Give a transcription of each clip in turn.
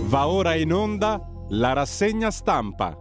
Va ora in onda la rassegna stampa.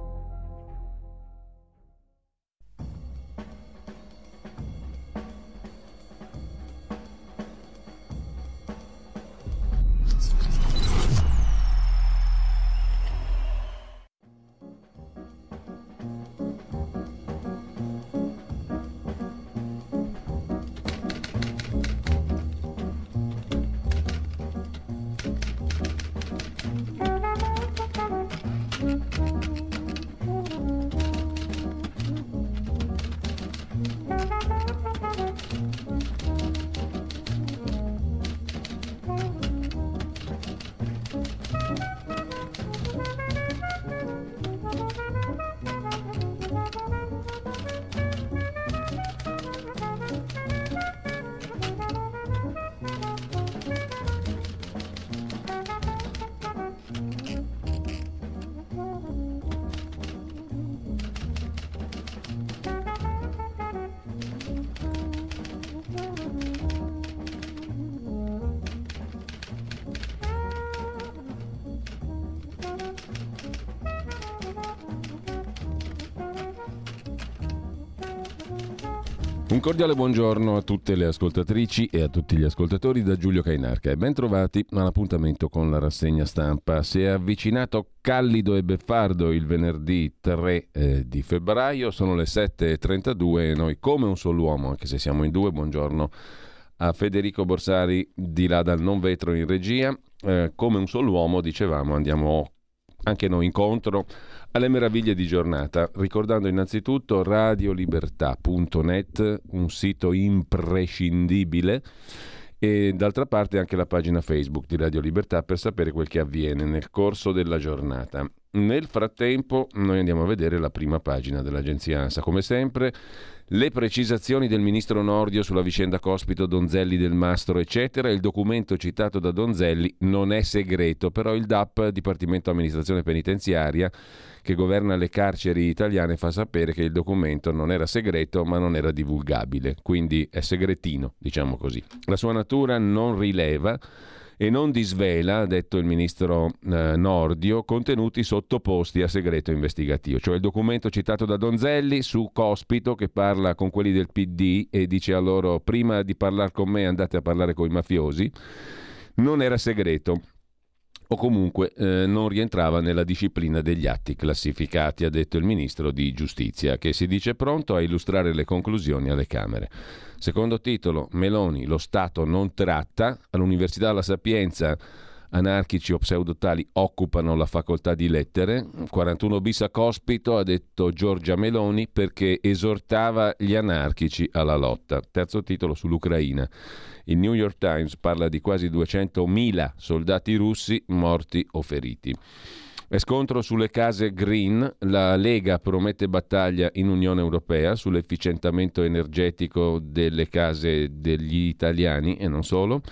Un cordiale buongiorno a tutte le ascoltatrici e a tutti gli ascoltatori da Giulio Cainarca e ben trovati all'appuntamento con la rassegna stampa. Si è avvicinato callido e beffardo il venerdì 3 di febbraio, sono le 7.32 e noi come un solo uomo, anche se siamo in due, buongiorno a Federico Borsari di là dal non vetro in regia, come un solo uomo dicevamo andiamo anche noi incontro alle meraviglie di giornata, ricordando innanzitutto radiolibertà.net, un sito imprescindibile, e d'altra parte anche la pagina Facebook di Radio Libertà per sapere quel che avviene nel corso della giornata. Nel frattempo noi andiamo a vedere la prima pagina dell'agenzia ANSA, come sempre le precisazioni del ministro Nordio sulla vicenda Cospito, Donzelli, Del Mastro eccetera. Il documento citato da Donzelli non è segreto, però il DAP, Dipartimento Amministrazione Penitenziaria, che governa le carceri italiane, fa sapere che il documento non era segreto ma non era divulgabile, quindi è segretino, diciamo così. La sua natura non rileva e non disvela, ha detto il ministro Nordio, contenuti sottoposti a segreto investigativo. Cioè il documento citato da Donzelli su Cospito, che parla con quelli del PD e dice a loro prima di parlare con me andate a parlare con i mafiosi, non era segreto. O comunque non rientrava nella disciplina degli atti classificati, ha detto il ministro di Giustizia, che si dice pronto a illustrare le conclusioni alle Camere. Secondo titolo, Meloni, lo Stato non tratta, all'Università La Sapienza anarchici o pseudotali occupano la facoltà di lettere, 41 bis a Cospito, ha detto Giorgia Meloni, perché esortava gli anarchici alla lotta. Terzo titolo sull'Ucraina. Il New York Times parla di quasi 200.000 soldati russi morti o feriti. E scontro sulle case green, la Lega promette battaglia in Unione Europea sull'efficientamento energetico delle case degli italiani e non solo.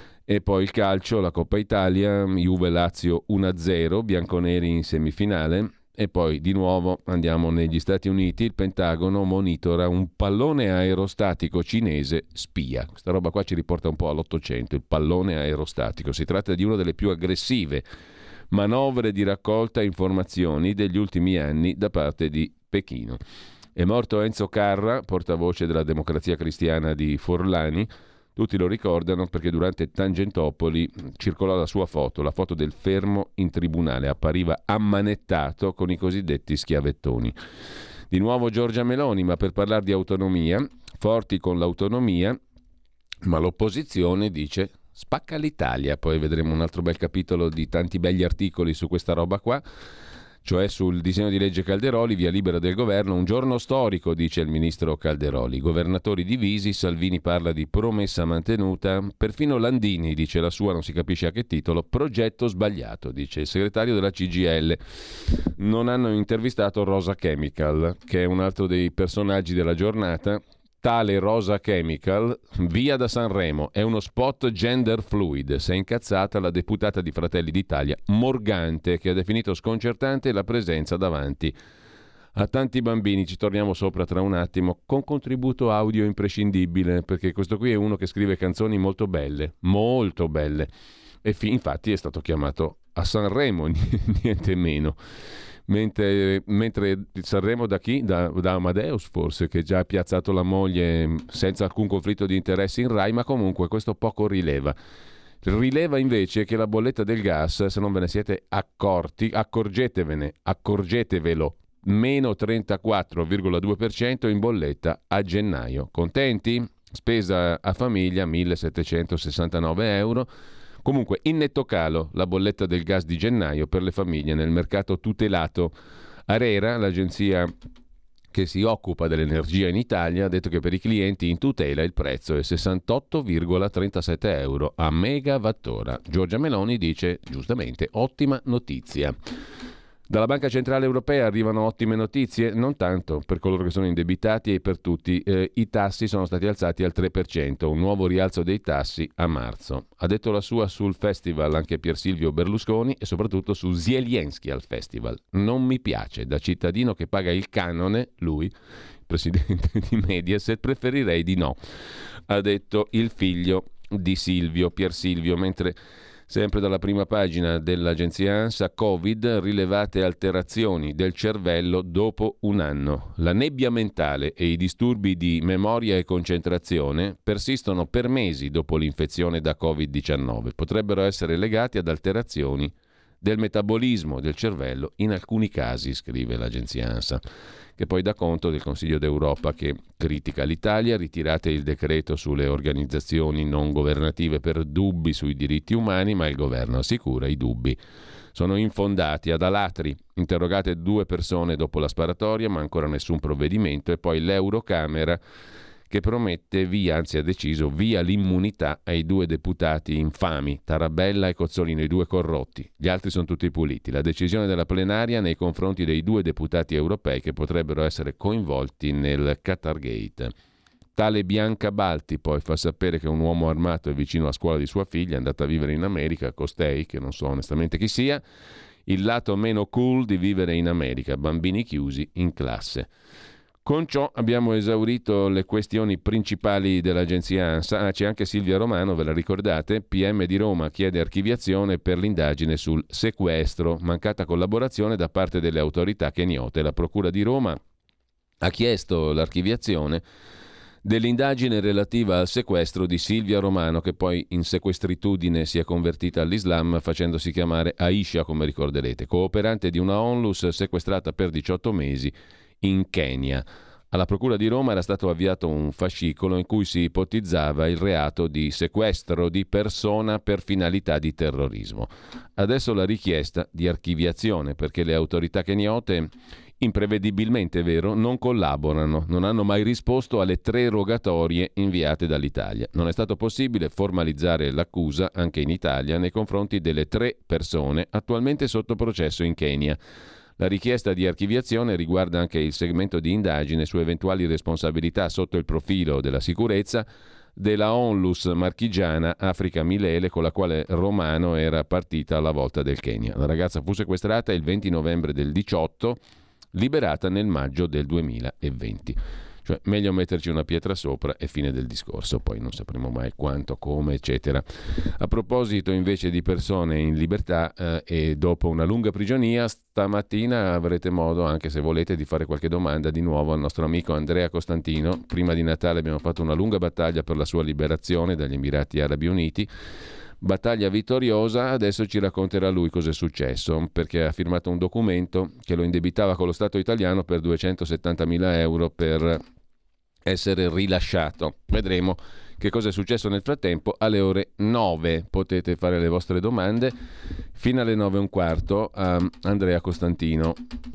E poi il calcio, la Coppa Italia, Juve-Lazio 1-0, bianconeri in semifinale. E poi di nuovo andiamo negli Stati Uniti, il Pentagono monitora un pallone aerostatico cinese spia. Questa roba qua ci riporta un po' all'Ottocento, il pallone aerostatico. Si tratta di una delle più aggressive manovre di raccolta informazioni degli ultimi anni da parte di Pechino. È morto Enzo Carra, portavoce della Democrazia Cristiana di Forlani. Tutti lo ricordano perché durante Tangentopoli circolò la sua foto, la foto del fermo in tribunale, appariva ammanettato con i cosiddetti schiavettoni. Di nuovo Giorgia Meloni, ma per parlare di autonomia, forti con l'autonomia, ma l'opposizione dice spacca l'Italia. Poi vedremo un altro bel capitolo di tanti begli articoli su questa roba qua, cioè sul disegno di legge Calderoli, via libera del governo, un giorno storico, dice il ministro Calderoli. Governatori divisi, Salvini parla di promessa mantenuta, perfino Landini dice la sua, non si capisce a che titolo, progetto sbagliato, dice il segretario della CGIL. Non hanno intervistato Rosa Chemical, che è un altro dei personaggi della giornata. Tale Rosa Chemical, via da Sanremo, è uno spot gender fluid. Si è incazzata la deputata di Fratelli d'Italia, Morgante, che ha definito sconcertante la presenza davanti a tanti bambini. Ci torniamo sopra tra un attimo, con contributo audio imprescindibile, perché questo qui è uno che scrive canzoni molto belle, molto belle. e infatti è stato chiamato a Sanremo, niente meno. Mentre Sanremo da chi? Da Amadeus forse, che già ha piazzato la moglie senza alcun conflitto di interessi in Rai, ma comunque questo poco rileva. Rileva invece che la bolletta del gas, se non ve ne siete accorti, accorgetevelo, meno 34,2% in bolletta a gennaio. Contenti? Spesa a famiglia 1.769 euro. Comunque in netto calo la bolletta del gas di gennaio per le famiglie nel mercato tutelato. ARERA, l'agenzia che si occupa dell'energia in Italia, ha detto che per i clienti in tutela il prezzo è 68,37 euro a megawattora. Giorgia Meloni dice giustamente ottima notizia. Dalla Banca Centrale Europea arrivano ottime notizie, non tanto per coloro che sono indebitati e per tutti. I tassi sono stati alzati al 3%, un nuovo rialzo dei tassi a marzo. Ha detto la sua sul festival anche Pier Silvio Berlusconi e soprattutto su Zelensky al festival. Non mi piace, da cittadino che paga il canone, lui, presidente di Mediaset, preferirei di no, ha detto il figlio di Silvio, Pier Silvio, mentre... Sempre dalla prima pagina dell'agenzia ANSA, Covid, rilevate alterazioni del cervello dopo un anno. La nebbia mentale e i disturbi di memoria e concentrazione persistono per mesi dopo l'infezione da Covid-19. Potrebbero essere legati ad alterazioni del metabolismo del cervello in alcuni casi, scrive l'agenzia ANSA, che poi dà conto del Consiglio d'Europa che critica l'Italia, ritirate il decreto sulle organizzazioni non governative per dubbi sui diritti umani, ma il governo assicura i dubbi sono infondati. Ad Alatri, interrogate 2 persone dopo la sparatoria, ma ancora nessun provvedimento, e poi l'Eurocamera che promette ha deciso via l'immunità ai 2 deputati infami, Tarabella e Cozzolino, i 2 corrotti. Gli altri sono tutti puliti. La decisione della plenaria nei confronti dei 2 deputati europei che potrebbero essere coinvolti nel Qatargate. Tale Bianca Balti poi fa sapere che un uomo armato è vicino a scuola di sua figlia, è andata a vivere in America, costei, che non so onestamente chi sia, il lato meno cool di vivere in America, bambini chiusi in classe. Con ciò abbiamo esaurito le questioni principali dell'agenzia ANSA. C'è anche Silvia Romano, ve la ricordate? PM di Roma chiede archiviazione per l'indagine sul sequestro, mancata collaborazione da parte delle autorità keniote. La Procura di Roma ha chiesto l'archiviazione dell'indagine relativa al sequestro di Silvia Romano, che poi in sequestritudine si è convertita all'Islam facendosi chiamare Aisha, come ricorderete, cooperante di una onlus sequestrata per 18 mesi in Kenya. Alla Procura di Roma era stato avviato un fascicolo in cui si ipotizzava il reato di sequestro di persona per finalità di terrorismo. Adesso la richiesta di archiviazione, perché le autorità keniote, imprevedibilmente vero, non collaborano, non hanno mai risposto alle 3 rogatorie inviate dall'Italia. Non è stato possibile formalizzare l'accusa anche in Italia nei confronti delle 3 persone attualmente sotto processo in Kenya. La richiesta di archiviazione riguarda anche il segmento di indagine su eventuali responsabilità sotto il profilo della sicurezza della onlus marchigiana Africa Milele, con la quale Romano era partita alla volta del Kenya. La ragazza fu sequestrata il 20 novembre del 18, liberata nel maggio del 2020. Cioè, meglio metterci una pietra sopra e fine del discorso, poi non sapremo mai quanto, come, eccetera. A proposito invece di persone in libertà e dopo una lunga prigionia, stamattina avrete modo, anche se volete, di fare qualche domanda di nuovo al nostro amico Andrea Costantino. Prima di Natale abbiamo fatto una lunga battaglia per la sua liberazione dagli Emirati Arabi Uniti. Battaglia vittoriosa, adesso ci racconterà lui cosa è successo, perché ha firmato un documento che lo indebitava con lo Stato italiano per 270.000 euro per essere rilasciato. Vedremo che cosa è successo nel frattempo. Alle ore 9 potete fare le vostre domande fino alle 9:15 a Andrea Costantino.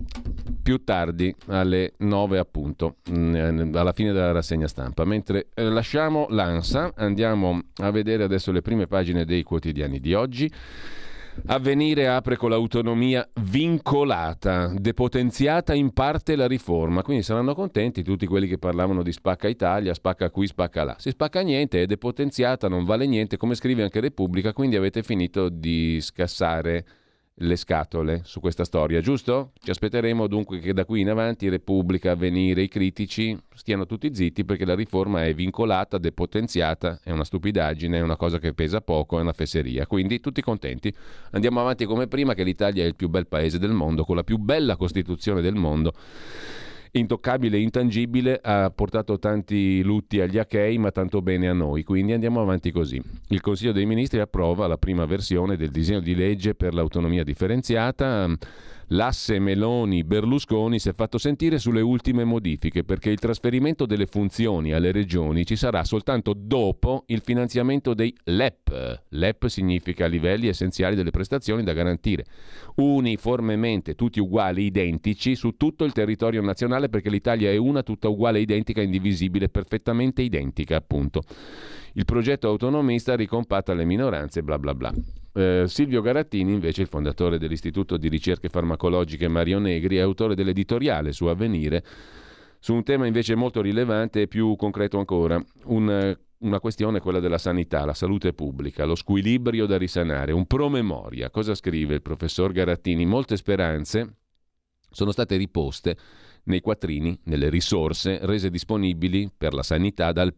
Più tardi, alle 9 appunto, alla fine della rassegna stampa. Mentre lasciamo l'ANSA, andiamo a vedere adesso le prime pagine dei quotidiani di oggi. Avvenire apre con l'autonomia vincolata, depotenziata in parte la riforma, quindi saranno contenti tutti quelli che parlavano di spacca Italia, spacca qui, spacca là. Si spacca niente, è depotenziata, non vale niente, come scrive anche Repubblica, quindi avete finito di scassare le scatole su questa storia, giusto? Ci aspetteremo dunque che da qui in avanti Repubblica, Avvenire, i critici stiano tutti zitti, perché la riforma è vincolata, depotenziata, è una stupidaggine, è una cosa che pesa poco, è una fesseria. Quindi tutti contenti. Andiamo avanti come prima, che l'Italia è il più bel paese del mondo, con la più bella Costituzione del mondo. Intoccabile e intangibile, ha portato tanti lutti agli achei, ma tanto bene a noi, quindi andiamo avanti così. Il Consiglio dei Ministri approva la prima versione del disegno di legge per l'autonomia differenziata. L'asse Meloni-Berlusconi si è fatto sentire sulle ultime modifiche, perché il trasferimento delle funzioni alle regioni ci sarà soltanto dopo il finanziamento dei LEP. LEP significa livelli essenziali delle prestazioni da garantire uniformemente, tutti uguali, identici su tutto il territorio nazionale, perché l'Italia è una, tutta uguale, identica, indivisibile, perfettamente identica, appunto. Il progetto autonomista ricompatta le minoranze, bla bla bla. Silvio Garattini, invece, il fondatore dell'Istituto di Ricerche Farmacologiche Mario Negri, è autore dell'editoriale su Avvenire su un tema invece molto rilevante e più concreto ancora, una questione, quella della sanità, la salute pubblica, lo squilibrio da risanare, un promemoria. Cosa scrive il professor Garattini? Molte speranze sono state riposte nei quattrini, nelle risorse rese disponibili per la sanità dal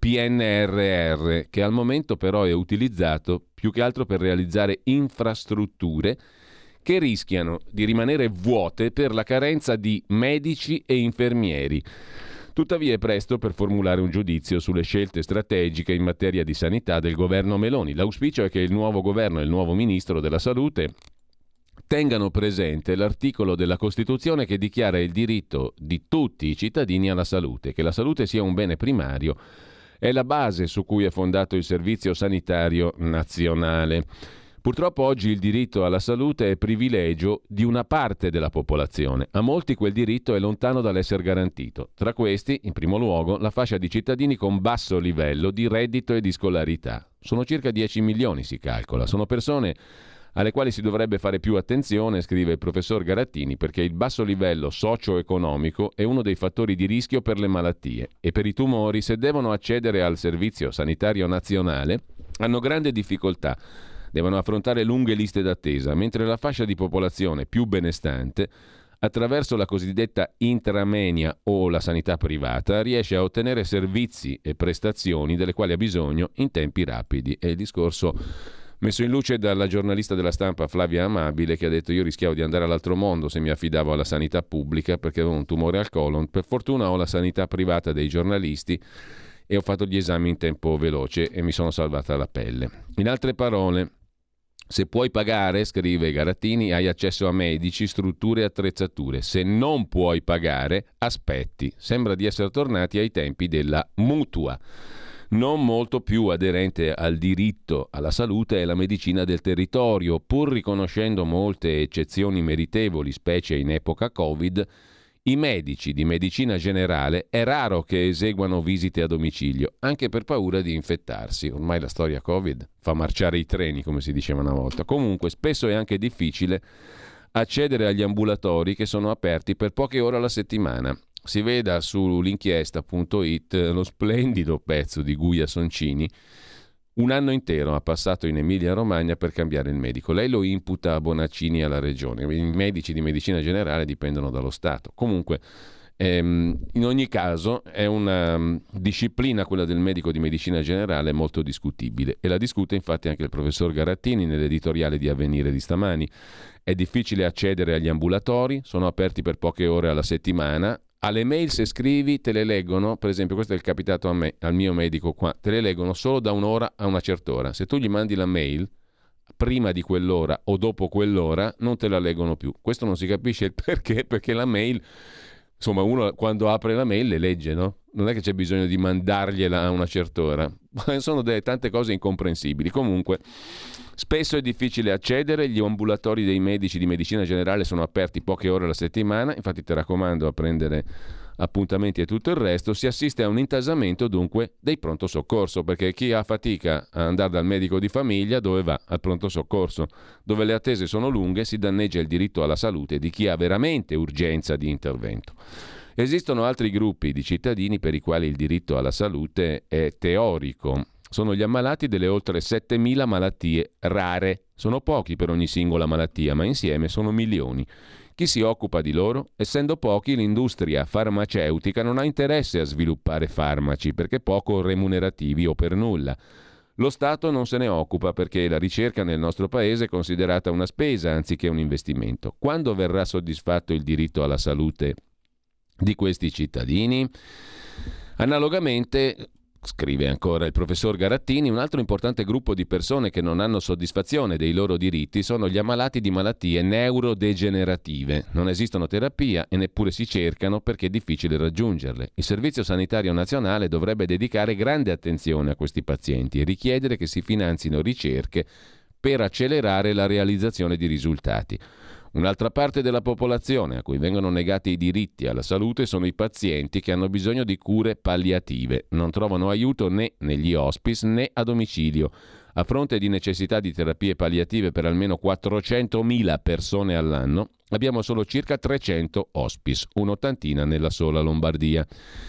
PNRR, che al momento però è utilizzato più che altro per realizzare infrastrutture che rischiano di rimanere vuote per la carenza di medici e infermieri. Tuttavia è presto per formulare un giudizio sulle scelte strategiche in materia di sanità del governo Meloni. L'auspicio è che il nuovo governo e il nuovo ministro della Salute tengano presente l'articolo della Costituzione che dichiara il diritto di tutti i cittadini alla salute, che la salute sia un bene primario, è la base su cui è fondato il Servizio Sanitario Nazionale. Purtroppo oggi il diritto alla salute è privilegio di una parte della popolazione. A molti quel diritto è lontano dall'essere garantito. Tra questi, in primo luogo, la fascia di cittadini con basso livello di reddito e di scolarità. Sono circa 10 milioni, si calcola. Sono persone alle quali si dovrebbe fare più attenzione, scrive il professor Garattini, perché il basso livello socio-economico è uno dei fattori di rischio per le malattie e per i tumori. Se devono accedere al Servizio Sanitario Nazionale, hanno grande difficoltà, devono affrontare lunghe liste d'attesa, mentre la fascia di popolazione più benestante, attraverso la cosiddetta intramenia o la sanità privata, riesce a ottenere servizi e prestazioni delle quali ha bisogno in tempi rapidi. È il discorso messo in luce dalla giornalista della Stampa Flavia Amabile, che ha detto: io rischiavo di andare all'altro mondo se mi affidavo alla sanità pubblica perché avevo un tumore al colon. Per fortuna ho la sanità privata dei giornalisti e ho fatto gli esami in tempo veloce e mi sono salvata la pelle. In altre parole, se puoi pagare, scrive Garattini, hai accesso a medici, strutture e attrezzature. Se non puoi pagare, aspetti. Sembra di essere tornati ai tempi della mutua. Non molto più aderente al diritto alla salute è la medicina del territorio. Pur riconoscendo molte eccezioni meritevoli, specie in epoca Covid, i medici di medicina generale è raro che eseguano visite a domicilio, anche per paura di infettarsi. Ormai la storia Covid fa marciare i treni, come si diceva una volta. Comunque, spesso è anche difficile accedere agli ambulatori che sono aperti per poche ore alla settimana. Si veda su l'inchiesta.it lo splendido pezzo di Guia Soncini. Un anno intero ha passato in Emilia-Romagna per cambiare il medico. Lei lo imputa a Bonaccini e alla regione. I medici di medicina generale dipendono dallo Stato. Comunque, in ogni caso, è una disciplina, quella del medico di medicina generale, molto discutibile. E la discute infatti anche il professor Garattini nell'editoriale di Avvenire di stamani. È difficile accedere agli ambulatori, sono aperti per poche ore alla settimana. Alle mail, se scrivi, te le leggono, per esempio questo è capitato a me, al mio medico qua, te le leggono solo da un'ora a una certa ora. Se tu gli mandi la mail prima di quell'ora o dopo quell'ora, non te la leggono più. Questo non si capisce il perché la mail, insomma, uno quando apre la mail le legge, no? Non è che c'è bisogno di mandargliela a una certa ora. Sono tante cose incomprensibili. Comunque, spesso è difficile accedere, gli ambulatori dei medici di medicina generale sono aperti poche ore alla settimana, infatti ti raccomando a prendere appuntamenti e tutto il resto. Si assiste a un intasamento dunque dei pronto soccorso, perché chi ha fatica a andare dal medico di famiglia dove va? Al pronto soccorso, dove le attese sono lunghe, si danneggia il diritto alla salute di chi ha veramente urgenza di intervento. Esistono altri gruppi di cittadini per i quali il diritto alla salute è teorico. Sono gli ammalati delle oltre 7.000 malattie rare. Sono pochi per ogni singola malattia, ma insieme sono milioni. Chi si occupa di loro? Essendo pochi, l'industria farmaceutica non ha interesse a sviluppare farmaci perché poco remunerativi o per nulla. Lo Stato non se ne occupa perché la ricerca nel nostro paese è considerata una spesa anziché un investimento. Quando verrà soddisfatto il diritto alla salute di questi cittadini? Analogamente, scrive ancora il professor Garattini, un altro importante gruppo di persone che non hanno soddisfazione dei loro diritti sono gli ammalati di malattie neurodegenerative. Non esistono terapia e neppure si cercano perché è difficile raggiungerle. Il Servizio Sanitario Nazionale dovrebbe dedicare grande attenzione a questi pazienti e richiedere che si finanzino ricerche per accelerare la realizzazione di risultati. Un'altra parte della popolazione a cui vengono negati i diritti alla salute sono i pazienti che hanno bisogno di cure palliative. Non trovano aiuto né negli hospice né a domicilio. A fronte di necessità di terapie palliative per almeno 400.000 persone all'anno, abbiamo solo circa 300 hospice, un'ottantina nella sola Lombardia.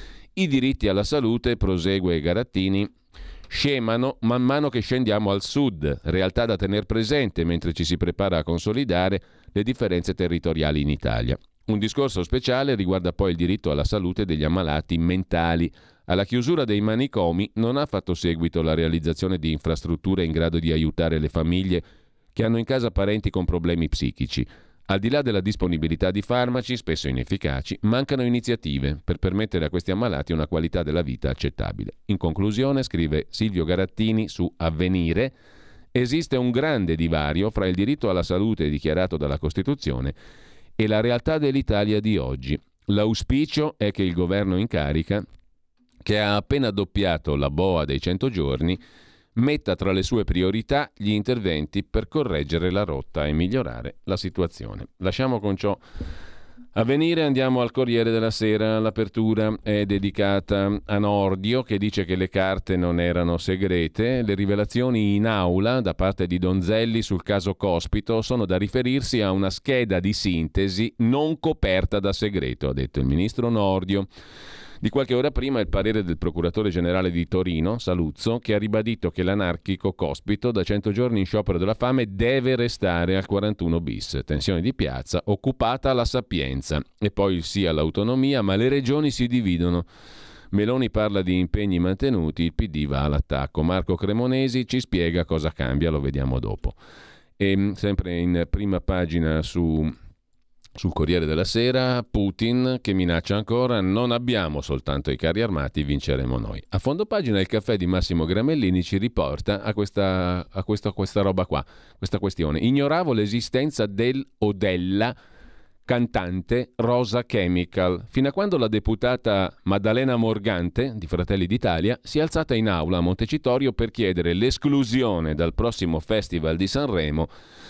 I diritti alla salute, prosegue Garattini, scemano man mano che scendiamo al sud, realtà da tener presente mentre ci si prepara a consolidare le differenze territoriali in Italia. Un discorso speciale riguarda poi il diritto alla salute degli ammalati mentali. Alla chiusura dei manicomi non ha fatto seguito la realizzazione di infrastrutture in grado di aiutare le famiglie che hanno in casa parenti con problemi psichici. Al di là della disponibilità di farmaci, spesso inefficaci, mancano iniziative per permettere a questi ammalati una qualità della vita accettabile. In conclusione, scrive Silvio Garattini su Avvenire, esiste un grande divario fra il diritto alla salute dichiarato dalla Costituzione e la realtà dell'Italia di oggi. L'auspicio è che il governo in carica, che ha appena doppiato la boa dei 100 giorni, metta tra le sue priorità gli interventi per correggere la rotta e migliorare la situazione. Lasciamo con ciò Avvenire, andiamo al Corriere della Sera. L'apertura è dedicata a Nordio, che dice che le carte non erano segrete. Le rivelazioni in aula da parte di Donzelli sul caso Cospito sono da riferirsi a una scheda di sintesi non coperta da segreto, ha detto il ministro Nordio. Di qualche ora prima il parere del procuratore generale di Torino, Saluzzo, che ha ribadito che l'anarchico Cospito, da 100 giorni in sciopero della fame, deve restare al 41 bis. Tensione di piazza, occupata la Sapienza. E poi il sì all'autonomia, ma le regioni si dividono. Meloni parla di impegni mantenuti, il PD va all'attacco. Marco Cremonesi ci spiega cosa cambia, lo vediamo dopo. E sempre in prima pagina sul Corriere della Sera, Putin che minaccia ancora: non abbiamo soltanto i carri armati, vinceremo noi. A fondo pagina il caffè di Massimo Gramellini ci riporta a questa roba qua, questa questione. Ignoravo l'esistenza del o della cantante Rosa Chemical, fino a quando la deputata Maddalena Morgante di Fratelli d'Italia si è alzata in aula a Montecitorio per chiedere l'esclusione dal prossimo Festival di Sanremo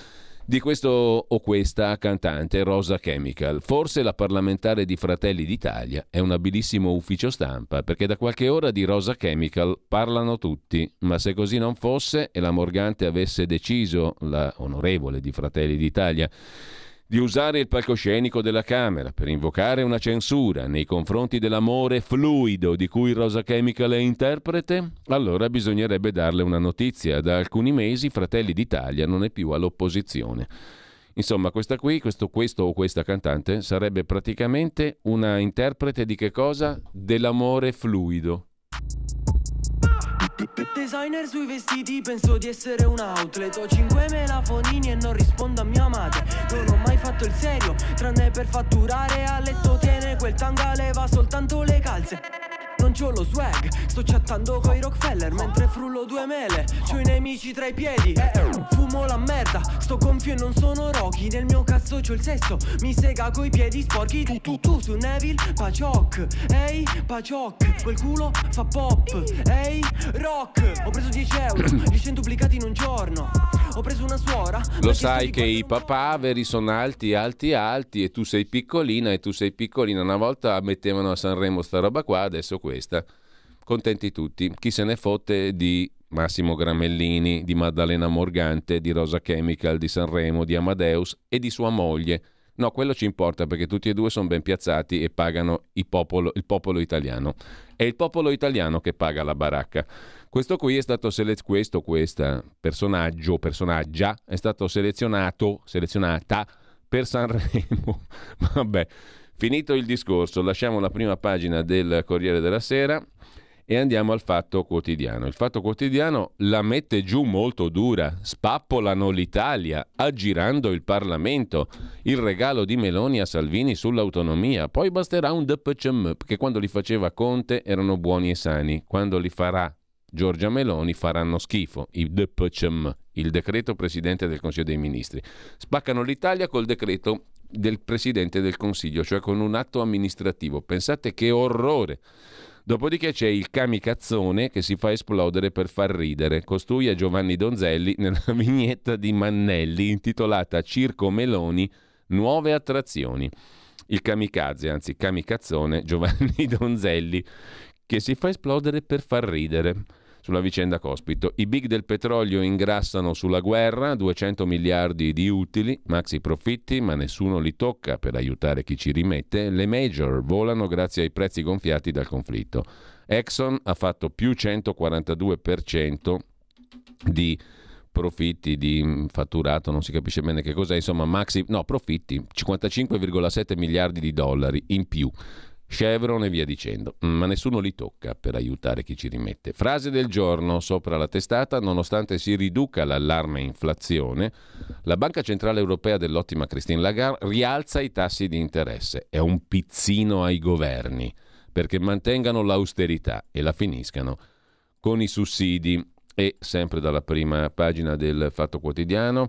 di questo o questa cantante Rosa Chemical. Forse la parlamentare di Fratelli d'Italia è un abilissimo ufficio stampa, perché da qualche ora di Rosa Chemical parlano tutti, ma se così non fosse e la Morgante avesse deciso, la onorevole di Fratelli d'Italia, di usare il palcoscenico della Camera per invocare una censura nei confronti dell'amore fluido di cui Rosa Chemical è interprete, allora bisognerebbe darle una notizia. Da alcuni mesi Fratelli d'Italia non è più all'opposizione. Insomma, questo o questa cantante sarebbe praticamente una interprete di che cosa? Dell'amore fluido. Designer sui vestiti, penso di essere un outlet. Ho 5 melafonini e non rispondo a mia madre. Non ho mai fatto il serio, tranne per fatturare. A letto tiene quel tanga, leva soltanto le calze. Non c'ho lo swag, sto chattando coi Rockefeller mentre frullo 2 mele. C'ho i nemici tra i piedi, fumo la merda. Sto gonfio e non sono Rocky. Nel mio cazzo c'ho il sesso, mi sega coi piedi sporchi. Tu su Neville, Paciocc. Ehi, Paciocc, quel culo fa pop. Ehi, rock. Ho preso 10 euro, li 100 duplicati in un giorno. Ho preso una suora. Lo sai che i papaveri sono alti e tu sei piccolina e tu sei piccolina. Una volta mettevano a Sanremo sta roba qua, adesso questa. Contenti tutti. Chi se ne fotte di Massimo Gramellini, di Maddalena Morgante, di Rosa Chemical, di Sanremo, di Amadeus e di sua moglie? No, quello ci importa perché tutti e due sono ben piazzati e pagano il popolo italiano. È il popolo italiano che paga la baracca. Questo qui è stato personaggia è stato selezionata per Sanremo. Vabbè, finito il discorso, lasciamo la prima pagina del Corriere della Sera e andiamo al Fatto Quotidiano. Il Fatto Quotidiano la mette giù molto dura, spappolano l'Italia, aggirando il Parlamento, il regalo di Meloni a Salvini sull'autonomia, poi basterà un DPCM, perché quando li faceva Conte erano buoni e sani, quando li farà Giorgia Meloni faranno schifo, i DPCM, il decreto Presidente del Consiglio dei Ministri. Spaccano l'Italia col decreto del Presidente del Consiglio, cioè con un atto amministrativo. Pensate che orrore! Dopodiché c'è il kamikazzone che si fa esplodere per far ridere. Costui è Giovanni Donzelli nella vignetta di Mannelli intitolata Circo Meloni, nuove attrazioni. Il kamikaze, anzi kamikazzone, Giovanni Donzelli, che si fa esplodere per far ridere. Sulla vicenda Cospito, i big del petrolio ingrassano sulla guerra, 200 miliardi di utili, maxi profitti, ma nessuno li tocca per aiutare chi ci rimette. Le major volano grazie ai prezzi gonfiati dal conflitto. Exxon ha fatto più 142% di profitti, di fatturato, non si capisce bene che cos'è, insomma profitti, 55,7 miliardi di dollari in più. Chevron e via dicendo, ma nessuno li tocca per aiutare chi ci rimette. Frase del giorno sopra la testata: nonostante si riduca l'allarme inflazione, la Banca Centrale Europea dell'ottima Christine Lagarde rialza i tassi di interesse. È un pizzino ai governi perché mantengano l'austerità e la finiscano con i sussidi. E sempre dalla prima pagina del Fatto Quotidiano,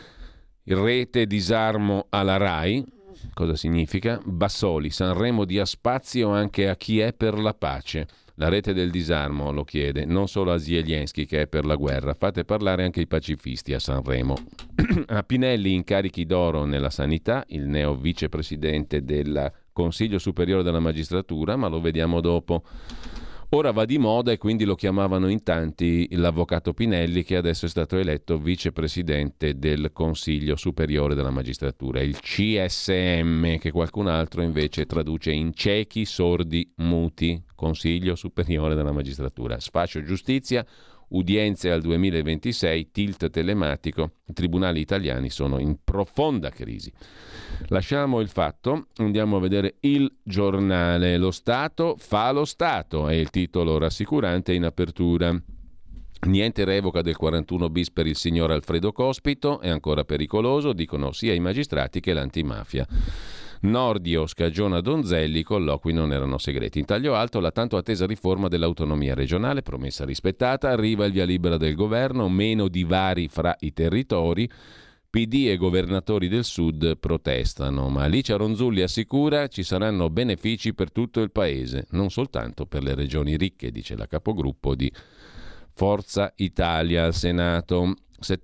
rete disarmo alla RAI. Cosa significa? Bassoli, Sanremo dia spazio anche a chi è per la pace. La rete del disarmo lo chiede, non solo a Zelensky che è per la guerra, fate parlare anche i pacifisti a Sanremo. A Pinelli incarichi d'oro nella sanità, il neo vicepresidente del Consiglio Superiore della Magistratura, ma lo vediamo dopo. Ora va di moda e quindi lo chiamavano in tanti l'avvocato Pinelli, che adesso è stato eletto vicepresidente del Consiglio Superiore della Magistratura, il CSM, che qualcun altro invece traduce in ciechi, sordi, muti, Consiglio Superiore della Magistratura. Sfascio giustizia, udienze al 2026, tilt telematico, i tribunali italiani sono in profonda crisi. Lasciamo il Fatto, andiamo a vedere il Giornale. Lo Stato fa lo Stato, è il titolo rassicurante in apertura. Niente revoca del 41 bis per il signor Alfredo Cospito, è ancora pericoloso, dicono sia i magistrati che l'antimafia. Nordio scagiona Donzelli, i colloqui non erano segreti. In taglio alto la tanto attesa riforma dell'autonomia regionale, promessa rispettata, arriva il via libera del governo, meno divari fra i territori. PD e governatori del sud protestano, ma Alicia Ronzulli assicura ci saranno benefici per tutto il paese, non soltanto per le regioni ricche, dice la capogruppo di Forza Italia al Senato.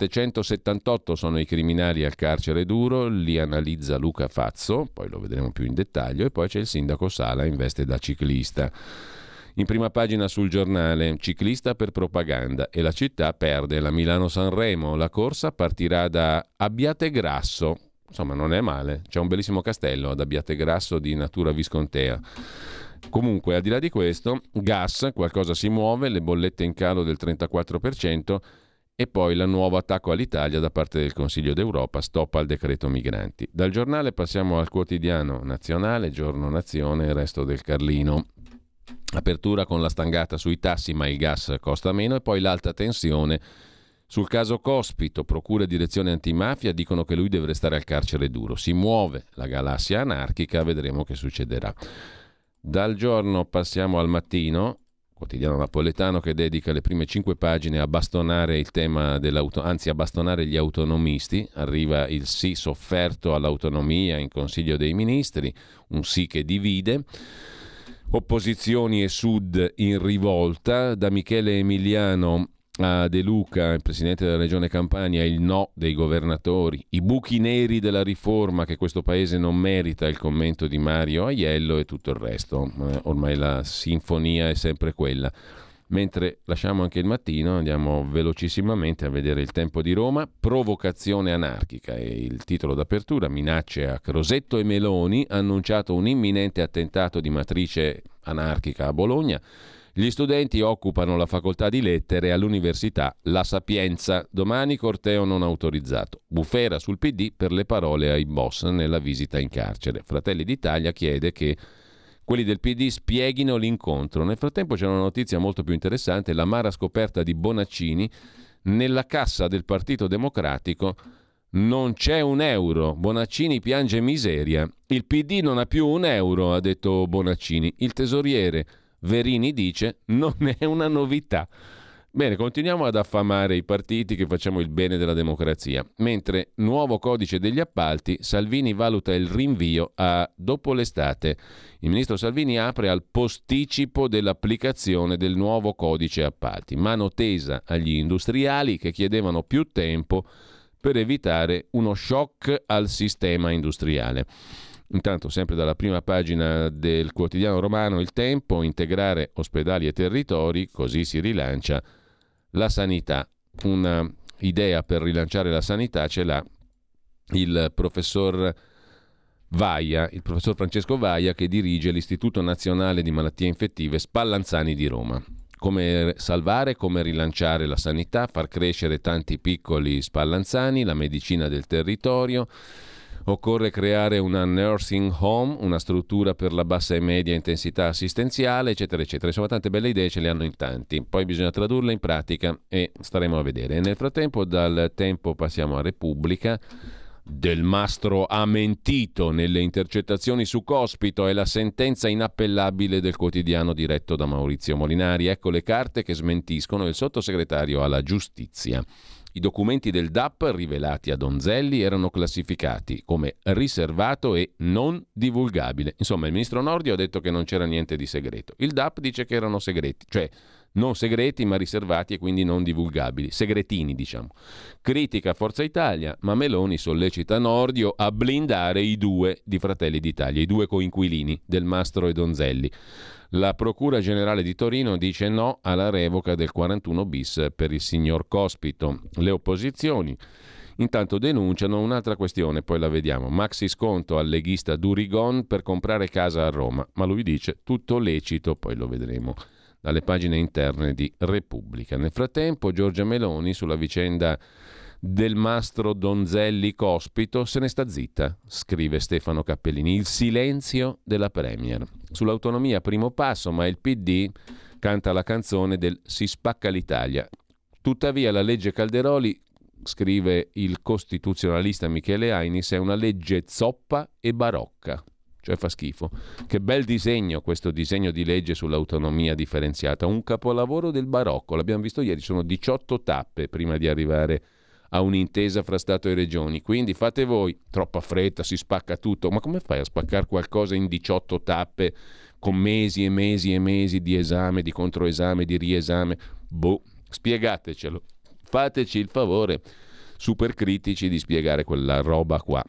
778 sono i criminali al carcere duro, li analizza Luca Fazzo, poi lo vedremo più in dettaglio, e poi c'è il sindaco Sala in veste da ciclista. In prima pagina sul Giornale, ciclista per propaganda e la città perde la Milano-Sanremo. La corsa partirà da Abbiategrasso, insomma non è male, c'è un bellissimo castello ad Abbiategrasso di natura viscontea. Comunque, al di là di questo, gas, qualcosa si muove, le bollette in calo del 34%, e poi il nuovo attacco all'Italia da parte del Consiglio d'Europa, stop al decreto migranti. Dal Giornale passiamo al Quotidiano Nazionale, Giorno Nazione e il Resto del Carlino. Apertura con la stangata sui tassi, ma il gas costa meno, e poi l'alta tensione sul caso Cospito. Procura e direzione antimafia dicono che lui deve restare al carcere duro. Si muove la galassia anarchica, vedremo che succederà. Dal Giorno passiamo al Mattino, quotidiano napoletano che dedica le prime 5 pagine a bastonare il tema a bastonare gli autonomisti. Arriva il sì sofferto all'autonomia in Consiglio dei Ministri, un sì che divide. Opposizioni e Sud in rivolta, da Michele Emiliano a De Luca, il presidente della regione Campania, il no dei governatori, i buchi neri della riforma che questo paese non merita, il commento di Mario Aiello e tutto il resto. Ormai la sinfonia è sempre quella. Mentre lasciamo anche il Mattino, andiamo velocissimamente a vedere il Tempo di Roma. Provocazione anarchica è il titolo d'apertura, minacce a Crosetto e Meloni, annunciato un imminente attentato di matrice anarchica a Bologna. Gli studenti occupano la facoltà di lettere all'università La Sapienza. Domani corteo non autorizzato. Bufera sul PD per le parole ai boss nella visita in carcere. Fratelli d'Italia chiede che quelli del PD spieghino l'incontro. Nel frattempo c'è una notizia molto più interessante, l'amara scoperta di Bonaccini: nella cassa del Partito Democratico non c'è un euro. Bonaccini piange miseria. Il PD non ha più un euro, ha detto Bonaccini. Il tesoriere Verini dice non è una novità. Bene, continuiamo ad affamare i partiti che facciamo il bene della democrazia. Mentre nuovo codice degli appalti, Salvini valuta il rinvio a dopo l'estate. Il ministro Salvini apre al posticipo dell'applicazione del nuovo codice appalti, mano tesa agli industriali che chiedevano più tempo per evitare uno shock al sistema industriale. Intanto, sempre dalla prima pagina del quotidiano romano Il Tempo, integrare ospedali e territori, così si rilancia la sanità. Una idea per rilanciare la sanità ce l'ha il professor Vaia, il professor Francesco Vaia, che dirige l'Istituto Nazionale di Malattie Infettive Spallanzani di Roma. Come salvare, come rilanciare la sanità, far crescere tanti piccoli Spallanzani, la medicina del territorio. Occorre creare una nursing home, una struttura per la bassa e media intensità assistenziale, eccetera, eccetera. Insomma, tante belle idee ce le hanno in tanti. Poi bisogna tradurle in pratica e staremo a vedere. E nel frattempo, dal Tempo passiamo a Repubblica. Del Mastro ha mentito nelle intercettazioni su Cospito, è la sentenza inappellabile del quotidiano diretto da Maurizio Molinari. Ecco le carte che smentiscono il sottosegretario alla giustizia. I documenti del DAP rivelati a Donzelli erano classificati come riservato e non divulgabile. Insomma, il ministro Nordio ha detto che non c'era niente di segreto. Il DAP dice che erano segreti, cioè non segreti ma riservati e quindi non divulgabili, segretini diciamo. Critica Forza Italia, ma Meloni sollecita Nordio a blindare i due di Fratelli d'Italia, i due coinquilini del Mastro e Donzelli. La Procura Generale di Torino dice no alla revoca del 41 bis per il signor Cospito. Le opposizioni intanto denunciano un'altra questione, poi la vediamo. Maxi sconto al leghista Durigon per comprare casa a Roma, ma lui dice tutto lecito, poi lo vedremo dalle pagine interne di Repubblica. Nel frattempo Giorgia Meloni sulla vicenda del Mastro Donzelli Cospito se ne sta zitta, scrive Stefano Cappellini. Il silenzio della Premier. Sull'autonomia primo passo, ma il PD canta la canzone del si spacca l'Italia. Tuttavia la legge Calderoli, scrive il costituzionalista Michele Ainis, è una legge zoppa e barocca, cioè fa schifo. Che bel disegno questo disegno di legge sull'autonomia differenziata, un capolavoro del barocco, l'abbiamo visto ieri, sono 18 tappe prima di arrivare a un'intesa fra Stato e Regioni, quindi fate voi, troppa fretta, si spacca tutto, ma come fai a spaccare qualcosa in 18 tappe con mesi e mesi e mesi di esame, di controesame, di riesame? Boh, spiegatecelo, fateci il favore, super critici, di spiegare quella roba qua.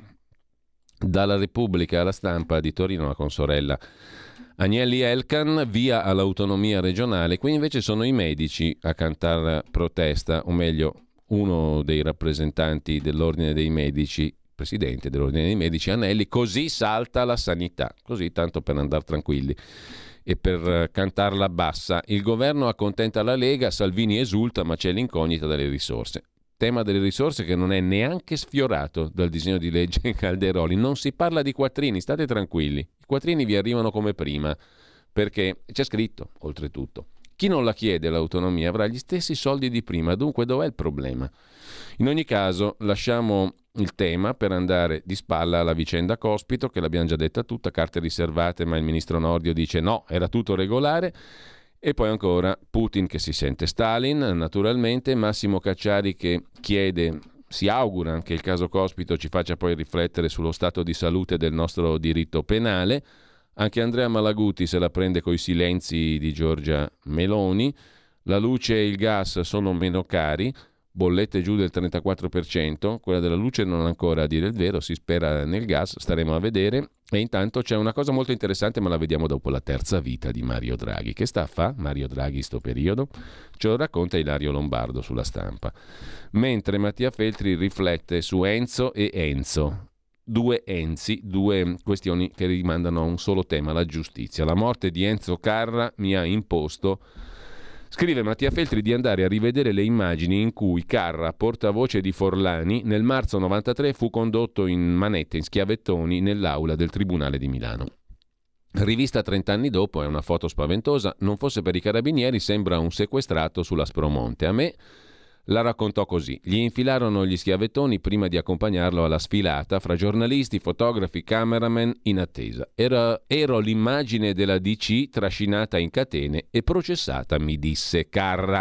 Dalla Repubblica alla Stampa di Torino, la consorella Agnelli Elkan, via all'autonomia regionale. Qui invece sono i medici a cantare protesta, o meglio uno dei rappresentanti dell'Ordine dei Medici, presidente dell'Ordine dei Medici, Anelli, così salta la sanità, così tanto per andare tranquilli e per cantarla bassa. Il governo accontenta la Lega, Salvini esulta, ma c'è l'incognita delle risorse. Tema delle risorse che non è neanche sfiorato dal disegno di legge Calderoli. Non si parla di quattrini, state tranquilli. I quattrini vi arrivano come prima, perché c'è scritto, oltretutto. Chi non la chiede l'autonomia avrà gli stessi soldi di prima, dunque dov'è il problema? In ogni caso, lasciamo il tema per andare di spalla alla vicenda Cospito, che l'abbiamo già detta tutta, carte riservate, ma il ministro Nordio dice no, era tutto regolare. E poi ancora Putin che si sente Stalin, naturalmente, Massimo Cacciari che chiede, si augura che il caso Cospito ci faccia poi riflettere sullo stato di salute del nostro diritto penale. Anche Andrea Malaguti se la prende coi silenzi di Giorgia Meloni. La luce e il gas sono meno cari, bollette giù del 34%, quella della luce non ancora a dire il vero, si spera nel gas, staremo a vedere. E intanto c'è una cosa molto interessante, ma la vediamo dopo la terza vita di Mario Draghi. Che sta a fa Mario Draghi sto periodo? Ce lo racconta Ilario Lombardo sulla Stampa. Mentre Mattia Feltri riflette su Enzo e Enzo. due Enzi, due questioni che rimandano a un solo tema, la giustizia. La morte di Enzo Carra mi ha imposto, scrive Mattia Feltri, di andare a rivedere le immagini in cui Carra, portavoce di Forlani, nel marzo 93 fu condotto in manette, in schiavettoni, nell'aula del Tribunale di Milano. Rivista 30 anni dopo, è una foto spaventosa, non fosse per i carabinieri sembra un sequestrato sull'Aspromonte. A me la raccontò così: gli infilarono gli schiavettoni prima di accompagnarlo alla sfilata fra giornalisti, fotografi, cameraman in attesa. Ero l'immagine della DC trascinata in catene e processata, mi disse Carra.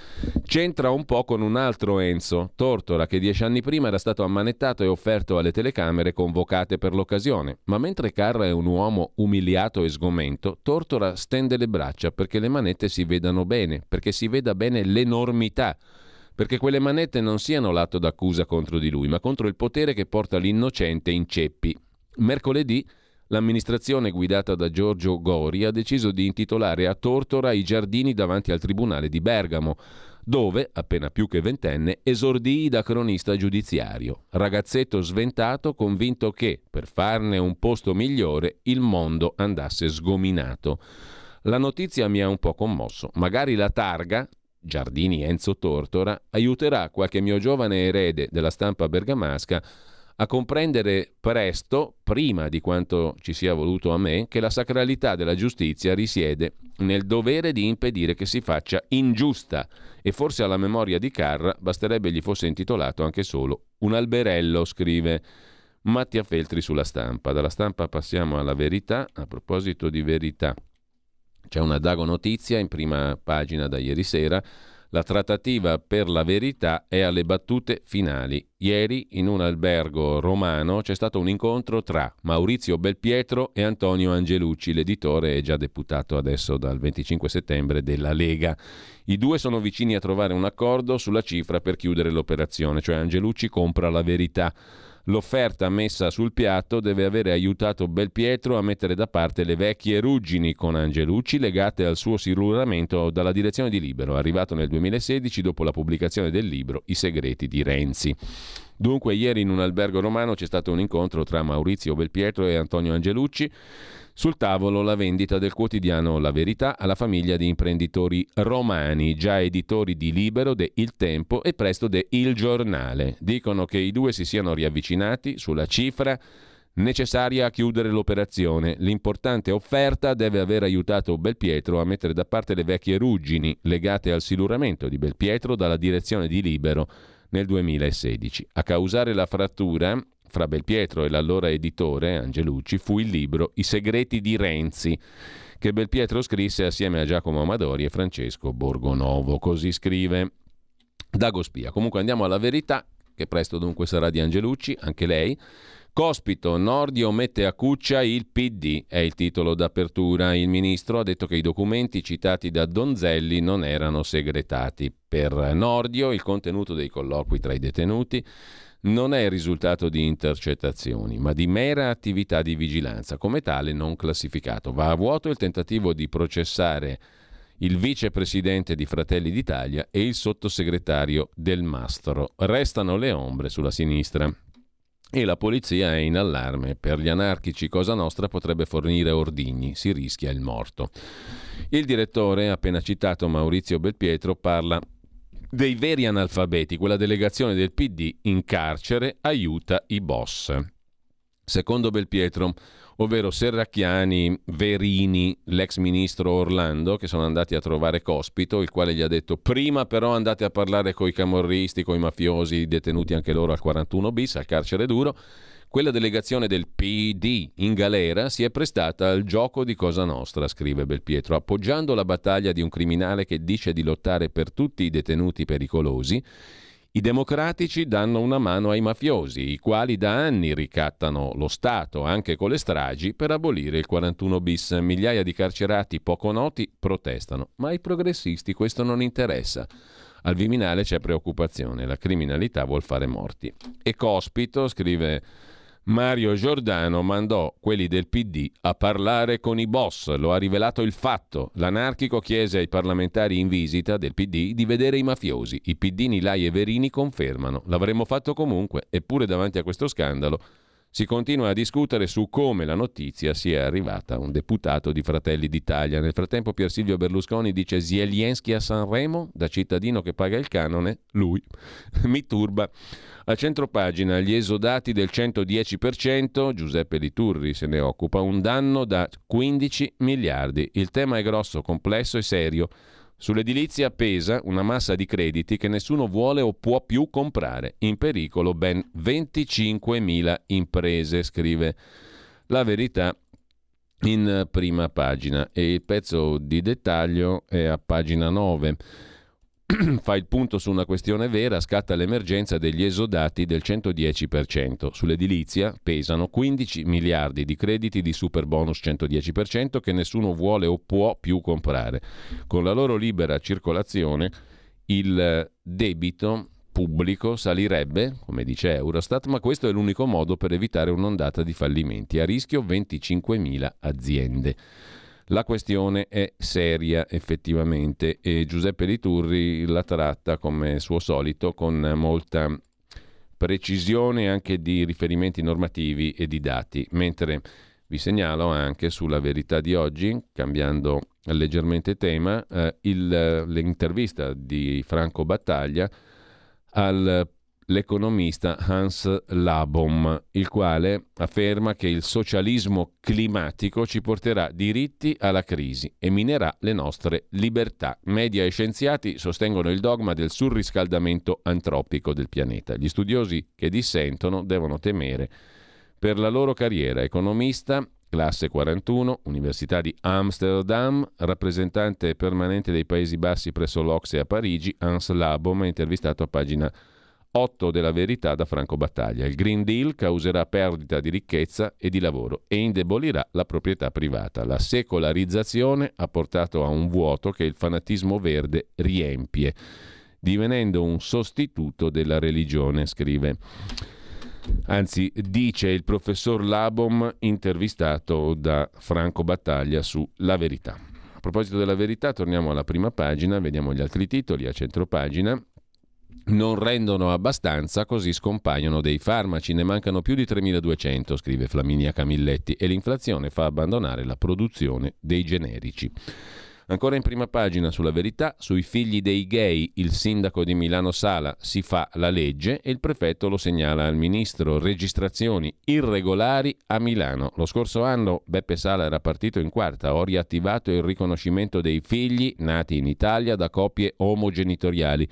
C'entra un po' con un altro Enzo Tortora, che 10 anni prima era stato ammanettato e offerto alle telecamere convocate per l'occasione. Ma mentre Carra è un uomo umiliato e sgomento, Tortora stende le braccia perché le manette si vedano bene, perché si veda bene l'enormità, perché quelle manette non siano l'atto d'accusa contro di lui, ma contro il potere che porta l'innocente in ceppi. Mercoledì l'amministrazione guidata da Giorgio Gori ha deciso di intitolare a Tortora i giardini davanti al Tribunale di Bergamo, dove, appena più che ventenne, esordii da cronista giudiziario. Ragazzetto sventato, convinto che, per farne un posto migliore, il mondo andasse sgominato. La notizia mi ha un po' commosso. Magari la targa, Giardini Enzo Tortora, aiuterà qualche mio giovane erede della stampa bergamasca a comprendere presto, prima di quanto ci sia voluto a me, che la sacralità della giustizia risiede nel dovere di impedire che si faccia ingiusta, e forse alla memoria di Carra basterebbe gli fosse intitolato anche solo un alberello, scrive Mattia Feltri sulla Stampa. Dalla Stampa passiamo alla Verità. A proposito di Verità, c'è una Dago Notizia in prima pagina da ieri sera. La trattativa per la Verità è alle battute finali. Ieri in un albergo romano c'è stato un incontro tra Maurizio Belpietro e Antonio Angelucci. L'editore è già deputato adesso dal 25 settembre della Lega. I due sono vicini a trovare un accordo sulla cifra per chiudere l'operazione, cioè Angelucci compra la Verità. L'offerta messa sul piatto deve avere aiutato Belpietro a mettere da parte le vecchie ruggini con Angelucci legate al suo silluramento dalla direzione di Libero, arrivato nel 2016 dopo la pubblicazione del libro I segreti di Renzi. Dunque ieri in un albergo romano c'è stato un incontro tra Maurizio Belpietro e Antonio Angelucci. Sul tavolo la vendita del quotidiano La Verità alla famiglia di imprenditori romani, già editori di Libero, de Il Tempo e presto de Il Giornale. Dicono che i due si siano riavvicinati sulla cifra necessaria a chiudere l'operazione. L'importante offerta deve aver aiutato Belpietro a mettere da parte le vecchie ruggini legate al siluramento di Belpietro dalla direzione di Libero nel 2016. A causare la frattura fra Belpietro e l'allora editore, Angelucci, fu il libro I segreti di Renzi, che Belpietro scrisse assieme a Giacomo Amadori e Francesco Borgonovo. Così scrive Dago Spia. Comunque andiamo alla Verità, che presto dunque sarà di Angelucci, anche lei. Cospito, Nordio mette a cuccia il PD, è il titolo d'apertura. Il ministro ha detto che i documenti citati da Donzelli non erano segretati. Per Nordio il contenuto dei colloqui tra i detenuti non è il risultato di intercettazioni, ma di mera attività di vigilanza, come tale non classificato. Va a vuoto il tentativo di processare il vicepresidente di Fratelli d'Italia e il sottosegretario Del Mastro. Restano le ombre sulla sinistra e la polizia è in allarme. Per gli anarchici Cosa Nostra potrebbe fornire ordigni, si rischia il morto. Il direttore, appena citato Maurizio Belpietro, parla dei veri analfabeti. Quella delegazione del PD in carcere aiuta i boss. Secondo Belpietro, ovvero Serracchiani, Verini, l'ex ministro Orlando, che sono andati a trovare Cospito, il quale gli ha detto: prima però andate a parlare coi camorristi, coi mafiosi detenuti anche loro al 41 bis, al carcere duro. Quella delegazione del PD in galera si è prestata al gioco di Cosa Nostra, scrive Belpietro, appoggiando la battaglia di un criminale che dice di lottare per tutti i detenuti pericolosi. I democratici danno una mano ai mafiosi, i quali da anni ricattano lo Stato, anche con le stragi, per abolire il 41 bis. Migliaia di carcerati poco noti protestano, ma ai progressisti questo non interessa. Al Viminale c'è preoccupazione, la criminalità vuol fare morti. E Cospito, scrive Mario Giordano, mandò quelli del PD a parlare con i boss, lo ha rivelato Il Fatto. L'anarchico chiese ai parlamentari in visita del PD di vedere i mafiosi. I PDini Lai e Verini confermano: l'avremmo fatto comunque, eppure davanti a questo scandalo Si continua a discutere su come la notizia sia arrivata a un deputato di Fratelli d'Italia. Nel frattempo Pier Silvio Berlusconi dice Zelensky a Sanremo, da cittadino che paga il canone, lui mi turba. A centropagina gli esodati del 110%, Giuseppe Liturri se ne occupa, un danno da 15 miliardi. Il tema è grosso, complesso e serio. Sull'edilizia pesa una massa di crediti che nessuno vuole o può più comprare. In pericolo ben 25.000 imprese, scrive La Verità in prima pagina. E il pezzo di dettaglio è a pagina 9. Fa il punto su una questione vera, scatta l'emergenza degli esodati del 110%. Sull'edilizia pesano 15 miliardi di crediti di superbonus 110% che nessuno vuole o può più comprare. Con la loro libera circolazione il debito pubblico salirebbe, come dice Eurostat, ma questo è l'unico modo per evitare un'ondata di fallimenti. A rischio 25.000 aziende. La questione è seria effettivamente e Giuseppe Liturri la tratta come suo solito con molta precisione anche di riferimenti normativi e di dati, mentre vi segnalo anche sulla Verità di oggi, cambiando leggermente tema, l'intervista di Franco Battaglia all'economista Hans Labom, il quale afferma che il socialismo climatico ci porterà diritti alla crisi e minerà le nostre libertà. Media e scienziati sostengono il dogma del surriscaldamento antropico del pianeta. Gli studiosi che dissentono devono temere per la loro carriera. Economista, classe 41, Università di Amsterdam, rappresentante permanente dei Paesi Bassi presso l'Ocse a Parigi, Hans Labom è intervistato a pagina 8 della Verità da Franco Battaglia. Il Green Deal causerà perdita di ricchezza e di lavoro e indebolirà la proprietà privata. La secolarizzazione ha portato a un vuoto che il fanatismo verde riempie, divenendo un sostituto della religione, scrive. Anzi, dice il professor Labom, intervistato da Franco Battaglia su La Verità. A proposito della Verità, torniamo alla prima pagina, vediamo gli altri titoli a centropagina. Non rendono abbastanza, così scompaiono dei farmaci, ne mancano più di 3.200, scrive Flaminia Camilletti, e l'inflazione fa abbandonare la produzione dei generici. Ancora in prima pagina sulla Verità, sui figli dei gay, il sindaco di Milano Sala si fa la legge e il prefetto lo segnala al ministro. Registrazioni irregolari a Milano. Lo scorso anno Beppe Sala era partito in quarta, ho riattivato il riconoscimento dei figli nati in Italia da coppie omogenitoriali.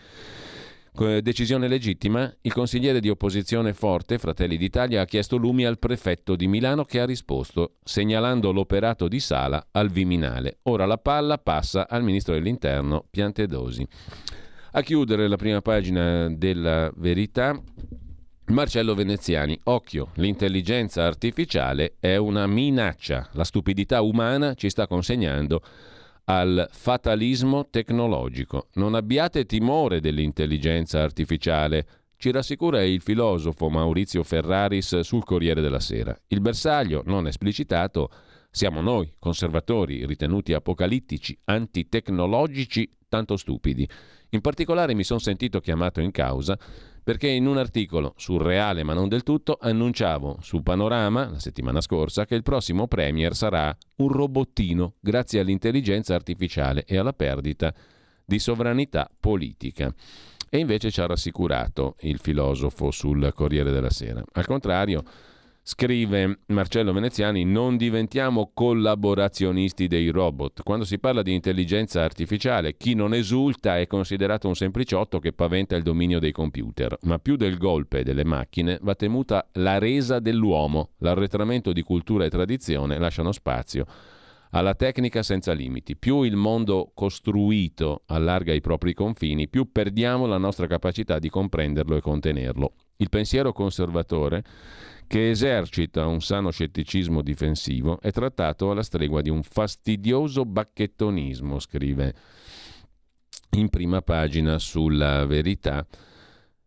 Decisione legittima? Il consigliere di opposizione Forte, Fratelli d'Italia, ha chiesto lumi al prefetto di Milano che ha risposto segnalando l'operato di Sala al Viminale. Ora la palla passa al ministro dell'Interno Piantedosi. A chiudere la prima pagina della Verità, Marcello Veneziani. Occhio, l'intelligenza artificiale è una minaccia. La stupidità umana ci sta consegnando al fatalismo tecnologico. Non abbiate timore dell'intelligenza artificiale, ci rassicura il filosofo Maurizio Ferraris sul Corriere della Sera. Il bersaglio non esplicitato siamo noi, conservatori, ritenuti apocalittici, antitecnologici, tanto stupidi. In particolare mi sono sentito chiamato in causa perché in un articolo, surreale ma non del tutto, annunciavo su Panorama, la settimana scorsa, che il prossimo premier sarà un robottino grazie all'intelligenza artificiale e alla perdita di sovranità politica. E invece ci ha rassicurato il filosofo sul Corriere della Sera. Al contrario, scrive Marcello Veneziani, non diventiamo collaborazionisti dei robot. Quando si parla di intelligenza artificiale, chi non esulta è considerato un sempliciotto che paventa il dominio dei computer. Ma più del golpe delle macchine va temuta la resa dell'uomo. L'arretramento di cultura e tradizione lasciano spazio alla tecnica senza limiti. Più il mondo costruito allarga i propri confini, più perdiamo la nostra capacità di comprenderlo e contenerlo. Il pensiero conservatore, che esercita un sano scetticismo difensivo, è trattato alla stregua di un fastidioso bacchettonismo, scrive in prima pagina sulla Verità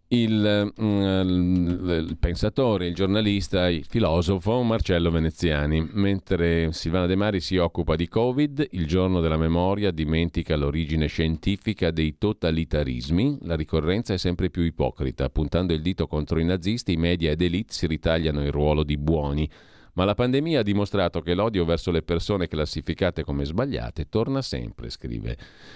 il pensatore, il giornalista, il filosofo Marcello Veneziani. Mentre Silvana De Mari si occupa di Covid, il giorno della memoria dimentica l'origine scientifica dei totalitarismi. La ricorrenza è sempre più ipocrita. Puntando il dito contro i nazisti, i media ed elite si ritagliano il ruolo di buoni. Ma la pandemia ha dimostrato che l'odio verso le persone classificate come sbagliate torna sempre, scrive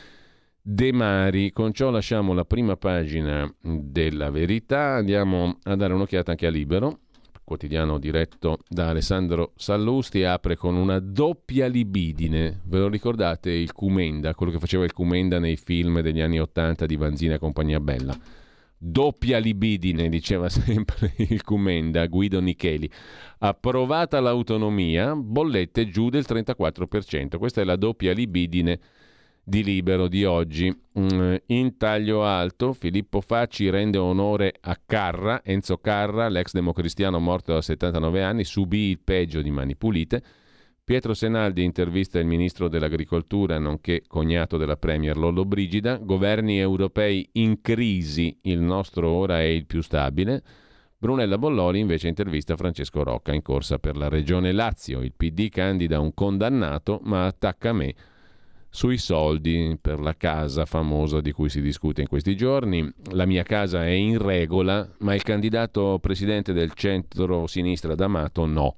De Mari. Con ciò lasciamo la prima pagina della Verità, andiamo a dare un'occhiata anche a Libero, quotidiano diretto da Alessandro Sallusti. Apre con una doppia libidine. Ve lo ricordate il Cumenda, quello che faceva il Cumenda nei film degli anni '80 di Vanzina e compagnia bella? Doppia libidine, diceva sempre il Cumenda, Guido Nicheli. Approvata l'autonomia, bollette giù del 34%. Questa è la doppia libidine di Libero di oggi. In taglio alto, Filippo Facci rende onore a Carra. Enzo Carra, l'ex democristiano morto a 79 anni, subì il peggio di Mani Pulite. Pietro Senaldi intervista il ministro dell'Agricoltura, nonché cognato della premier Lollobrigida. Governi europei in crisi, il nostro ora è il più stabile. Brunella Bollori invece intervista Francesco Rocca, in corsa per la regione Lazio. Il PD candida un condannato, ma attacca me sui soldi per la casa famosa di cui si discute in questi giorni. La mia casa è in regola, ma il candidato presidente del centro-sinistra D'Amato no.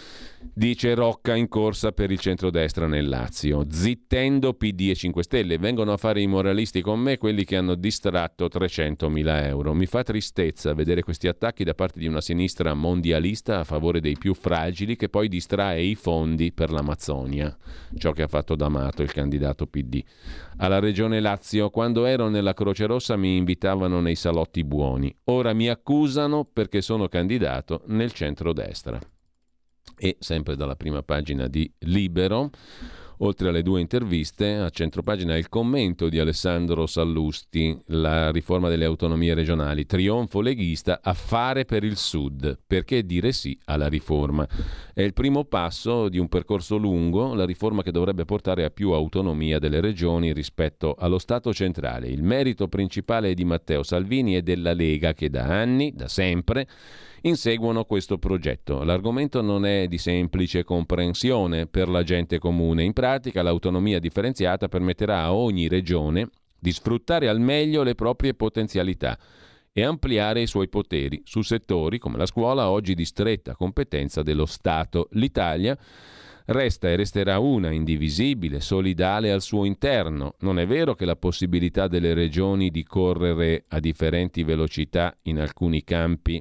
Dice Rocca, in corsa per il centrodestra nel Lazio. Zittendo PD e 5 Stelle. Vengono a fare i moralisti con me quelli che hanno distratto 300.000 euro. Mi fa tristezza vedere questi attacchi da parte di una sinistra mondialista a favore dei più fragili, che poi distrae i fondi per l'Amazzonia. Ciò che ha fatto D'Amato, il candidato PD. Alla regione Lazio, quando ero nella Croce Rossa, mi invitavano nei salotti buoni. Ora mi accusano perché sono candidato nel centrodestra. E sempre dalla prima pagina di Libero, oltre alle due interviste, a centropagina il commento di Alessandro Sallusti, la riforma delle autonomie regionali, trionfo leghista, affare per il Sud, perché dire sì alla riforma. È il primo passo di un percorso lungo, la riforma che dovrebbe portare a più autonomia delle regioni rispetto allo Stato centrale. Il merito principale è di Matteo Salvini e della Lega, che da anni, da sempre, inseguono questo progetto. L'argomento non è di semplice comprensione per la gente comune. In pratica l'autonomia differenziata permetterà a ogni regione di sfruttare al meglio le proprie potenzialità e ampliare i suoi poteri su settori come la scuola, oggi di stretta competenza dello Stato. L'Italia resta e resterà una, indivisibile, solidale al suo interno. Non è vero che la possibilità delle regioni di correre a differenti velocità in alcuni campi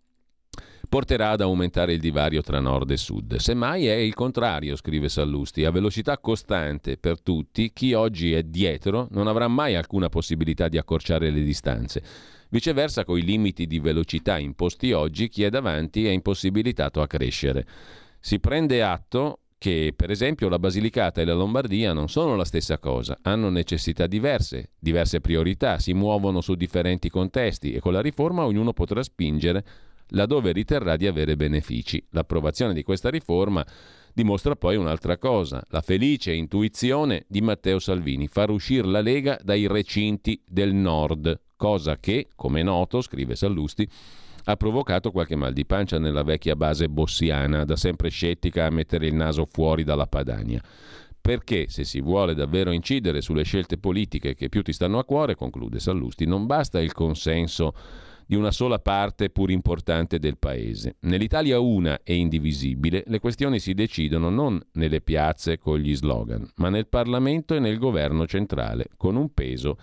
porterà ad aumentare il divario tra nord e sud. Semmai è il contrario, scrive Sallusti. A velocità costante per tutti, chi oggi è dietro non avrà mai alcuna possibilità di accorciare le distanze. Viceversa, coi limiti di velocità imposti oggi, chi è davanti è impossibilitato a crescere. Si prende atto che, per esempio, la Basilicata e la Lombardia non sono la stessa cosa, hanno necessità diverse priorità, si muovono su differenti contesti e con la riforma ognuno potrà spingere laddove riterrà di avere benefici. L'approvazione di questa riforma dimostra poi un'altra cosa, la felice intuizione di Matteo Salvini, far uscire la Lega dai recinti del nord, cosa che, come è noto, scrive Sallusti, ha provocato qualche mal di pancia nella vecchia base bossiana, da sempre scettica a mettere il naso fuori dalla Padania. Perché se si vuole davvero incidere sulle scelte politiche che più ti stanno a cuore, conclude Sallusti, non basta il consenso di una sola parte pur importante del paese. Nell'Italia una e indivisibile, le questioni si decidono non nelle piazze con gli slogan, ma nel Parlamento e nel governo centrale, con un peso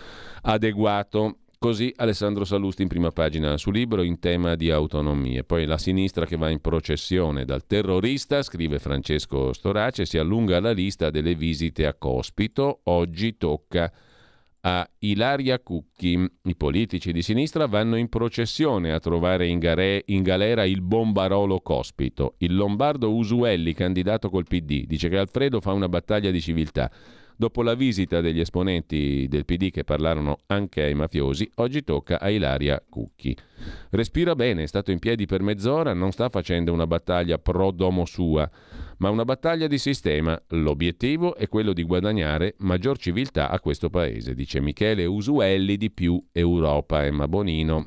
adeguato. Così Alessandro Sallusti in prima pagina su Libero in tema di autonomie. Poi la sinistra che va in processione dal terrorista, scrive Francesco Storace, si allunga la lista delle visite a Cospito. Oggi tocca a Ilaria Cucchi. I politici di sinistra vanno in processione a trovare in galera il bombarolo Cospito. Il lombardo Usuelli, candidato col PD, dice che Alfredo fa una battaglia di civiltà. Dopo la visita degli esponenti del PD che parlarono anche ai mafiosi, oggi tocca a Ilaria Cucchi. Respira bene, è stato in piedi per mezz'ora, non sta facendo una battaglia pro domo sua, ma una battaglia di sistema. L'obiettivo è quello di guadagnare maggior civiltà a questo paese, dice Michele Usuelli di Più Europa, Emma Bonino,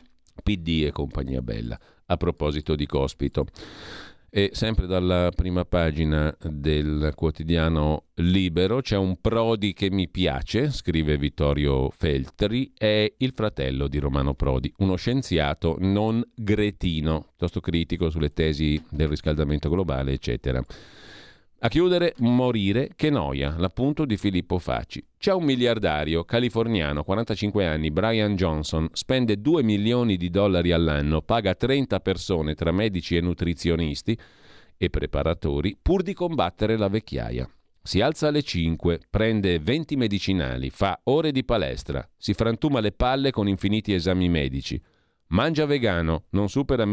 PD e compagnia bella, a proposito di Cospito. E sempre dalla prima pagina del quotidiano Libero c'è un Prodi che mi piace, scrive Vittorio Feltri, è il fratello di Romano Prodi, uno scienziato non gretino, piuttosto critico sulle tesi del riscaldamento globale, eccetera. A chiudere, morire, che noia, l'appunto di Filippo Facci. C'è un miliardario californiano, 45 anni, Brian Johnson, spende $2 milioni all'anno, paga 30 persone tra medici e nutrizionisti e preparatori pur di combattere la vecchiaia. Si alza alle 5, prende 20 medicinali, fa ore di palestra, si frantuma le palle con infiniti esami medici, mangia vegano, non supera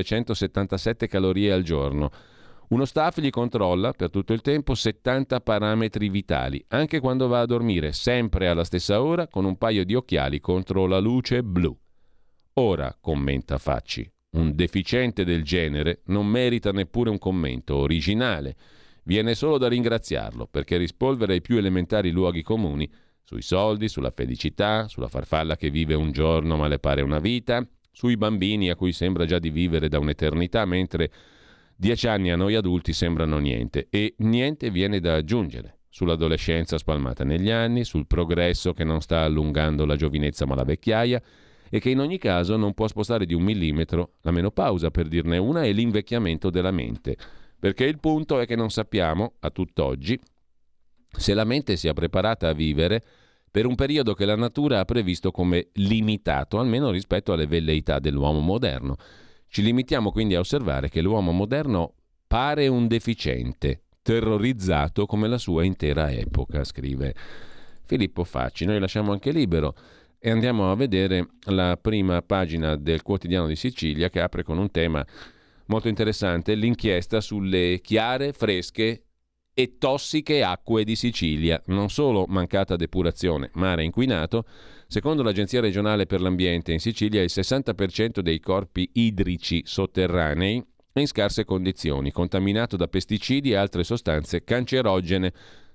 1977 calorie al giorno. Uno staff gli controlla per tutto il tempo 70 parametri vitali, anche quando va a dormire, sempre alla stessa ora, con un paio di occhiali contro la luce blu. Ora, commenta Facci, un deficiente del genere non merita neppure un commento originale. Viene solo da ringraziarlo, perché rispolvera i più elementari luoghi comuni sui soldi, sulla felicità, sulla farfalla che vive un giorno ma le pare una vita, sui bambini a cui sembra già di vivere da un'eternità, mentre 10 anni a noi adulti sembrano niente, e niente viene da aggiungere sull'adolescenza spalmata negli anni, sul progresso che non sta allungando la giovinezza ma la vecchiaia, e che in ogni caso non può spostare di 1 millimetro la menopausa, per dirne una, e l'invecchiamento della mente, perché il punto è che non sappiamo, a tutt'oggi, se la mente sia preparata a vivere per un periodo che la natura ha previsto come limitato, almeno rispetto alle velleità dell'uomo moderno. Ci limitiamo quindi a osservare che l'uomo moderno pare un deficiente, terrorizzato come la sua intera epoca, scrive Filippo Facci. Noi lasciamo anche Libero e andiamo a vedere la prima pagina del Quotidiano di Sicilia, che apre con un tema molto interessante, l'inchiesta sulle chiare, fresche e tossiche acque di Sicilia. Non solo mancata depurazione, mare inquinato. Secondo l'Agenzia regionale per l'ambiente in Sicilia il 60% dei corpi idrici sotterranei è in scarse condizioni, contaminato da pesticidi e altre sostanze cancerogene.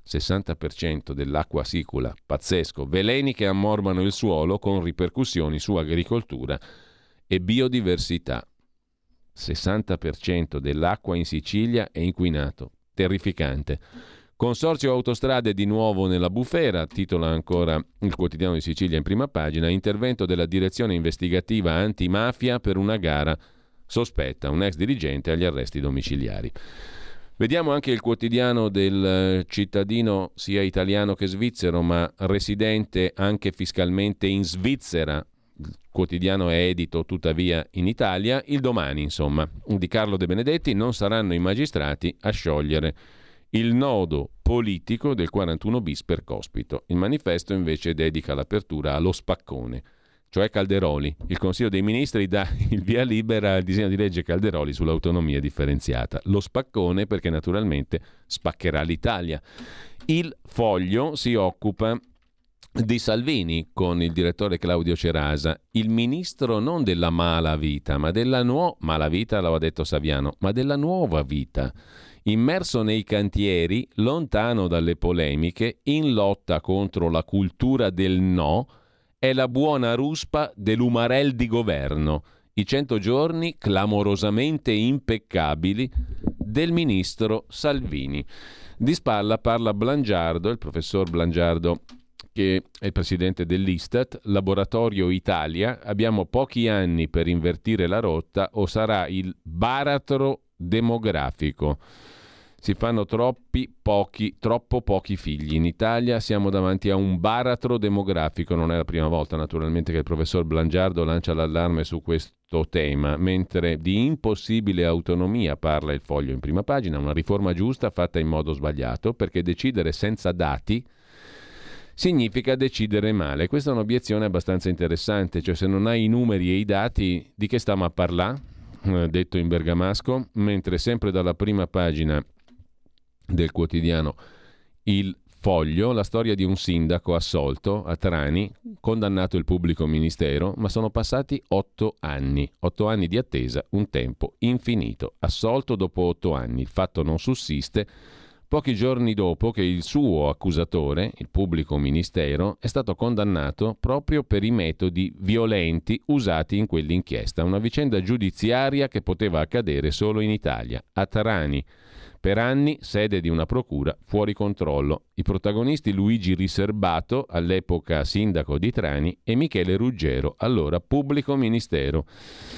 60% dell'acqua sicula, pazzesco, veleni che ammorbano il suolo con ripercussioni su agricoltura e biodiversità. 60% dell'acqua in Sicilia è inquinato, terrificante. Consorzio Autostrade di nuovo nella bufera, titola ancora il Quotidiano di Sicilia in prima pagina, intervento della direzione investigativa antimafia per una gara sospetta, un ex dirigente agli arresti domiciliari. Vediamo anche il quotidiano del cittadino sia italiano che svizzero, ma residente anche fiscalmente in Svizzera. Il quotidiano è edito tuttavia in Italia. Il Domani, insomma, di Carlo De Benedetti: non saranno i magistrati a sciogliere il nodo politico del 41 bis per Cospito. Il Manifesto invece dedica l'apertura allo spaccone, cioè Calderoli. Il Consiglio dei Ministri dà il via libera al disegno di legge Calderoli sull'autonomia differenziata. Lo spaccone perché naturalmente spaccherà l'Italia. Il Foglio si occupa di Salvini con il direttore Claudio Cerasa, il ministro non della mala vita, ma della mala vita, l'aveva detto Saviano, ma della nuova vita. Immerso nei cantieri, lontano dalle polemiche, in lotta contro la cultura del no, è la buona ruspa dell'umarell di governo, i 100 giorni clamorosamente impeccabili del ministro Salvini. Di spalla parla Blangiardo, il professor Blangiardo, che è il presidente dell'Istat, Laboratorio Italia: abbiamo pochi anni per invertire la rotta o sarà il baratro demografico. Si fanno troppo pochi figli. In Italia siamo davanti a un baratro demografico. Non è la prima volta, naturalmente, che il professor Blangiardo lancia l'allarme su questo tema, mentre di impossibile autonomia parla il Foglio in prima pagina, una riforma giusta fatta in modo sbagliato, perché decidere senza dati significa decidere male. Questa è un'obiezione abbastanza interessante, cioè se non hai i numeri e i dati di che stiamo a parlare, detto in bergamasco, mentre sempre dalla prima pagina del quotidiano Il Foglio, la storia di un sindaco assolto a Trani, condannato il pubblico ministero, ma sono passati 8 anni. 8 anni di attesa, un tempo infinito. Assolto dopo 8 anni, il fatto non sussiste. Pochi giorni dopo che il suo accusatore, il pubblico ministero, è stato condannato proprio per i metodi violenti usati in quell'inchiesta. Una vicenda giudiziaria che poteva accadere solo in Italia, a Trani. Per anni sede di una procura fuori controllo. I protagonisti Luigi Riserbato, all'epoca sindaco di Trani, e Michele Ruggero, allora pubblico ministero.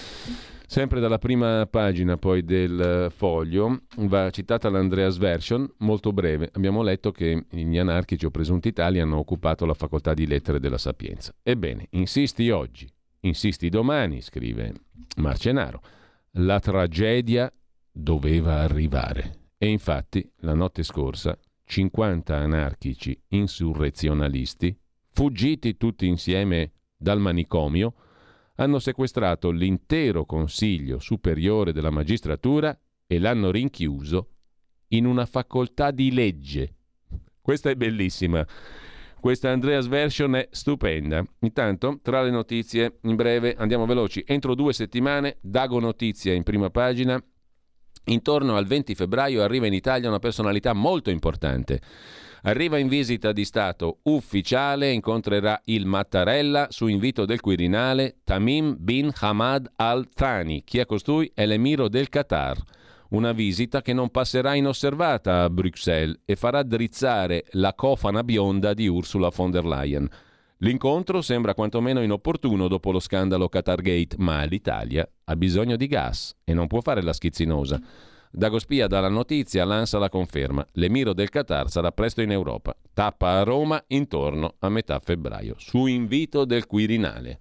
Sempre dalla prima pagina poi del Foglio va citata l'Andreas Version, molto breve. Abbiamo letto che gli anarchici o presunti tali hanno occupato la facoltà di lettere della Sapienza. Ebbene, insisti oggi, insisti domani, scrive Marcenaro. La tragedia doveva arrivare. E infatti, la notte scorsa, 50 anarchici insurrezionalisti, fuggiti tutti insieme dal manicomio, hanno sequestrato l'intero Consiglio Superiore della Magistratura e l'hanno rinchiuso in una facoltà di legge. Questa è bellissima. Questa Andreas Version è stupenda. Intanto, tra le notizie, in breve, andiamo veloci. Entro 2 settimane, Dago Notizia in prima pagina. Intorno al 20 febbraio arriva in Italia una personalità molto importante. Arriva in visita di Stato ufficiale, incontrerà il Mattarella su invito del Quirinale Tamim bin Hamad Al Thani. Chi è costui? È l'emiro del Qatar. Una visita che non passerà inosservata a Bruxelles e farà drizzare la cofana bionda di Ursula von der Leyen. L'incontro sembra quantomeno inopportuno dopo lo scandalo Qatargate, ma l'Italia ha bisogno di gas e non può fare la schizzinosa. Dagospia dà la notizia, l'ANSA la conferma. L'emiro del Qatar sarà presto in Europa. Tappa a Roma intorno a metà febbraio, su invito del Quirinale.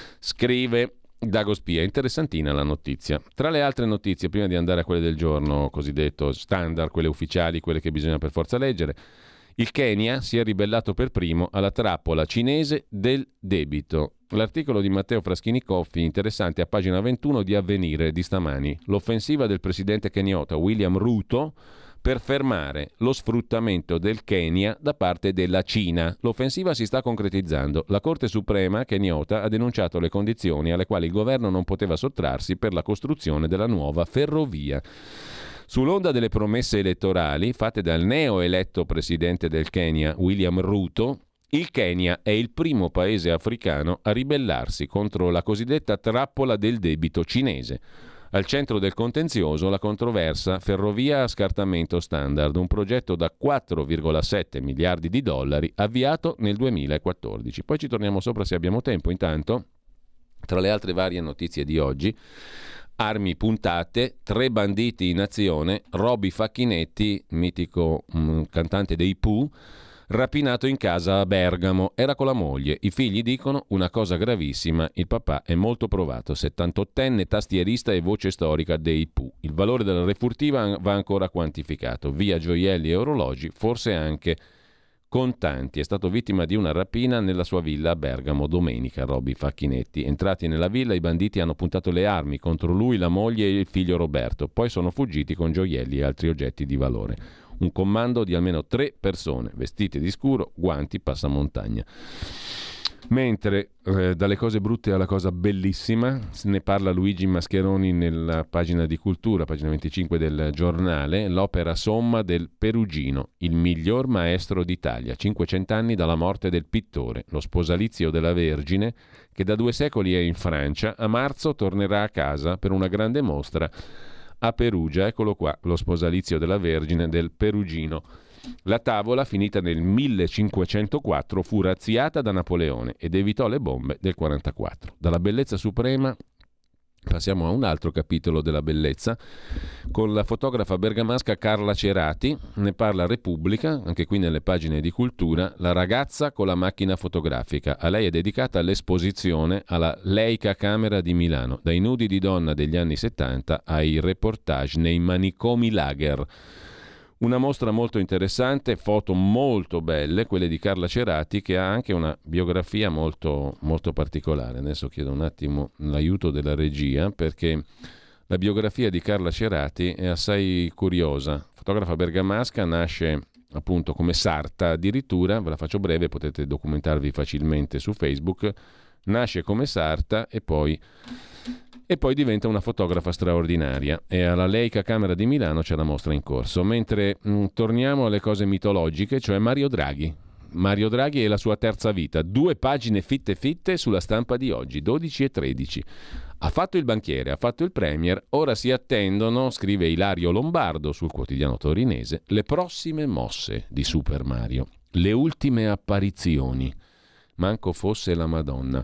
Scrive Dagospia. Interessantina la notizia. Tra le altre notizie, prima di andare a quelle del giorno cosiddetto standard, quelle ufficiali, quelle che bisogna per forza leggere, il Kenya si è ribellato per primo alla trappola cinese del debito. L'articolo di Matteo Fraschini Coffi, interessante, a pagina 21 di Avvenire di stamani. L'offensiva del presidente keniota William Ruto per fermare lo sfruttamento del Kenya da parte della Cina. L'offensiva si sta concretizzando. La Corte Suprema keniota ha denunciato le condizioni alle quali il governo non poteva sottrarsi per la costruzione della nuova ferrovia. Sull'onda delle promesse elettorali fatte dal neoeletto presidente del Kenya, William Ruto, il Kenya è il primo paese africano a ribellarsi contro la cosiddetta trappola del debito cinese. Al centro del contenzioso la controversa ferrovia a scartamento standard, un progetto da 4,7 miliardi di dollari avviato nel 2014. Poi ci torniamo sopra se abbiamo tempo. Intanto, tra le altre varie notizie di oggi, armi puntate, 3 banditi in azione, Roby Facchinetti, mitico cantante dei Pooh, rapinato in casa a Bergamo, era con la moglie. I figli dicono una cosa gravissima, il papà è molto provato, 78enne, tastierista e voce storica dei Pooh. Il valore della refurtiva va ancora quantificato, via gioielli e orologi, forse anche contanti. È stato vittima di una rapina nella sua villa a Bergamo domenica, Roby Facchinetti. Entrati nella villa, i banditi hanno puntato le armi contro lui, la moglie e il figlio Roberto, poi sono fuggiti con gioielli e altri oggetti di valore. Un comando di almeno 3 persone, vestite di scuro, guanti, passamontagna. Mentre dalle cose brutte alla cosa bellissima se ne parla Luigi Mascheroni nella pagina di Cultura, pagina 25 del giornale, l'opera somma del Perugino, il miglior maestro d'Italia, 500 anni dalla morte del pittore, lo sposalizio della Vergine che da 2 secoli è in Francia, a marzo tornerà a casa per una grande mostra a Perugia. Eccolo qua, lo sposalizio della Vergine del Perugino. La tavola, finita nel 1504, fu razziata da Napoleone ed evitò le bombe del 44. Dalla bellezza suprema passiamo a un altro capitolo della bellezza con la fotografa bergamasca Carla Cerati. Ne parla Repubblica, anche qui nelle pagine di Cultura, la ragazza con la macchina fotografica. A lei è dedicata l'esposizione alla Leica Camera di Milano, dai nudi di donna degli anni 70 ai reportage nei manicomi lager. Una mostra molto interessante, foto molto belle, quelle di Carla Cerati, che ha anche una biografia molto, molto particolare. Adesso chiedo un attimo l'aiuto della regia, perché la biografia di Carla Cerati è assai curiosa. Fotografa bergamasca, nasce appunto come sarta addirittura, ve la faccio breve, potete documentarvi facilmente su Facebook. Nasce come sarta e poi diventa una fotografa straordinaria, e alla Leica Camera di Milano c'è la mostra in corso. Mentre torniamo alle cose mitologiche, cioè Mario Draghi e la sua terza vita, 2 pagine fitte sulla Stampa di oggi, 12 e 13. Ha fatto il banchiere, ha fatto il premier, ora si attendono, scrive Ilario Lombardo sul quotidiano torinese, le prossime mosse di Super Mario, le ultime apparizioni. Manco fosse la Madonna.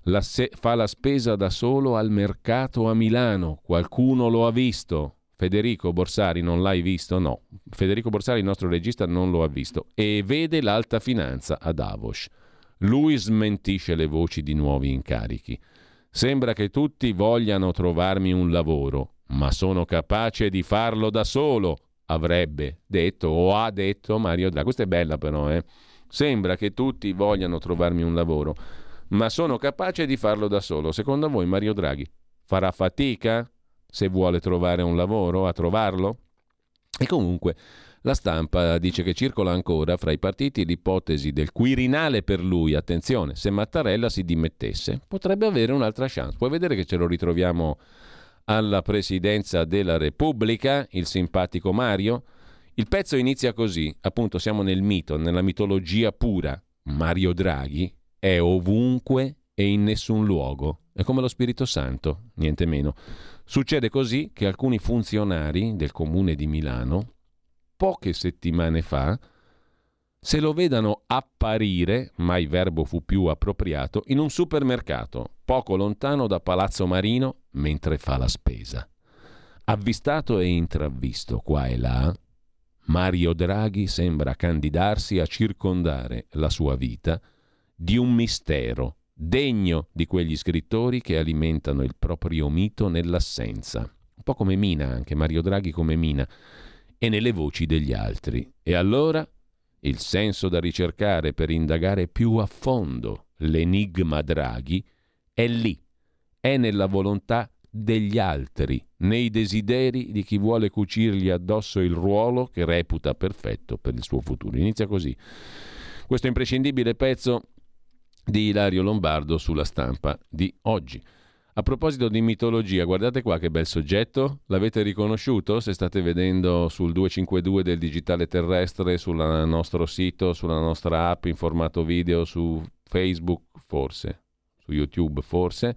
Fa la spesa da solo al mercato a Milano. Qualcuno lo ha visto. Federico Borsari non l'hai visto? No. Federico Borsari, il nostro regista, non lo ha visto. E vede l'alta finanza a Davos. Lui smentisce le voci di nuovi incarichi. Sembra che tutti vogliano trovarmi un lavoro, ma sono capace di farlo da solo, avrebbe detto o ha detto Mario Draghi. Questa è bella però, Sembra che tutti vogliano trovarmi un lavoro, ma sono capace di farlo da solo. Secondo voi Mario Draghi farà fatica, se vuole trovare un lavoro, a trovarlo? E comunque la Stampa dice che circola ancora fra i partiti l'ipotesi del Quirinale per lui. Attenzione, se Mattarella si dimettesse potrebbe avere un'altra chance. Puoi vedere che ce lo ritroviamo alla presidenza della Repubblica, il simpatico Mario. Il pezzo inizia così, appunto siamo nel mito, nella mitologia pura. Mario Draghi è ovunque e in nessun luogo. È come lo Spirito Santo, niente meno. Succede così che alcuni funzionari del comune di Milano, poche settimane fa, se lo vedano apparire, mai verbo fu più appropriato, in un supermercato, poco lontano da Palazzo Marino, mentre fa la spesa. Avvistato e intravvisto qua e là, Mario Draghi sembra candidarsi a circondare la sua vita di un mistero degno di quegli scrittori che alimentano il proprio mito nell'assenza. Un po' come Mina, anche Mario Draghi come Mina, e nelle voci degli altri. E allora il senso da ricercare per indagare più a fondo l'enigma Draghi è lì, è nella volontà degli altri, nei desideri di chi vuole cucirgli addosso il ruolo che reputa perfetto per il suo futuro. Inizia così questo imprescindibile pezzo di Ilario Lombardo sulla Stampa di oggi. A proposito di mitologia, guardate qua che bel soggetto, l'avete riconosciuto? Se state vedendo sul 252 del Digitale Terrestre, sul nostro sito, sulla nostra app in formato video, su Facebook forse, su YouTube forse,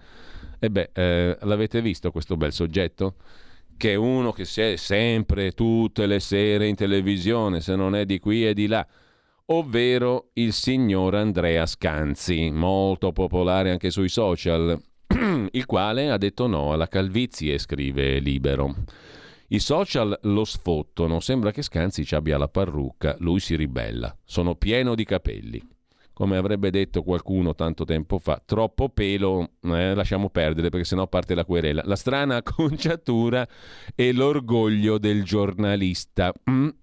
l'avete visto questo bel soggetto? Che è uno che c'è sempre, tutte le sere in televisione, se non è di qui è di là, ovvero il signor Andrea Scanzi, molto popolare anche sui social, il quale ha detto no alla calvizie, scrive Libero. I social lo sfottono, sembra che Scanzi ci abbia la parrucca, lui si ribella, sono pieno di capelli. Come avrebbe detto qualcuno tanto tempo fa, troppo pelo, lasciamo perdere perché sennò parte la querela. La strana acconciatura e l'orgoglio del giornalista.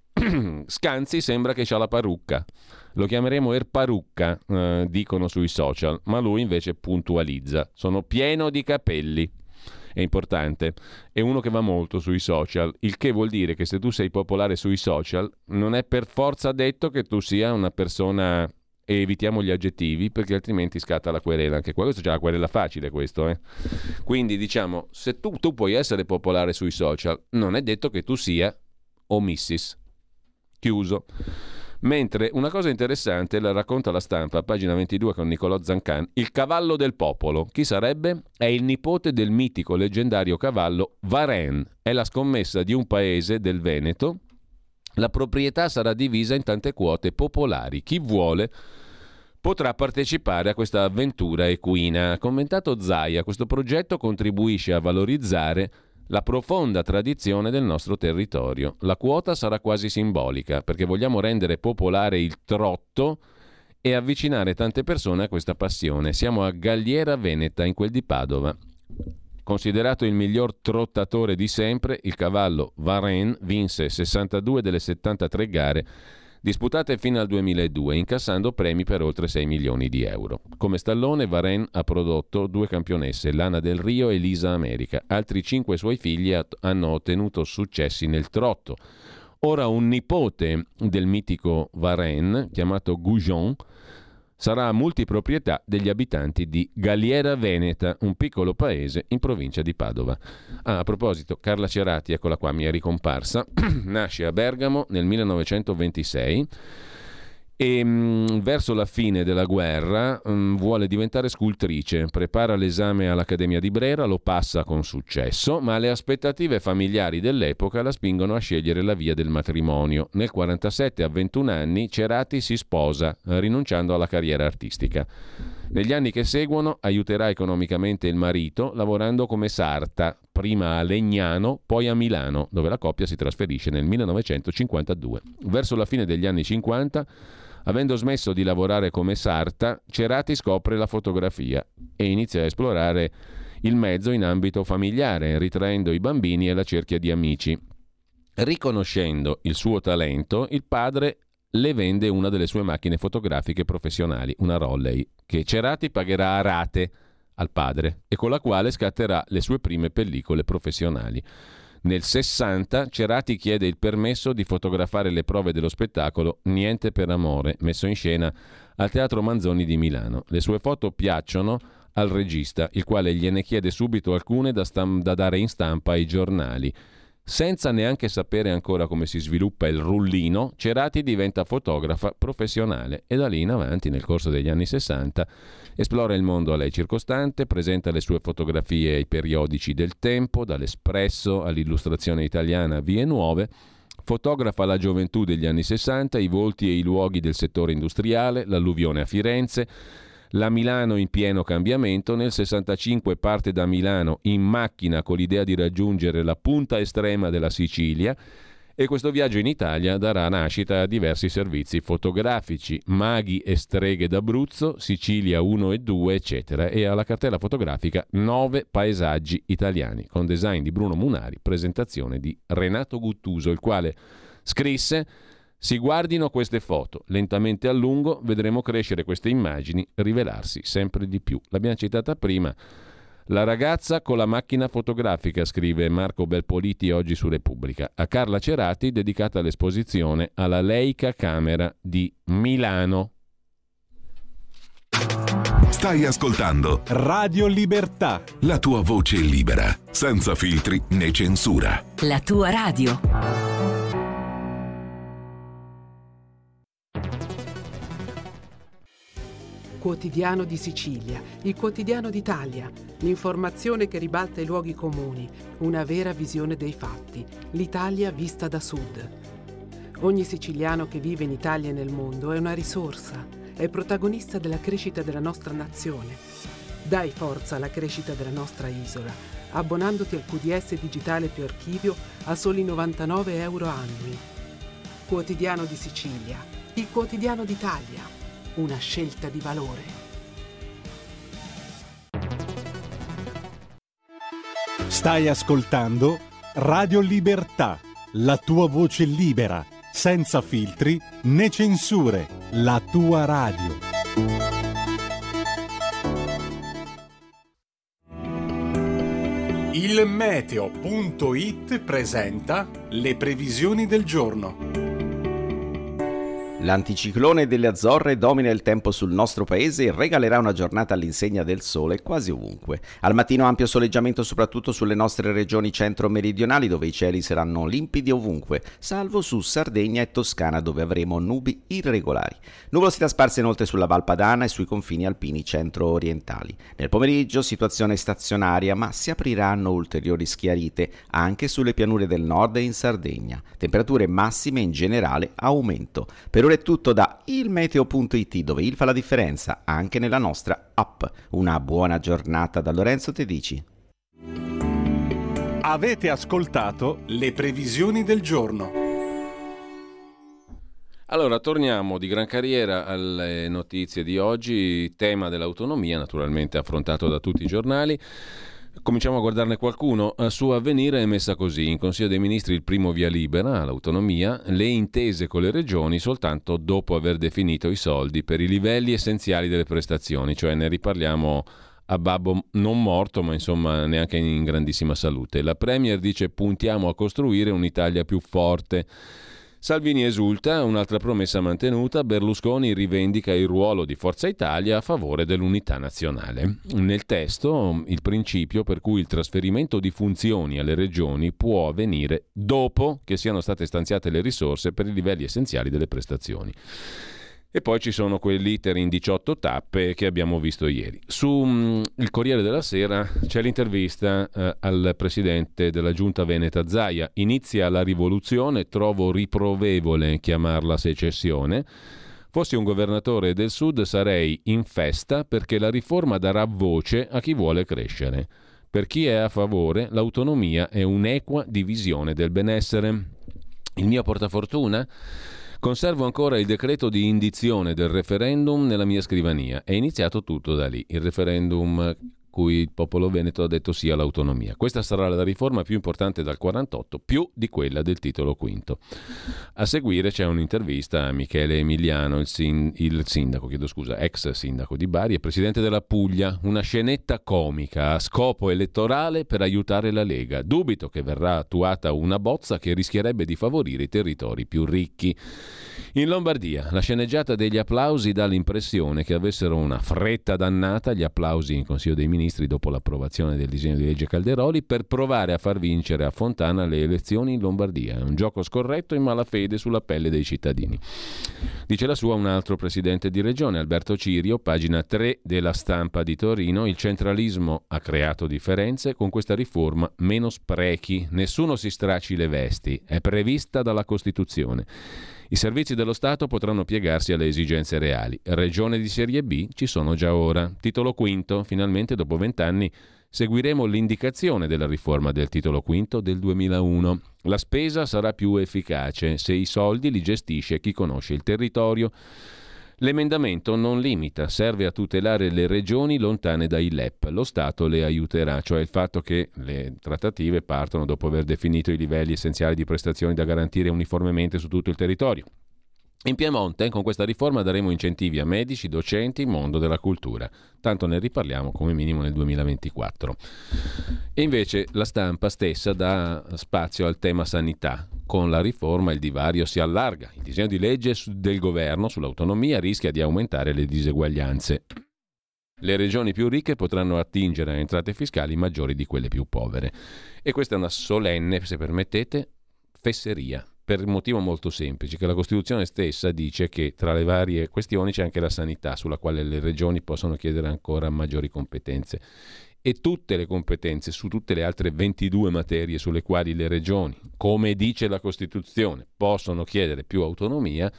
Scanzi sembra che c'ha la parrucca, lo chiameremo Parrucca, dicono sui social, ma lui invece puntualizza, sono pieno di capelli, è importante, è uno che va molto sui social, il che vuol dire che se tu sei popolare sui social non è per forza detto che tu sia una persona, e evitiamo gli aggettivi perché altrimenti scatta la querela, anche qua, questo c'è la querela facile questo, quindi diciamo, se tu puoi essere popolare sui social, non è detto che tu sia o missis. Chiuso. Mentre una cosa interessante la racconta la Stampa, pagina 22 con Nicolò Zancan, il cavallo del popolo. Chi sarebbe? È il nipote del mitico leggendario cavallo Varenne. È la scommessa di un paese del Veneto. La proprietà sarà divisa in tante quote popolari. Chi vuole potrà partecipare a questa avventura equina. Ha commentato Zaia, questo progetto contribuisce a valorizzare la profonda tradizione del nostro territorio. La quota sarà quasi simbolica, perché vogliamo rendere popolare il trotto e avvicinare tante persone a questa passione. Siamo a Galliera Veneta, in quel di Padova. Considerato il miglior trottatore di sempre, il cavallo Varenne vinse 62 delle 73 gare disputate fino al 2002, incassando premi per oltre 6 milioni di euro. Come stallone, Varenne ha prodotto 2 campionesse, Lana Del Rio e Lisa America. Altri 5 suoi figli hanno ottenuto successi nel trotto. Ora un nipote del mitico Varenne, chiamato Goujon, sarà multiproprietà degli abitanti di Galliera Veneta, un piccolo paese in provincia di Padova. A proposito, Carla Cerati, eccola qua, mi è ricomparsa, nasce a Bergamo nel 1926 e verso la fine della guerra vuole diventare scultrice, prepara l'esame all'Accademia di Brera, lo passa con successo, ma le aspettative familiari dell'epoca la spingono a scegliere la via del matrimonio. Nel 1947, a 21 anni, Cerati si sposa, rinunciando alla carriera artistica. Negli anni che seguono aiuterà economicamente il marito lavorando come sarta, prima a Legnano, poi a Milano, dove la coppia si trasferisce nel 1952. Verso la fine degli anni 50, avendo smesso di lavorare come sarta, Cerati scopre la fotografia e inizia a esplorare il mezzo in ambito familiare, ritraendo i bambini e la cerchia di amici. Riconoscendo il suo talento, il padre le vende una delle sue macchine fotografiche professionali, una Rollei, che Cerati pagherà a rate al padre e con la quale scatterà le sue prime pellicole professionali. Nel 60 Cerati chiede il permesso di fotografare le prove dello spettacolo Niente per amore, messo in scena al Teatro Manzoni di Milano. Le sue foto piacciono al regista, il quale gliene chiede subito alcune da dare in stampa ai giornali. Senza neanche sapere ancora come si sviluppa il rullino, Cerati diventa fotografa professionale e da lì in avanti, nel corso degli anni 60, esplora il mondo a lei circostante, presenta le sue fotografie ai periodici del tempo, dall'Espresso all'Illustrazione Italiana, Vie Nuove, fotografa la gioventù degli anni 60, i volti e i luoghi del settore industriale, l'alluvione a Firenze, la Milano in pieno cambiamento. Nel 65 parte da Milano in macchina con l'idea di raggiungere la punta estrema della Sicilia e questo viaggio in Italia darà nascita a diversi servizi fotografici, Maghi e streghe d'Abruzzo, Sicilia 1 e 2, eccetera, e alla cartella fotografica 9 paesaggi italiani, con design di Bruno Munari, presentazione di Renato Guttuso, il quale scrisse: si guardino queste foto, lentamente a lungo vedremo crescere queste immagini, rivelarsi sempre di più. L'abbiamo citata prima, la ragazza con la macchina fotografica, scrive Marco Belpoliti oggi su Repubblica. A Carla Cerati dedicata l'esposizione alla Leica Camera di Milano. Stai ascoltando Radio Libertà. la tua voce libera, senza filtri né censura. La tua radio. Quotidiano di Sicilia, il quotidiano d'Italia, l'informazione che ribalta i luoghi comuni, una vera visione dei fatti, l'Italia vista da sud. Ogni siciliano che vive in Italia e nel mondo è una risorsa, è protagonista della crescita della nostra nazione. Dai forza alla crescita della nostra isola, abbonandoti al QDS digitale più archivio a soli 99 euro annui. Quotidiano di Sicilia, il quotidiano d'Italia. Una scelta di valore. Stai ascoltando Radio Libertà, la tua voce libera, senza filtri né censure, la tua radio. Il meteo.it presenta le previsioni del giorno. L'anticiclone delle Azzorre domina il tempo sul nostro paese e regalerà una giornata all'insegna del sole quasi ovunque. Al mattino ampio soleggiamento soprattutto sulle nostre regioni centro-meridionali, dove i cieli saranno limpidi ovunque, salvo su Sardegna e Toscana, dove avremo nubi irregolari. Nuvolosità sparse inoltre sulla Val Padana e sui confini alpini centro-orientali. Nel pomeriggio situazione stazionaria, ma si apriranno ulteriori schiarite anche sulle pianure del nord e in Sardegna. Temperature massime in generale aumento. Per ora è tutto da ilmeteo.it, dove il fa la differenza anche nella nostra app. Una buona giornata da Lorenzo Tedici. Avete ascoltato le previsioni del giorno. Allora, torniamo di gran carriera alle notizie di oggi, tema dell'autonomia, naturalmente affrontato da tutti i giornali. Cominciamo a guardarne qualcuno. Su Avvenire è messa così: in Consiglio dei Ministri il primo via libera all'autonomia, le intese con le regioni soltanto dopo aver definito i soldi per i livelli essenziali delle prestazioni, cioè ne riparliamo a babbo non morto, ma insomma neanche in grandissima salute. La Premier dice puntiamo a costruire un'Italia più forte. Salvini esulta, un'altra promessa mantenuta, Berlusconi rivendica il ruolo di Forza Italia a favore dell'unità nazionale. Nel testo il principio per cui il trasferimento di funzioni alle regioni può avvenire dopo che siano state stanziate le risorse per i livelli essenziali delle prestazioni. E poi ci sono quell'iter in 18 tappe che abbiamo visto ieri. Su il Corriere della Sera c'è l'intervista al presidente della Giunta Veneta Zaia. Inizia la rivoluzione, trovo riprovevole chiamarla secessione. Fossi un governatore del Sud sarei in festa perché la riforma darà voce a chi vuole crescere. Per chi è a favore, l'autonomia è un'equa divisione del benessere. Il mio portafortuna? Conservo ancora il decreto di indizione del referendum nella mia scrivania. È iniziato tutto da lì. Il referendum cui il popolo veneto ha detto sì all'autonomia. Questa sarà la riforma più importante dal 48, più di quella del titolo quinto. A seguire c'è un'intervista a Michele Emiliano, il sindaco, ex sindaco di Bari e presidente della Puglia. Una scenetta comica a scopo elettorale per aiutare la Lega. Dubito che verrà attuata una bozza che rischierebbe di favorire i territori più ricchi. In Lombardia la sceneggiata degli applausi dà l'impressione che avessero una fretta dannata gli applausi in Consiglio dei Ministri dopo l'approvazione del disegno di legge Calderoli per provare a far vincere a Fontana le elezioni in Lombardia. È un gioco scorretto in malafede sulla pelle dei cittadini. Dice la sua un altro presidente di regione, Alberto Cirio, pagina 3 della Stampa di Torino. Il centralismo ha creato differenze, con questa riforma meno sprechi, nessuno si straci le vesti, è prevista dalla Costituzione. I servizi dello Stato potranno piegarsi alle esigenze reali. Regione di serie B ci sono già ora. Titolo quinto, finalmente dopo 20 anni seguiremo l'indicazione della riforma del titolo quinto del 2001. La spesa sarà più efficace se i soldi li gestisce chi conosce il territorio. L'emendamento non limita, serve a tutelare le regioni lontane dai LEP. Lo Stato le aiuterà, cioè il fatto che le trattative partono dopo aver definito i livelli essenziali di prestazioni da garantire uniformemente su tutto il territorio. In Piemonte, con questa riforma daremo incentivi a medici, docenti, mondo della cultura. Tanto ne riparliamo come minimo nel 2024. E invece la Stampa stessa dà spazio al tema sanità. Con la riforma il divario si allarga. Il disegno di legge del governo sull'autonomia rischia di aumentare le diseguaglianze. Le regioni più ricche potranno attingere a entrate fiscali maggiori di quelle più povere. E questa è una solenne, se permettete, fesseria. Per un motivo molto semplice, che la Costituzione stessa dice che tra le varie questioni c'è anche la sanità, sulla quale le regioni possono chiedere ancora maggiori competenze. E tutte le competenze su tutte le altre 22 materie sulle quali le regioni, come dice la Costituzione, possono chiedere più autonomia,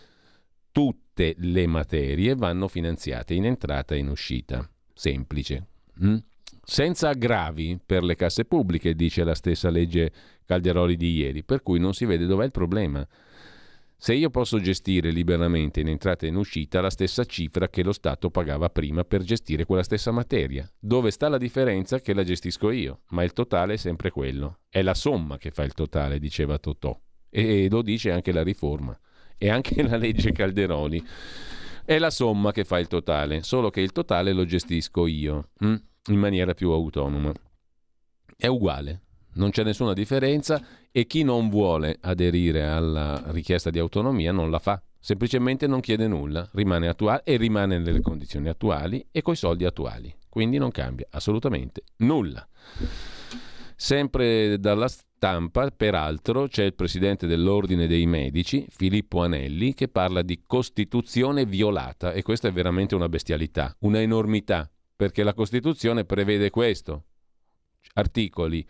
tutte le materie vanno finanziate in entrata e in uscita. Semplice. Senza aggravi per le casse pubbliche, dice la stessa legge Calderoli di ieri, per cui non si vede dov'è il problema. Se io posso gestire liberamente in entrata e in uscita la stessa cifra che lo Stato pagava prima per gestire quella stessa materia, dove sta la differenza che la gestisco io, ma il totale è sempre quello. È la somma che fa il totale, diceva Totò, e lo dice anche la riforma e anche la legge Calderoli. È la somma che fa il totale, solo che il totale lo gestisco io, in maniera più autonoma. È uguale. Non c'è nessuna differenza e chi non vuole aderire alla richiesta di autonomia non la fa, semplicemente non chiede nulla, rimane attuale e rimane nelle condizioni attuali e coi soldi attuali, quindi non cambia assolutamente nulla. Sempre dalla Stampa, peraltro, c'è il presidente dell'Ordine dei Medici, Filippo Anelli, che parla di Costituzione violata e questa è veramente una bestialità, una enormità, perché la Costituzione prevede questo. Articoli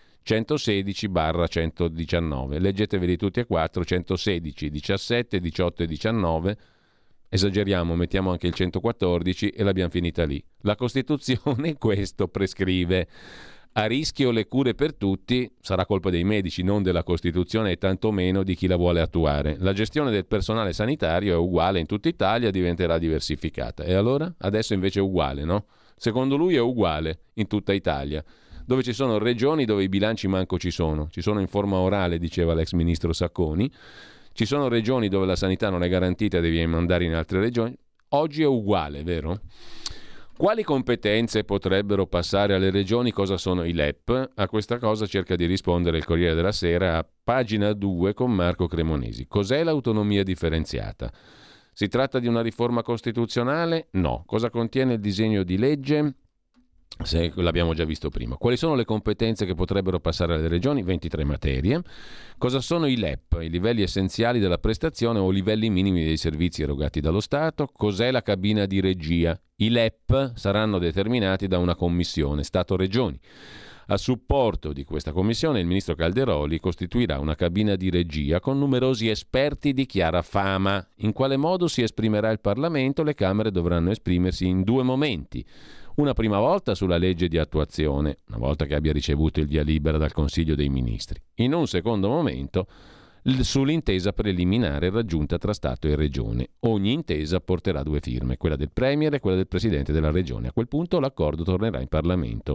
116/119, leggeteveli tutti e quattro, 116, 17, 18 e 19, esageriamo, mettiamo anche il 114 e l'abbiamo finita lì. La Costituzione questo prescrive. A rischio le cure per tutti sarà colpa dei medici, non della Costituzione e tantomeno di chi la vuole attuare. La gestione del personale sanitario è uguale in tutta Italia, diventerà diversificata. E allora? Adesso invece è uguale, no? Secondo lui è uguale in tutta Italia, dove ci sono regioni dove i bilanci manco ci sono in forma orale, diceva l'ex ministro Sacconi, ci sono regioni dove la sanità non è garantita, devi mandare in altre regioni. Oggi è uguale, vero? Quali competenze potrebbero passare alle regioni? Cosa sono i LEP? A questa cosa cerca di rispondere il Corriere della Sera a pagina 2 con Marco Cremonesi. Cos'è l'autonomia differenziata? Si tratta di una riforma costituzionale? No. Cosa contiene il disegno di legge? Se l'abbiamo già visto prima. Quali sono le competenze che potrebbero passare alle regioni? 23 materie. Cosa sono i LEP? I livelli essenziali della prestazione o livelli minimi dei servizi erogati dallo Stato. Cos'è la cabina di regia? I LEP saranno determinati da una commissione Stato-Regioni. A supporto di questa commissione il ministro Calderoli costituirà una cabina di regia con numerosi esperti di chiara fama. In quale modo si esprimerà il Parlamento? Le Camere dovranno esprimersi in 2 momenti. Una prima volta sulla legge di attuazione, una volta che abbia ricevuto il via libera dal Consiglio dei Ministri. In un secondo momento sull'intesa preliminare raggiunta tra Stato e Regione. Ogni intesa porterà 2 firme, quella del Premier e quella del Presidente della Regione. A quel punto l'accordo tornerà in Parlamento.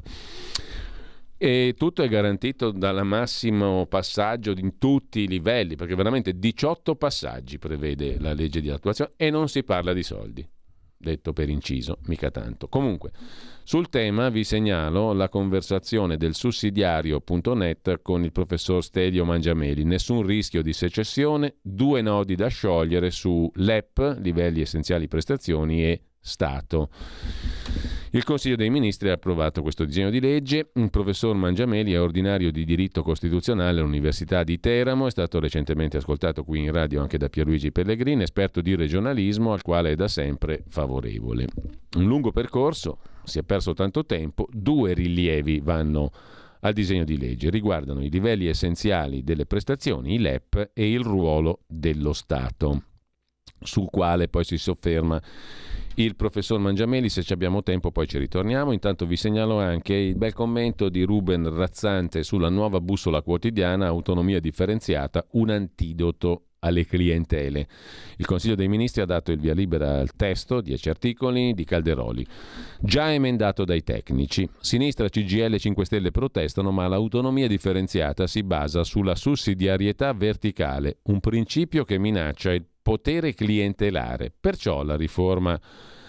E tutto è garantito dal massimo passaggio in tutti i livelli, perché veramente 18 passaggi prevede la legge di attuazione e non si parla di soldi. Detto per inciso, mica tanto. Comunque, sul tema vi segnalo la conversazione del sussidiario.net con il professor Stelio Mangiameli. Nessun rischio di secessione, 2 nodi da sciogliere su LEP, livelli essenziali prestazioni, e Stato. Il Consiglio dei Ministri ha approvato questo disegno di legge. Il professor Mangiameli è ordinario di diritto costituzionale all'Università di Teramo, è stato recentemente ascoltato qui in radio anche da Pierluigi Pellegrini, esperto di regionalismo al quale è da sempre favorevole. Un lungo percorso, si è perso tanto tempo, 2 rilievi vanno al disegno di legge, riguardano i livelli essenziali delle prestazioni, i LEP, e il ruolo dello Stato, sul quale poi si sofferma il professor Mangiameli. Se ci abbiamo tempo poi ci ritorniamo. Intanto vi segnalo anche il bel commento di Ruben Razzante sulla nuova bussola quotidiana Autonomia differenziata, un antidoto alle clientele. Il Consiglio dei Ministri ha dato il via libera al testo, 10 articoli di Calderoli, già emendato dai tecnici. Sinistra, CGIL, 5 Stelle protestano, ma l'autonomia differenziata si basa sulla sussidiarietà verticale, un principio che minaccia il potere clientelare. Perciò la riforma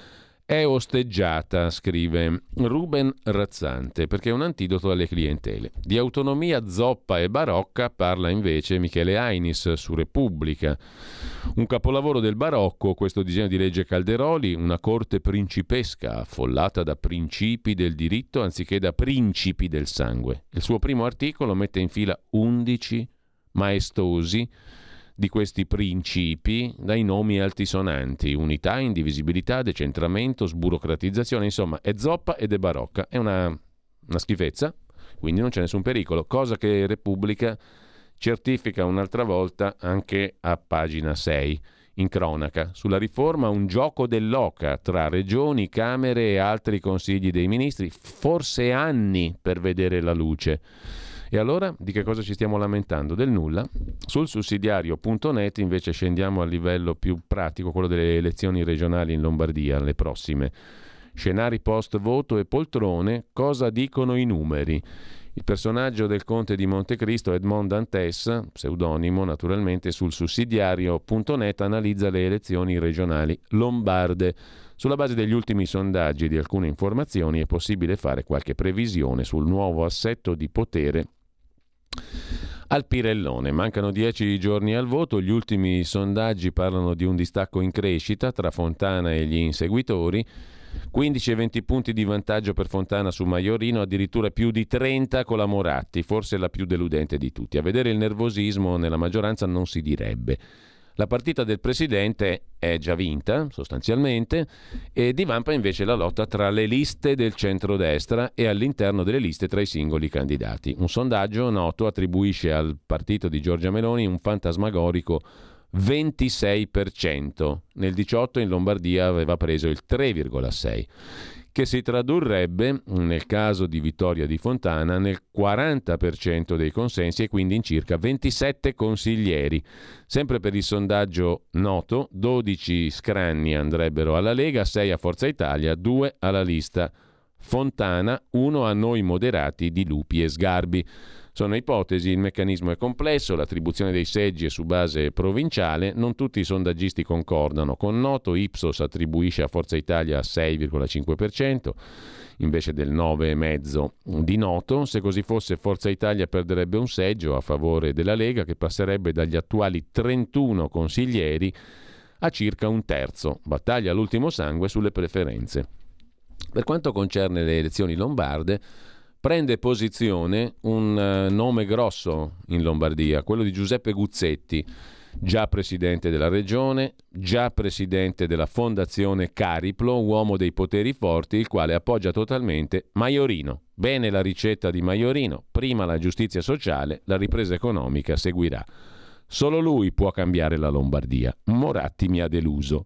è osteggiata, scrive Ruben Razzante, perché è un antidoto alle clientele. Di autonomia zoppa e barocca parla invece Michele Ainis su Repubblica. Un capolavoro del barocco, questo disegno di legge Calderoli, una corte principesca affollata da principi del diritto anziché da principi del sangue. Il suo primo articolo mette in fila 11 maestosi di questi principi dai nomi altisonanti: unità, indivisibilità, decentramento, sburocratizzazione. Insomma, è zoppa ed è barocca, è una schifezza, quindi non c'è nessun pericolo, cosa che Repubblica certifica un'altra volta anche a pagina 6 in cronaca. Sulla riforma un gioco dell'oca tra regioni, camere e altri consigli dei ministri, forse anni per vedere la luce. E allora di che cosa ci stiamo lamentando? Del nulla. Sul sussidiario.net invece scendiamo al livello più pratico, quello delle elezioni regionali in Lombardia, le prossime. Scenari post voto e poltrone, cosa dicono i numeri? Il personaggio del conte di Montecristo, Edmond Dantes, pseudonimo naturalmente, sul sussidiario.net analizza le elezioni regionali lombarde. Sulla base degli ultimi sondaggi e di alcune informazioni è possibile fare qualche previsione sul nuovo assetto di potere al Pirellone. Mancano 10 giorni al voto, gli ultimi sondaggi parlano di un distacco in crescita tra Fontana e gli inseguitori, 15 e 20 punti di vantaggio per Fontana su Maiorino, addirittura più di 30 con la Moratti, forse la più deludente di tutti. A vedere il nervosismo nella maggioranza non si direbbe. La partita del presidente è già vinta, sostanzialmente, e divampa invece la lotta tra le liste del centrodestra e all'interno delle liste tra i singoli candidati. Un sondaggio noto attribuisce al partito di Giorgia Meloni un fantasmagorico 26%. Nel 18 in Lombardia aveva preso il 3,6%. Che si tradurrebbe, nel caso di vittoria di Fontana, nel 40% dei consensi e quindi in circa 27 consiglieri. Sempre per il sondaggio noto, 12 scranni andrebbero alla Lega, 6 a Forza Italia, 2 alla lista Fontana, 1 a Noi Moderati di Lupi e Sgarbi. Sono ipotesi, il meccanismo è complesso, l'attribuzione dei seggi è su base provinciale, non tutti i sondaggisti concordano. Con Noto, Ipsos attribuisce a Forza Italia 6,5%, invece del 9,5% di Noto. Se così fosse, Forza Italia perderebbe un seggio a favore della Lega, che passerebbe dagli attuali 31 consiglieri a circa un terzo. Battaglia all'ultimo sangue sulle preferenze. Per quanto concerne le elezioni lombarde, prende posizione un nome grosso in Lombardia, quello di Giuseppe Guzzetti, già presidente della regione, già presidente della Fondazione Cariplo, uomo dei poteri forti, il quale appoggia totalmente Maiorino. Bene la ricetta di Maiorino: prima la giustizia sociale, la ripresa economica seguirà. Solo lui può cambiare la Lombardia. Moratti mi ha deluso.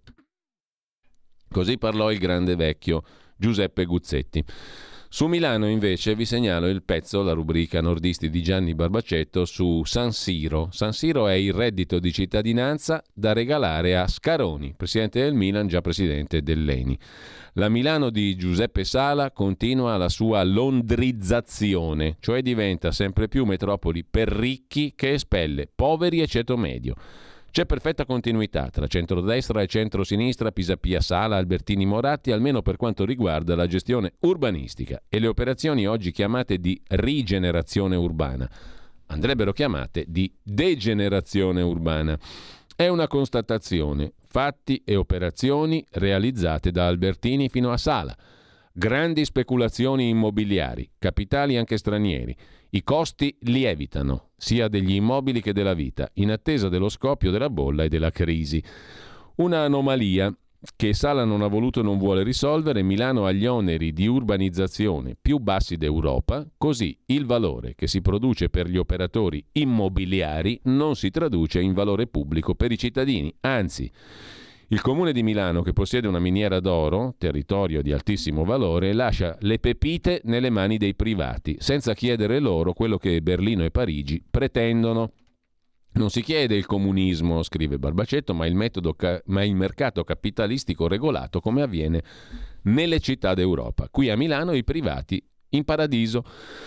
Così parlò il grande vecchio Giuseppe Guzzetti. Su Milano invece vi segnalo il pezzo, la rubrica Nordisti di Gianni Barbacetto su San Siro. San Siro è il reddito di cittadinanza da regalare a Scaroni, presidente del Milan, già presidente dell'ENI. La Milano di Giuseppe Sala continua la sua londrizzazione, cioè diventa sempre più metropoli per ricchi che espelle poveri e ceto medio. C'è perfetta continuità tra centrodestra e centrosinistra, Pisapia Sala, Albertini Moratti, almeno per quanto riguarda la gestione urbanistica, e le operazioni oggi chiamate di rigenerazione urbana andrebbero chiamate di degenerazione urbana. È una constatazione, fatti e operazioni realizzate da Albertini fino a Sala. Grandi speculazioni immobiliari, capitali anche stranieri. I costi lievitano, sia degli immobili che della vita, in attesa dello scoppio della bolla e della crisi. Una anomalia che Sala non ha voluto e non vuole risolvere. Milano ha gli oneri di urbanizzazione più bassi d'Europa, così il valore che si produce per gli operatori immobiliari non si traduce in valore pubblico per i cittadini, anzi. Il comune di Milano, che possiede una miniera d'oro, territorio di altissimo valore, lascia le pepite nelle mani dei privati, senza chiedere loro quello che Berlino e Parigi pretendono. Non si chiede il comunismo, scrive Barbacetto, ma il mercato capitalistico regolato, come avviene nelle città d'Europa. Qui a Milano i privati in paradiso.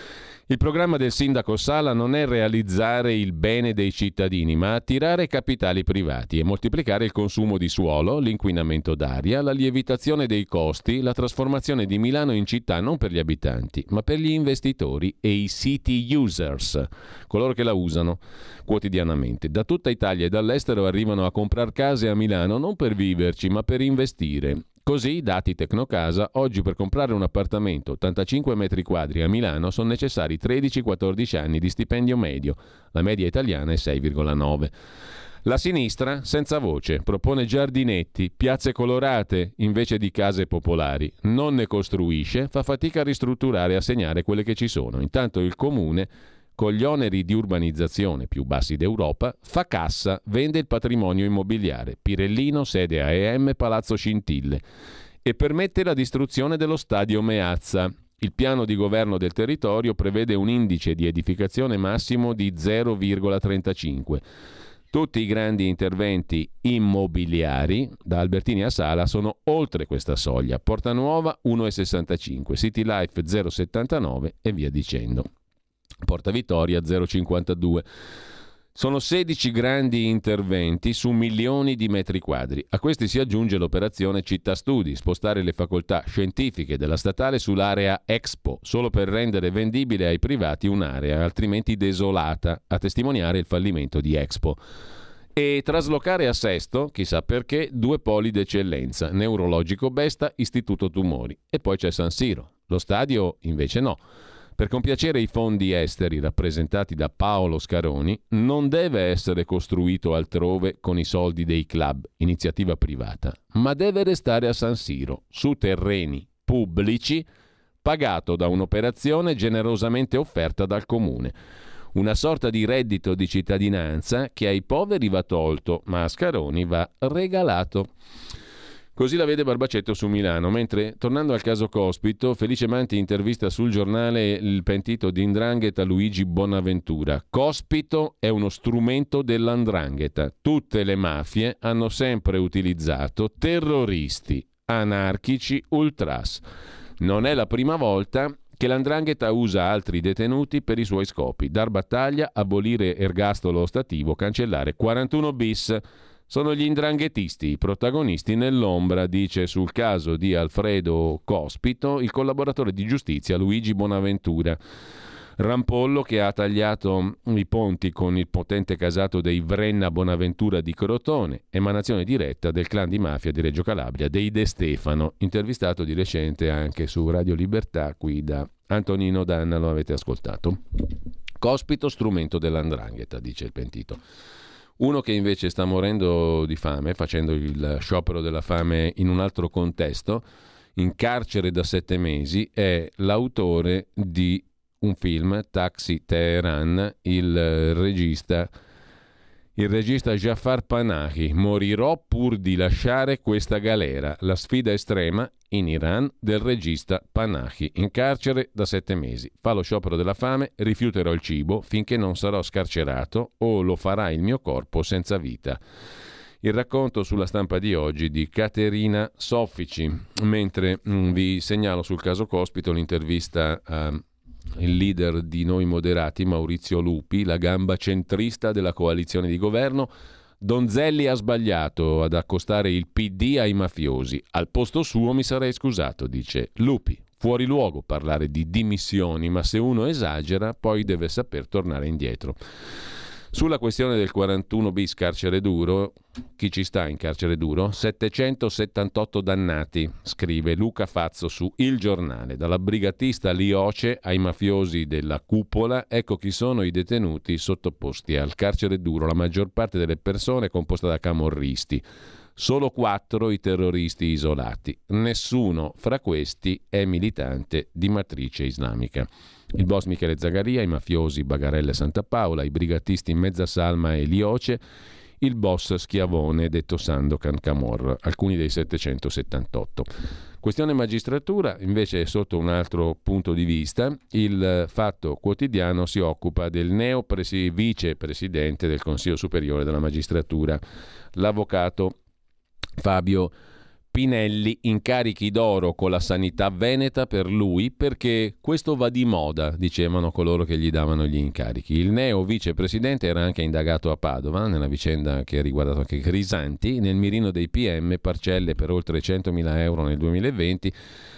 Il programma del sindaco Sala non è realizzare il bene dei cittadini, ma attirare capitali privati e moltiplicare il consumo di suolo, l'inquinamento d'aria, la lievitazione dei costi, la trasformazione di Milano in città non per gli abitanti, ma per gli investitori e i city users, coloro che la usano quotidianamente. Da tutta Italia e dall'estero arrivano a comprare case a Milano non per viverci, ma per investire. Così, dati Tecnocasa, oggi per comprare un appartamento 85 metri quadri a Milano sono necessari 13-14 anni di stipendio medio. La media italiana è 6,9. La sinistra, senza voce, propone giardinetti, piazze colorate invece di case popolari. Non ne costruisce, fa fatica a ristrutturare e a segnare quelle che ci sono. Intanto il comune, con gli oneri di urbanizzazione più bassi d'Europa, fa cassa, vende il patrimonio immobiliare, Pirellino, sede AEM, Palazzo Scintille, e permette la distruzione dello stadio Meazza. Il piano di governo del territorio prevede un indice di edificazione massimo di 0,35. Tutti i grandi interventi immobiliari, da Albertini a Sala, sono oltre questa soglia. Porta Nuova 1,65, City Life 0,79 e via dicendo. Porta Vittoria 0,52. Sono 16 grandi interventi su milioni di metri quadri. A questi si aggiunge l'operazione Città Studi, spostare le facoltà scientifiche della statale sull'area Expo, solo per rendere vendibile ai privati un'area altrimenti desolata, a testimoniare il fallimento di Expo. E traslocare a Sesto, chissà perché, 2 poli d'eccellenza, neurologico Besta, istituto tumori. E poi c'è San Siro. Lo stadio invece no. Per compiacere i fondi esteri rappresentati da Paolo Scaroni, non deve essere costruito altrove con i soldi dei club, iniziativa privata, ma deve restare a San Siro, su terreni pubblici, pagato da un'operazione generosamente offerta dal comune. Una sorta di reddito di cittadinanza che ai poveri va tolto, ma a Scaroni va regalato. Così la vede Barbacetto su Milano, mentre, tornando al caso Cospito, Felice Manti intervista sul giornale il pentito di 'ndrangheta Luigi Bonaventura. Cospito è uno strumento dell''ndrangheta. Tutte le mafie hanno sempre utilizzato terroristi, anarchici, ultras. Non è la prima volta che l''ndrangheta usa altri detenuti per i suoi scopi, dar battaglia, abolire ergastolo ostativo, cancellare 41 bis. Sono gli 'ndranghetisti i protagonisti nell'ombra, dice sul caso di Alfredo Cospito il collaboratore di giustizia Luigi Bonaventura. Rampollo, che ha tagliato i ponti con il potente casato dei Vrenna Bonaventura di Crotone, emanazione diretta del clan di mafia di Reggio Calabria, dei De Stefano, intervistato di recente anche su Radio Libertà, qui da Antonino Danna, lo avete ascoltato. Cospito, strumento dell''ndrangheta, dice il pentito. Uno che invece sta morendo di fame, facendo il sciopero della fame in un altro contesto, in carcere da 7 mesi, è l'autore di un film, Taxi Teheran, il regista Jafar Panahi. Morirò pur di lasciare questa galera. La sfida estrema in Iran del regista Panahi, in carcere da 7 mesi. Fa lo sciopero della fame, rifiuterò il cibo finché non sarò scarcerato o lo farà il mio corpo senza vita. Il racconto sulla stampa di oggi di Caterina Soffici. Mentre vi segnalo sul caso Cospito l'intervista il leader di Noi Moderati, Maurizio Lupi, la gamba centrista della coalizione di governo. Donzelli ha sbagliato ad accostare il PD ai mafiosi. Al posto suo mi sarei scusato, dice Lupi. Fuori luogo parlare di dimissioni, ma se uno esagera poi deve saper tornare indietro. Sulla questione del 41 bis carcere duro, chi ci sta in carcere duro? 778 dannati, scrive Luca Fazzo su Il Giornale. Dalla brigatista Lioce ai mafiosi della cupola, ecco chi sono i detenuti sottoposti al carcere duro. La maggior parte delle persone è composta da camorristi. Solo 4 i terroristi isolati. Nessuno fra questi è militante di matrice islamica. Il boss Michele Zagaria, i mafiosi Bagarella e Santa Paola, i brigatisti Mezzasalma e Lioce, il boss Schiavone, detto Sandokan Camorra, alcuni dei 778. Questione magistratura, invece, sotto un altro punto di vista, il Fatto Quotidiano si occupa del vicepresidente del Consiglio Superiore della Magistratura, l'avvocato Fabio Pinelli. Incarichi d'oro con la sanità veneta per lui perché questo va di moda, dicevano coloro che gli davano gli incarichi. Il neo vicepresidente era anche indagato a Padova nella vicenda che ha riguardato anche Crisanti, nel mirino dei PM, parcelle per oltre 100.000 euro nel 2020,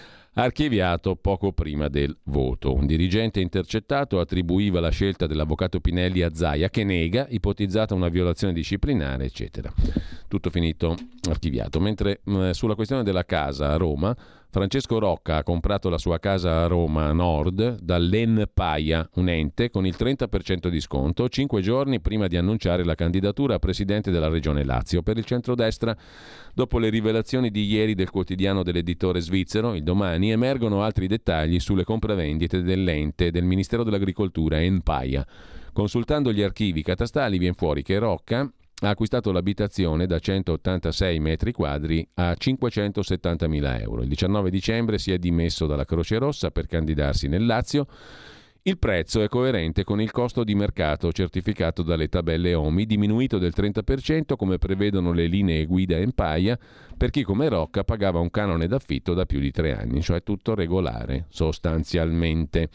archiviato poco prima del voto. Un dirigente intercettato attribuiva la scelta dell'avvocato Pinelli a Zaia, che nega, ipotizzata una violazione disciplinare, eccetera. Tutto finito, archiviato. Mentre sulla questione della casa a Roma, Francesco Rocca ha comprato la sua casa a Roma Nord dall'Enpaia, un ente con il 30% di sconto, 5 giorni prima di annunciare la candidatura a presidente della Regione Lazio per il centrodestra. Dopo le rivelazioni di ieri del quotidiano dell'editore svizzero, il Domani, emergono altri dettagli sulle compravendite dell'ente del Ministero dell'Agricoltura, Enpaia. Consultando gli archivi catastali viene fuori che Rocca ha acquistato l'abitazione da 186 metri quadri a 570.000 euro. Il 19 dicembre si è dimesso dalla Croce Rossa per candidarsi nel Lazio. Il prezzo è coerente con il costo di mercato certificato dalle tabelle OMI, diminuito del 30% come prevedono le linee guida Enpaia per chi come Rocca pagava un canone d'affitto da più di 3 anni, cioè tutto regolare sostanzialmente.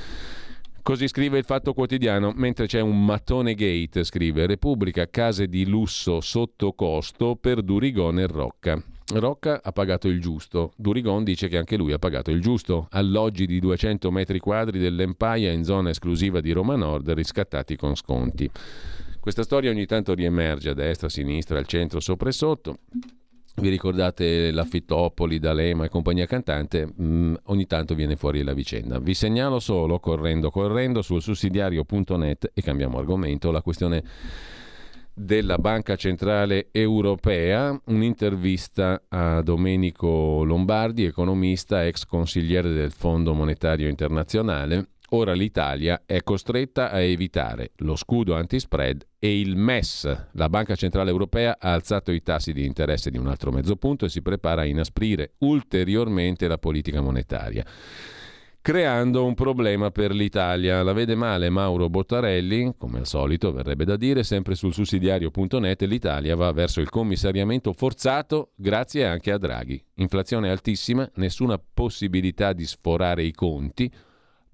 Così scrive il Fatto Quotidiano, mentre c'è un mattone gate, scrive Repubblica, case di lusso sotto costo per Durigon e Rocca. Rocca ha pagato il giusto, Durigon dice che anche lui ha pagato il giusto. Alloggi di 200 metri quadri dell'Enpaia in zona esclusiva di Roma Nord riscattati con sconti. Questa storia ogni tanto riemerge a destra, a sinistra, al centro, sopra e sotto. Vi ricordate l'Affittopoli, D'Alema e compagnia cantante? Ogni tanto viene fuori la vicenda. Vi segnalo solo, correndo sul sussidiario.net, e cambiamo argomento, la questione della Banca Centrale Europea, un'intervista a Domenico Lombardi, economista, ex consigliere del Fondo Monetario Internazionale. Ora l'Italia è costretta a evitare lo scudo antispread e il MES. La Banca Centrale Europea ha alzato i tassi di interesse di un altro mezzo punto e si prepara a inasprire ulteriormente la politica monetaria, creando un problema per l'Italia. La vede male Mauro Bottarelli, come al solito verrebbe da dire, sempre sul sussidiario.net. L'Italia va verso il commissariamento forzato grazie anche a Draghi. Inflazione altissima, nessuna possibilità di sforare i conti,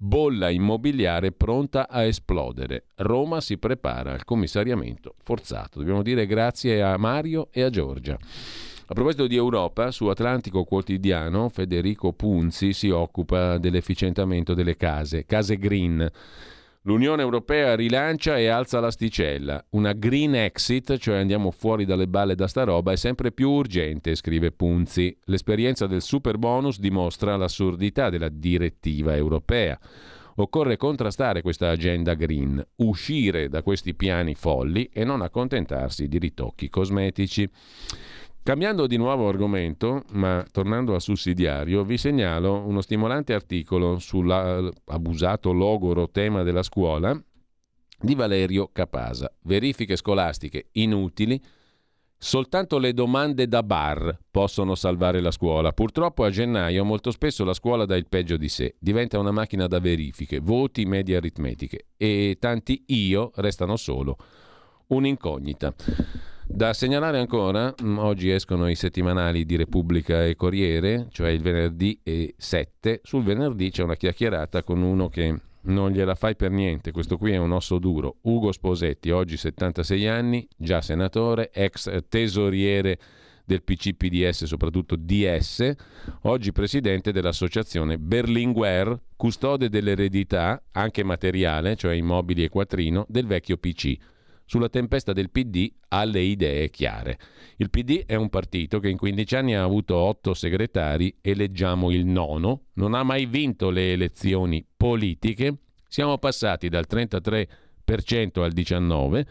Bolla immobiliare pronta a esplodere. Roma si prepara al commissariamento forzato. Dobbiamo dire grazie a Mario e a Giorgia. A proposito di Europa, su Atlantico Quotidiano Federico Punzi si occupa dell'efficientamento delle case green. L'Unione Europea rilancia e alza l'asticella. Una green exit, cioè andiamo fuori dalle balle da sta roba, è sempre più urgente, scrive Punzi. L'esperienza del super bonus dimostra l'assurdità della direttiva europea. Occorre contrastare questa agenda green, uscire da questi piani folli e non accontentarsi di ritocchi cosmetici. Cambiando di nuovo argomento, ma tornando al sussidiario, vi segnalo uno stimolante articolo sull'abusato logoro tema della scuola di Valerio Capasa. Verifiche scolastiche inutili, soltanto le domande da bar possono salvare la scuola. Purtroppo a gennaio molto spesso la scuola dà il peggio di sé, diventa una macchina da verifiche, voti, medie aritmetiche e tanti io restano solo un'incognita. Da segnalare ancora, oggi escono i settimanali di Repubblica e Corriere, cioè il venerdì e 7. Sul venerdì c'è una chiacchierata con uno che non gliela fai per niente, questo qui è un osso duro. Ugo Sposetti, oggi 76 anni, già senatore, ex tesoriere del PC-PDS, soprattutto DS, oggi presidente dell'associazione Berlinguer, custode dell'eredità, anche materiale, cioè immobili e quattrino, del vecchio PC. Sulla tempesta del PD ha le idee chiare. Il PD è un partito che in 15 anni ha avuto 8 segretari, eleggiamo il 9, non ha mai vinto le elezioni politiche, siamo passati dal 33% al 19%,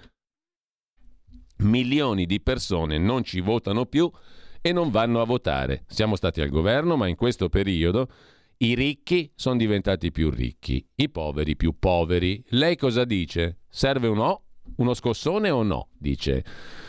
milioni di persone non ci votano più e non vanno a votare. Siamo stati al governo, ma in questo periodo i ricchi sono diventati più ricchi, i poveri più poveri. Lei cosa dice? Serve o no? Uno scossone o no? Dice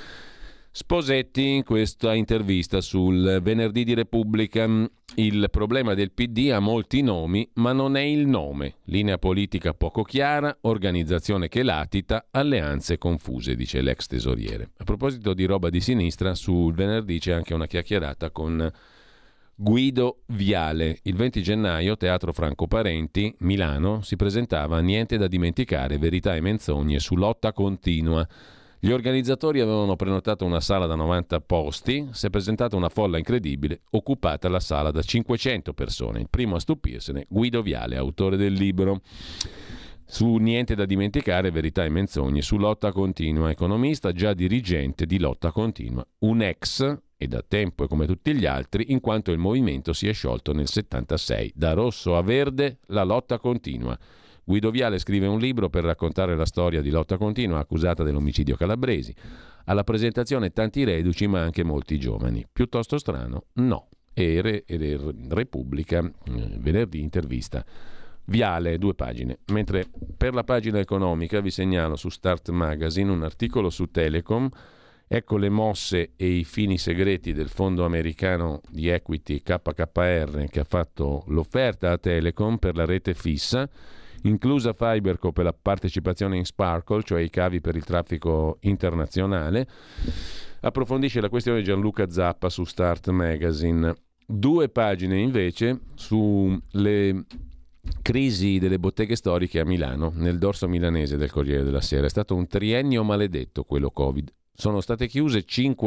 Sposetti in questa intervista sul venerdì di Repubblica. Il problema del PD ha molti nomi, ma non è il nome. Linea politica poco chiara, organizzazione che latita, alleanze confuse, dice l'ex tesoriere. A proposito di roba di sinistra, sul venerdì c'è anche una chiacchierata con Guido Viale. Il 20 gennaio, Teatro Franco Parenti, Milano, si presentava Niente da dimenticare, verità e menzogne su lotta continua. Gli organizzatori avevano prenotato una sala da 90 posti, si è presentata una folla incredibile, occupata la sala da 500 persone. Il primo a stupirsene, Guido Viale, autore del libro su Niente da dimenticare, verità e menzogne, su lotta continua, economista, già dirigente di lotta continua, un ex e da tempo e come tutti gli altri, in quanto il movimento si è sciolto nel 76. Da rosso a verde, la lotta continua. Guido Viale scrive un libro per raccontare la storia di lotta continua accusata dell'omicidio Calabresi. Alla presentazione tanti reduci, ma anche molti giovani. Piuttosto strano? No. E Repubblica, venerdì, intervista Viale, 2 pagine. Mentre per la pagina economica vi segnalo su Start Magazine un articolo su Telecom. Ecco le mosse e i fini segreti del fondo americano di equity KKR che ha fatto l'offerta a Telecom per la rete fissa, inclusa Fiberco per la partecipazione in Sparkle, cioè i cavi per il traffico internazionale. Approfondisce la questione Gianluca Zappa su Start Magazine. 2 pagine invece sulle crisi delle botteghe storiche a Milano, nel dorso milanese del Corriere della Sera. È stato un triennio maledetto quello Covid. Sono state chiuse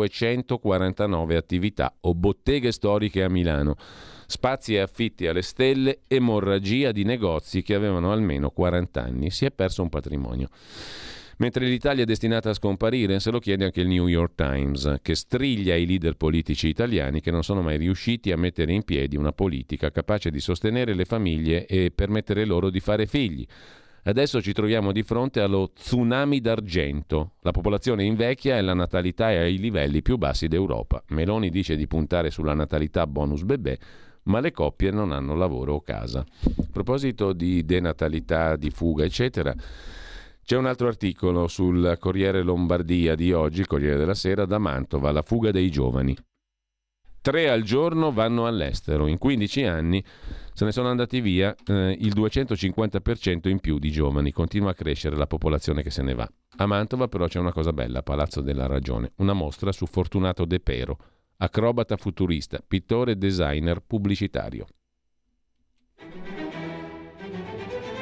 549 attività o botteghe storiche a Milano. Spazi e affitti alle stelle, emorragia di negozi che avevano almeno 40 anni. Si è perso un patrimonio. Mentre l'Italia è destinata a scomparire, se lo chiede anche il New York Times, che striglia i leader politici italiani che non sono mai riusciti a mettere in piedi una politica capace di sostenere le famiglie e permettere loro di fare figli. Adesso ci troviamo di fronte allo tsunami d'argento. La popolazione invecchia e la natalità è ai livelli più bassi d'Europa. Meloni dice di puntare sulla natalità bonus bebè, ma le coppie non hanno lavoro o casa. A proposito di denatalità, di fuga, eccetera, c'è un altro articolo sul Corriere Lombardia di oggi, il Corriere della Sera, da Mantova, la fuga dei giovani. 3 al giorno vanno all'estero. In 15 anni se ne sono andati via il 250% in più di giovani. Continua a crescere la popolazione che se ne va. A Mantova però c'è una cosa bella, Palazzo della Ragione, una mostra su Fortunato De Pero, acrobata futurista, pittore e designer pubblicitario.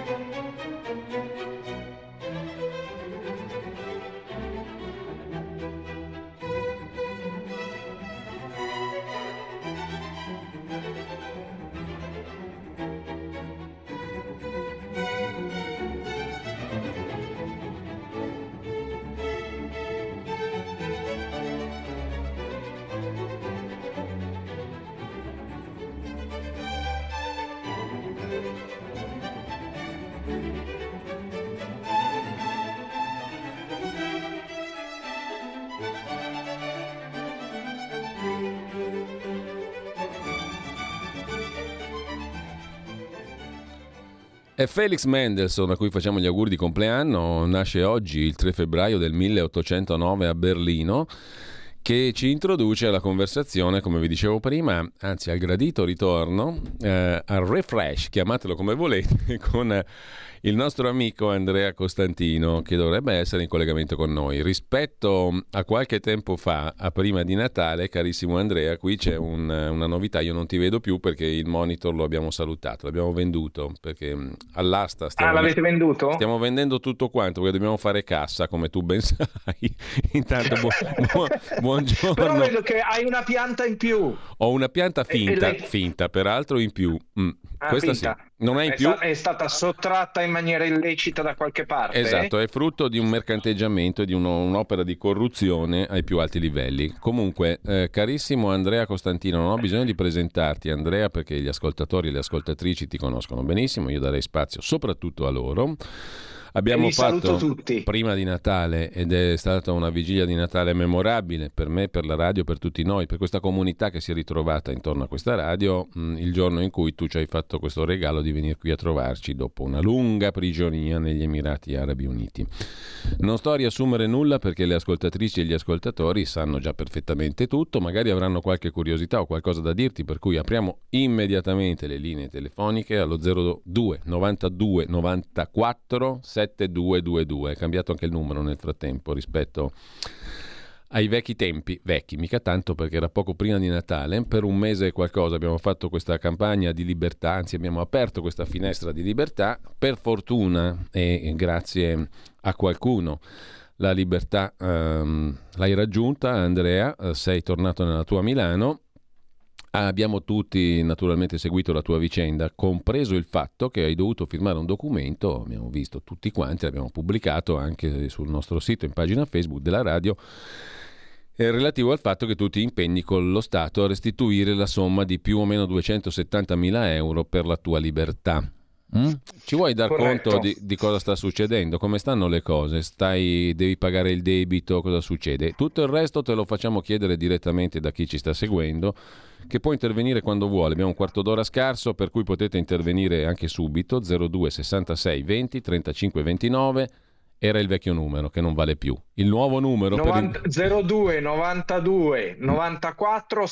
È Felix Mendelssohn, a cui facciamo gli auguri di compleanno. Nasce oggi, il 3 febbraio del 1809 a Berlino, che ci introduce alla conversazione, come vi dicevo prima, anzi al gradito ritorno, al refresh, chiamatelo come volete, con il nostro amico Andrea Costantino, che dovrebbe essere in collegamento con noi. Rispetto a qualche tempo fa, a prima di Natale, carissimo Andrea, qui c'è una novità. Io non ti vedo più perché il monitor lo abbiamo salutato, l'abbiamo venduto, perché all'asta l'avete venduto? Stiamo vendendo tutto quanto, perché dobbiamo fare cassa, come tu ben sai. Intanto buongiorno. Però vedo che hai una pianta in più. Ho una pianta finta peraltro in più. Questa finta. Sì. Non è in più. È stata sottratta in maniera illecita da qualche parte. Esatto, è frutto di un mercanteggiamento e di un'opera di corruzione ai più alti livelli. Comunque, carissimo Andrea Costantino, non ho bisogno di presentarti, Andrea, perché gli ascoltatori e le ascoltatrici ti conoscono benissimo. Io darei spazio soprattutto a loro. Abbiamo fatto tutti. Prima di Natale, ed è stata una vigilia di Natale memorabile per me, per la radio, per tutti noi, per questa comunità che si è ritrovata intorno a questa radio, il giorno in cui tu ci hai fatto questo regalo di venire qui a trovarci dopo una lunga prigionia negli Emirati Arabi Uniti. Non sto a riassumere nulla perché le ascoltatrici e gli ascoltatori sanno già perfettamente tutto, magari avranno qualche curiosità o qualcosa da dirti, per cui apriamo immediatamente le linee telefoniche allo 02 92 94 7222. È cambiato anche il numero nel frattempo rispetto ai vecchi tempi, vecchi mica tanto perché era poco prima di Natale. Per un mese e qualcosa abbiamo fatto questa campagna di libertà, anzi abbiamo aperto questa finestra di libertà. Per fortuna e grazie a qualcuno la libertà l'hai raggiunta, Andrea, sei tornato nella tua Milano. Abbiamo tutti naturalmente seguito la tua vicenda, compreso il fatto che hai dovuto firmare un documento, abbiamo visto tutti quanti, l'abbiamo pubblicato anche sul nostro sito, in pagina Facebook della radio, relativo al fatto che tu ti impegni con lo Stato a restituire la somma di più o meno 270.000 euro per la tua libertà. Ci vuoi dar Corretto. conto di cosa sta succedendo? Come stanno le cose? Devi pagare il debito? Cosa succede? Tutto il resto te lo facciamo chiedere direttamente da chi ci sta seguendo, che può intervenire quando vuole. Abbiamo un quarto d'ora scarso, per cui potete intervenire anche subito. 02 66 20 35 29. Era il vecchio numero che non vale più. Il nuovo numero 02 92 94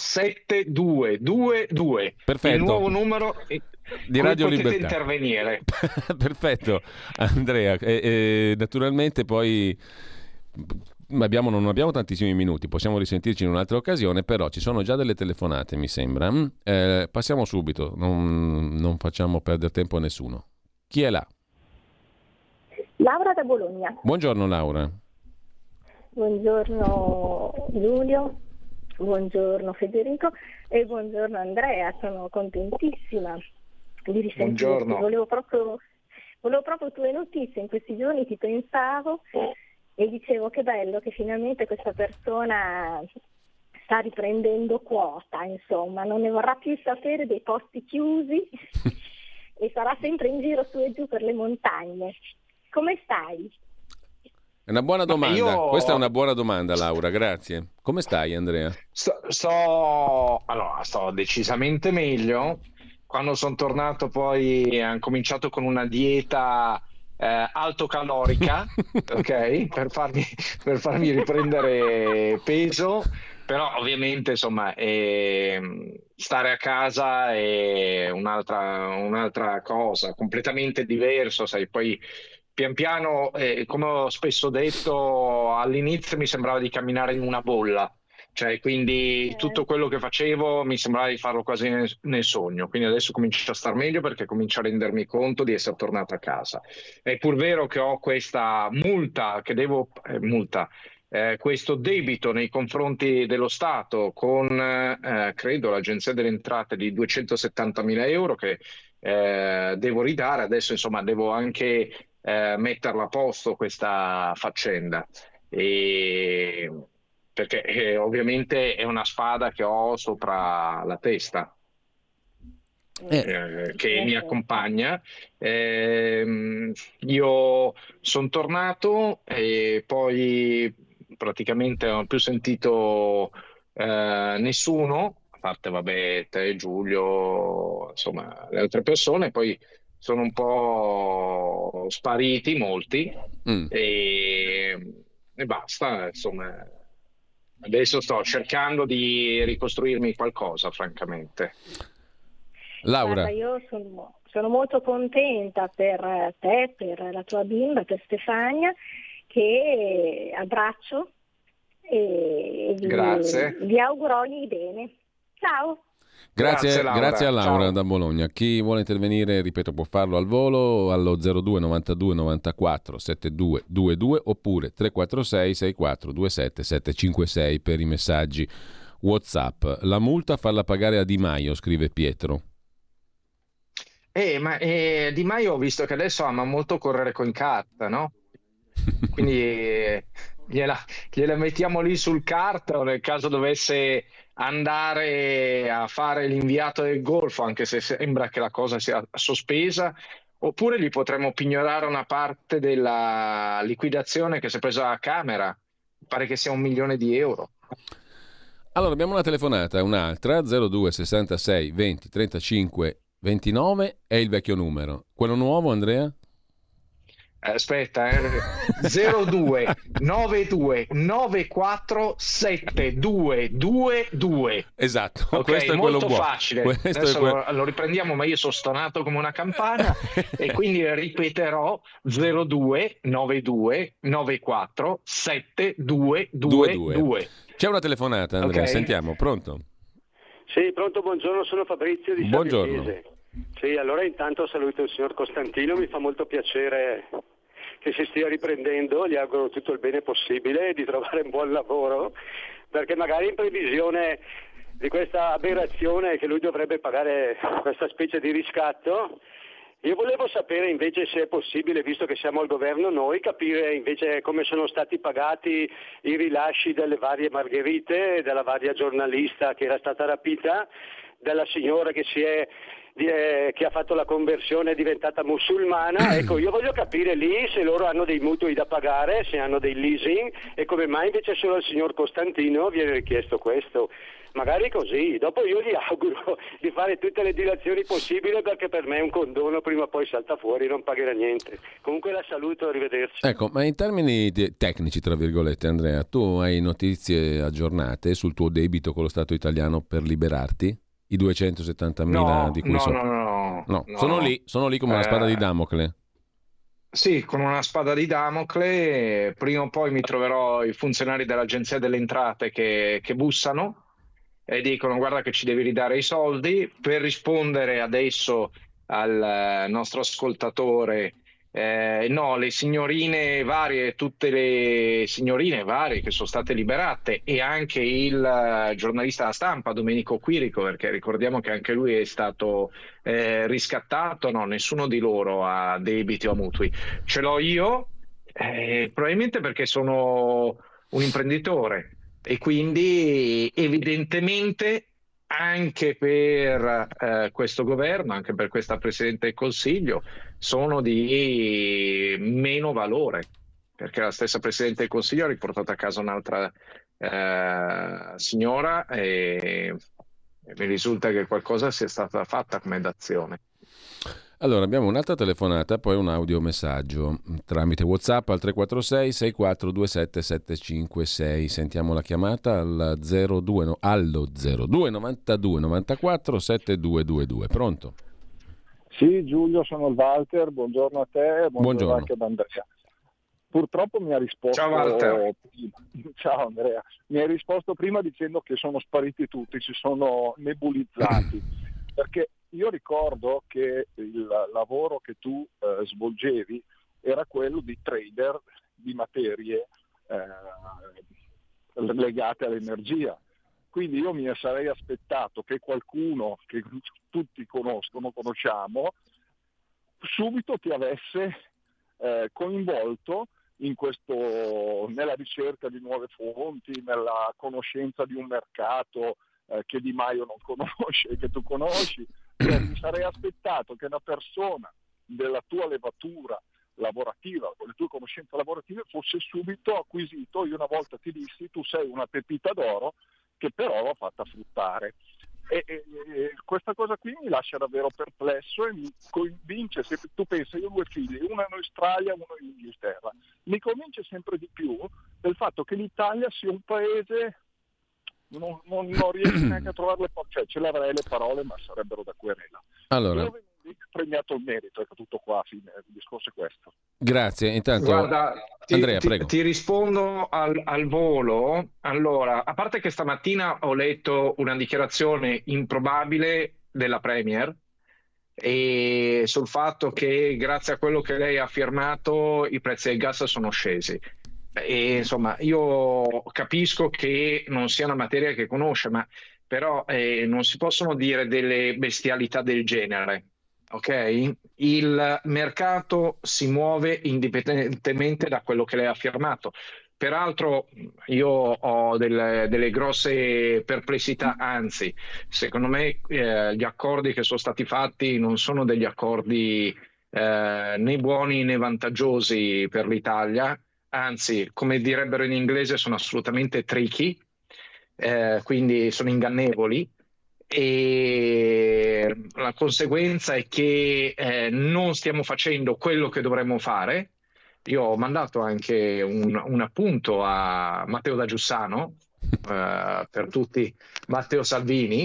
7222. Perfetto. Il nuovo numero di Radio potete Libertà. intervenire. Perfetto, Andrea. Naturalmente poi non abbiamo tantissimi minuti, possiamo risentirci in un'altra occasione, però ci sono già delle telefonate, mi sembra. Passiamo subito, non facciamo perdere tempo a nessuno. Chi è là? Laura da Bologna. Buongiorno Laura. Buongiorno Giulio, buongiorno Federico e buongiorno Andrea, sono contentissima di risentirti. Buongiorno. Volevo proprio tue notizie, in questi giorni ti pensavo e dicevo che bello che finalmente questa persona sta riprendendo quota, insomma, non ne vorrà più sapere dei posti chiusi e sarà sempre in giro su e giù per le montagne. Come stai? È una buona domanda. Questa è una buona domanda, Laura, grazie. Come stai, Andrea? Sto decisamente meglio. Quando sono tornato poi hanno cominciato con una dieta altocalorica, ok? Per farmi riprendere peso. Però ovviamente insomma stare a casa è un'altra cosa, completamente diverso, sai, poi pian piano, come ho spesso detto, all'inizio mi sembrava di camminare in una bolla, cioè quindi tutto quello che facevo mi sembrava di farlo quasi nel sogno, quindi adesso comincio a star meglio perché comincio a rendermi conto di essere tornato a casa. È pur vero che ho questa questo debito nei confronti dello Stato con, credo, l'Agenzia delle Entrate di 270.000 euro che devo ridare. Adesso, insomma, devo anche metterla a posto questa faccenda. Perché ovviamente è una spada che ho sopra la testa. Che mi accompagna. Io sono tornato e poi praticamente non ho più sentito nessuno, a parte vabbè te, Giulio, insomma le altre persone, poi sono un po' spariti molti e basta, insomma. Adesso sto cercando di ricostruirmi qualcosa, francamente. Laura. Guarda, io sono molto contenta per te, per la tua bimba, per Stefania, che abbraccio e vi auguro ogni bene. Ciao! Grazie a Laura Ciao. da Bologna. Chi vuole intervenire, ripeto, può farlo al volo allo 02 92 94 7222 oppure 346 64 27 756 per i messaggi WhatsApp. La multa farla pagare a Di Maio, scrive Pietro. Ma Di Maio ho visto che adesso ama molto correre con kart, no? Quindi gliela mettiamo lì sul kart o nel caso dovesse andare a fare l'inviato del Golfo, anche se sembra che la cosa sia sospesa, oppure gli potremmo pignorare una parte della liquidazione che si è presa la Camera, pare che sia 1 milione di euro. Allora abbiamo una telefonata, un'altra, 02 66 20 35 29 è il vecchio numero. Quello nuovo, Andrea? Aspetta, 02 92 94 7222. Esatto, Ok, questo è molto quello buono. facile. Questo Adesso è lo riprendiamo, ma io sono stonato come una campana e quindi ripeterò 02 92 94 7222. C'è una telefonata, Andrea, Ok. sentiamo, pronto? Sì, pronto, buongiorno, sono Fabrizio di Buongiorno. Sapienese. Sì, allora intanto saluto il signor Costantino, mi fa molto piacere che si stia riprendendo, gli auguro tutto il bene possibile e di trovare un buon lavoro, perché magari in previsione di questa aberrazione che lui dovrebbe pagare questa specie di riscatto, io volevo sapere invece se è possibile, visto che siamo al governo noi, capire invece come sono stati pagati i rilasci delle varie Margherite, della varia giornalista che era stata rapita, della signora che ha fatto la conversione, è diventata musulmana. Ecco, io voglio capire lì se loro hanno dei mutui da pagare, se hanno dei leasing e come mai invece solo al signor Costantino viene richiesto questo. Magari così, dopo io gli auguro di fare tutte le dilazioni possibili, perché per me è un condono, prima o poi salta fuori, non pagherà niente. Comunque la saluto, arrivederci. Ecco, ma in termini tecnici, tra virgolette, Andrea, tu hai notizie aggiornate sul tuo debito con lo Stato italiano per liberarti? I 270.000 di cui No, sono lì come una spada di Damocle. Sì, con una spada di Damocle, prima o poi mi troverò i funzionari dell'Agenzia delle Entrate che bussano e dicono: guarda che ci devi ridare i soldi. Per rispondere adesso al nostro ascoltatore, no, le signorine varie, tutte le signorine varie che sono state liberate e anche il giornalista da stampa Domenico Quirico, perché ricordiamo che anche lui è stato riscattato, no, nessuno di loro ha debiti o mutui. Ce l'ho io, probabilmente perché sono un imprenditore e quindi evidentemente anche per questo governo, anche per questa Presidente del Consiglio, sono di meno valore, perché la stessa Presidente del Consiglio ha riportato a casa un'altra signora e mi risulta che qualcosa sia stata fatta come dazione. Allora, abbiamo un'altra telefonata, poi un audiomessaggio tramite WhatsApp al 346 6427 756. Sentiamo la chiamata allo 02 92 94 7222. Pronto? Sì, Giulio, sono il Walter, buongiorno a te, buongiorno anche ad Andrea. Purtroppo mi ha risposto. Ciao Walter. Ciao Andrea. Mi hai risposto prima dicendo che sono spariti tutti, si sono nebulizzati. Perché io ricordo che il lavoro che tu svolgevi era quello di trader di materie legate all'energia. Quindi io mi sarei aspettato che qualcuno che tutti conosciamo, subito ti avesse coinvolto in nella ricerca di nuove fonti, nella conoscenza di un mercato che Di Maio non conosce e che tu conosci. Mi sarei aspettato che una persona della tua levatura lavorativa, con le tue conoscenze lavorative fosse subito acquisito. Io una volta ti dissi: tu sei una pepita d'oro che però va fatta fruttare. E questa cosa qui mi lascia davvero perplesso e mi convince. Se tu pensi, io ho 2 figli, uno in Australia, uno in Inghilterra, mi convince sempre di più del fatto che l'Italia sia un paese, non riesco neanche a trovare le parole, cioè ce l'avrei le parole ma sarebbero da querela. Allora, Io premiato il merito, ecco, tutto qua, fine, il discorso è questo. grazie. Intanto, Guarda, Andrea, prego. ti rispondo al volo. Allora, a parte che stamattina ho letto una dichiarazione improbabile della Premier e sul fatto che grazie a quello che lei ha firmato i prezzi del gas sono scesi. E, insomma, io capisco che non sia una materia che conosce, ma però non si possono dire delle bestialità del genere. Ok? Il mercato si muove indipendentemente da quello che lei ha firmato. Peraltro io ho delle grosse perplessità, anzi, secondo me gli accordi che sono stati fatti non sono degli accordi né buoni né vantaggiosi per l'Italia, anzi, come direbbero in inglese, sono assolutamente tricky, quindi sono ingannevoli. E la conseguenza è che non stiamo facendo quello che dovremmo fare. Io ho mandato anche un appunto a Matteo Da Giussano, per tutti Matteo Salvini,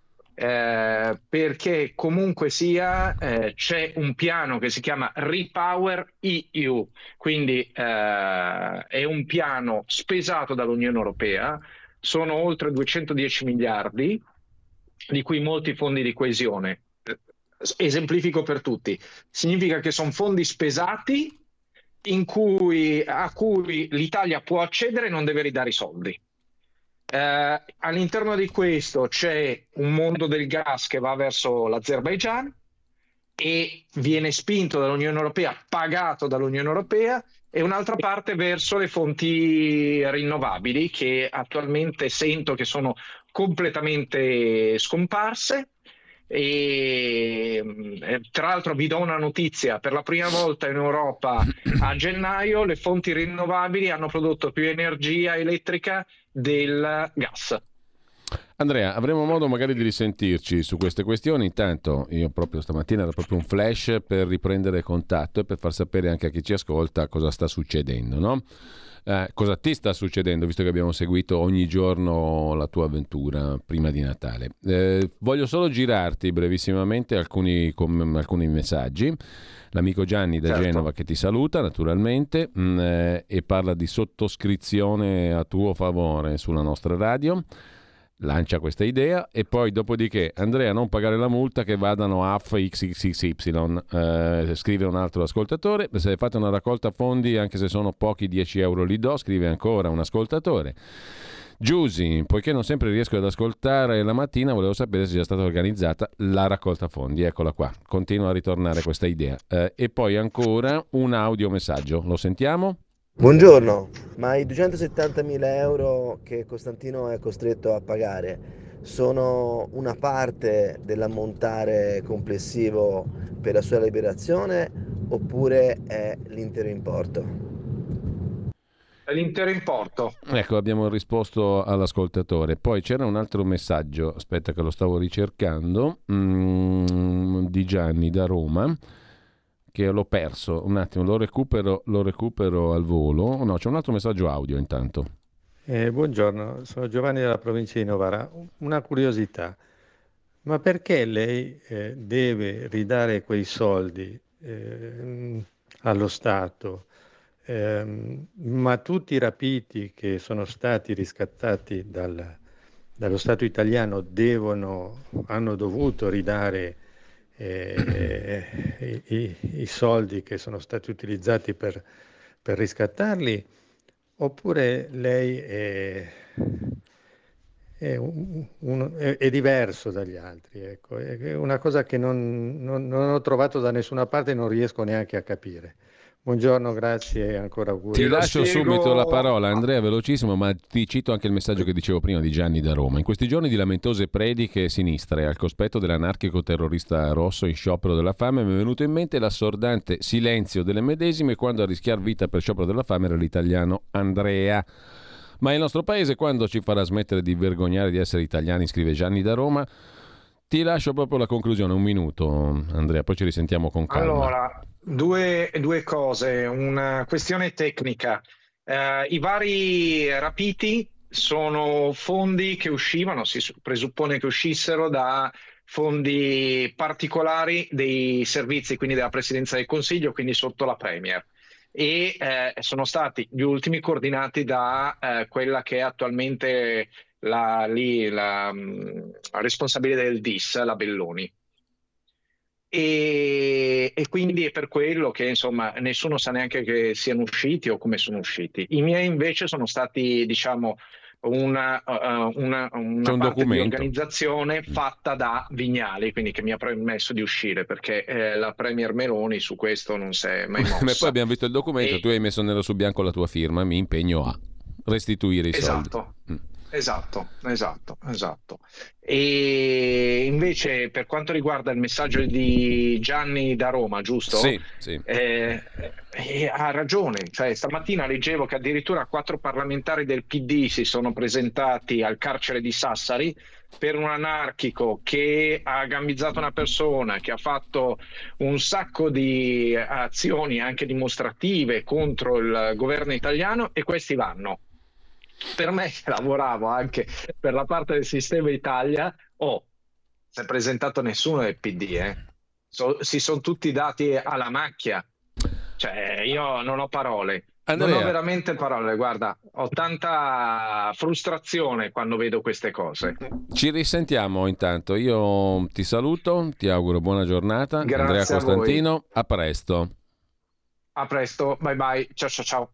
perché comunque sia c'è un piano che si chiama Repower EU, quindi è un piano spesato dall'Unione Europea, sono oltre 210 miliardi, di cui molti fondi di coesione. Esemplifico per tutti, significa che sono fondi spesati a cui l'Italia può accedere e non deve ridare i soldi. All'interno di questo c'è un mondo del gas che va verso l'Azerbaigian e viene spinto dall'Unione Europea, pagato dall'Unione Europea, e un'altra parte verso le fonti rinnovabili che attualmente sento che sono completamente scomparse. E tra l'altro vi do una notizia: per la prima volta in Europa a gennaio le fonti rinnovabili hanno prodotto più energia elettrica del gas. Andrea, avremo modo magari di risentirci su queste questioni. Intanto io proprio stamattina era proprio un flash per riprendere contatto e per far sapere anche a chi ci ascolta cosa sta succedendo, no? Cosa ti sta succedendo, visto che abbiamo seguito ogni giorno la tua avventura prima di Natale. Voglio solo girarti brevissimamente alcuni messaggi. L'amico Gianni da Genova che ti saluta naturalmente e parla di sottoscrizione a tuo favore sulla nostra radio. Lancia questa idea e poi dopodiché: Andrea, non pagare la multa che vadano a XXXY, scrive un altro ascoltatore. Se fate una raccolta fondi, anche se sono pochi, 10 euro li do, scrive ancora un ascoltatore. Giusy, poiché non sempre riesco ad ascoltare la mattina, volevo sapere se sia stata organizzata la raccolta fondi. Eccola qua, continua a ritornare questa idea. E poi ancora un audiomessaggio, lo sentiamo? Buongiorno, ma i 270.000 euro che Costantino è costretto a pagare sono una parte dell'ammontare complessivo per la sua liberazione oppure è l'intero importo? È l'intero importo. Ecco, abbiamo risposto all'ascoltatore. Poi c'era un altro messaggio, aspetta che lo stavo ricercando, di Gianni da Roma, che l'ho perso un attimo, lo recupero al volo. No, c'è un altro messaggio audio intanto. Buongiorno, sono Giovanni della provincia di Novara. Una curiosità, ma perché lei deve ridare quei soldi allo Stato? Ma tutti i rapiti che sono stati riscattati dallo Stato italiano hanno dovuto ridare i soldi che sono stati utilizzati per riscattarli, oppure lei è diverso dagli altri? Ecco. È una cosa che non ho trovato da nessuna parte e non riesco neanche a capire. Buongiorno, grazie e ancora auguri. Ti lascio subito la parola, Andrea, velocissimo, ma ti cito anche il messaggio che dicevo prima di Gianni da Roma. In questi giorni di lamentose prediche sinistre al cospetto dell'anarchico terrorista rosso in sciopero della fame mi è venuto in mente l'assordante silenzio delle medesime quando a rischiar vita per sciopero della fame era l'italiano Andrea. Ma il nostro paese quando ci farà smettere di vergognare di essere italiani, scrive Gianni da Roma. Ti lascio proprio la conclusione, un minuto Andrea, poi ci risentiamo con calma. Allora, due cose, una questione tecnica. I vari rapiti sono fondi che uscivano, si presuppone che uscissero da fondi particolari dei servizi, quindi della Presidenza del Consiglio, quindi sotto la Premier. E sono stati gli ultimi coordinati da quella che è attualmente la responsabile del DIS, la Belloni. E quindi è per quello che insomma nessuno sa neanche che siano usciti o come sono usciti. I miei invece sono stati, diciamo, una parte di organizzazione fatta da Vignali, quindi che mi ha permesso di uscire, perché la Premier Meloni su questo non si è mai mossa. Poi abbiamo visto il documento, tu hai messo nero su bianco la tua firma, mi impegno a restituire i soldi. Esatto. E invece per quanto riguarda il messaggio di Gianni da Roma, giusto? Sì. Ha ragione, cioè stamattina leggevo che addirittura 4 parlamentari del PD si sono presentati al carcere di Sassari per un anarchico che ha gambizzato una persona, che ha fatto un sacco di azioni anche dimostrative contro il governo italiano, e questi vanno. Per me, che lavoravo anche per la parte del Sistema Italia, si è presentato nessuno del PD, si sono tutti dati alla macchia. Cioè, io non ho parole. Andrea. Non ho veramente parole, guarda, ho tanta frustrazione quando vedo queste cose. Ci risentiamo intanto, io ti saluto, ti auguro buona giornata. Grazie Andrea Costantino, a presto. A presto, bye bye, ciao.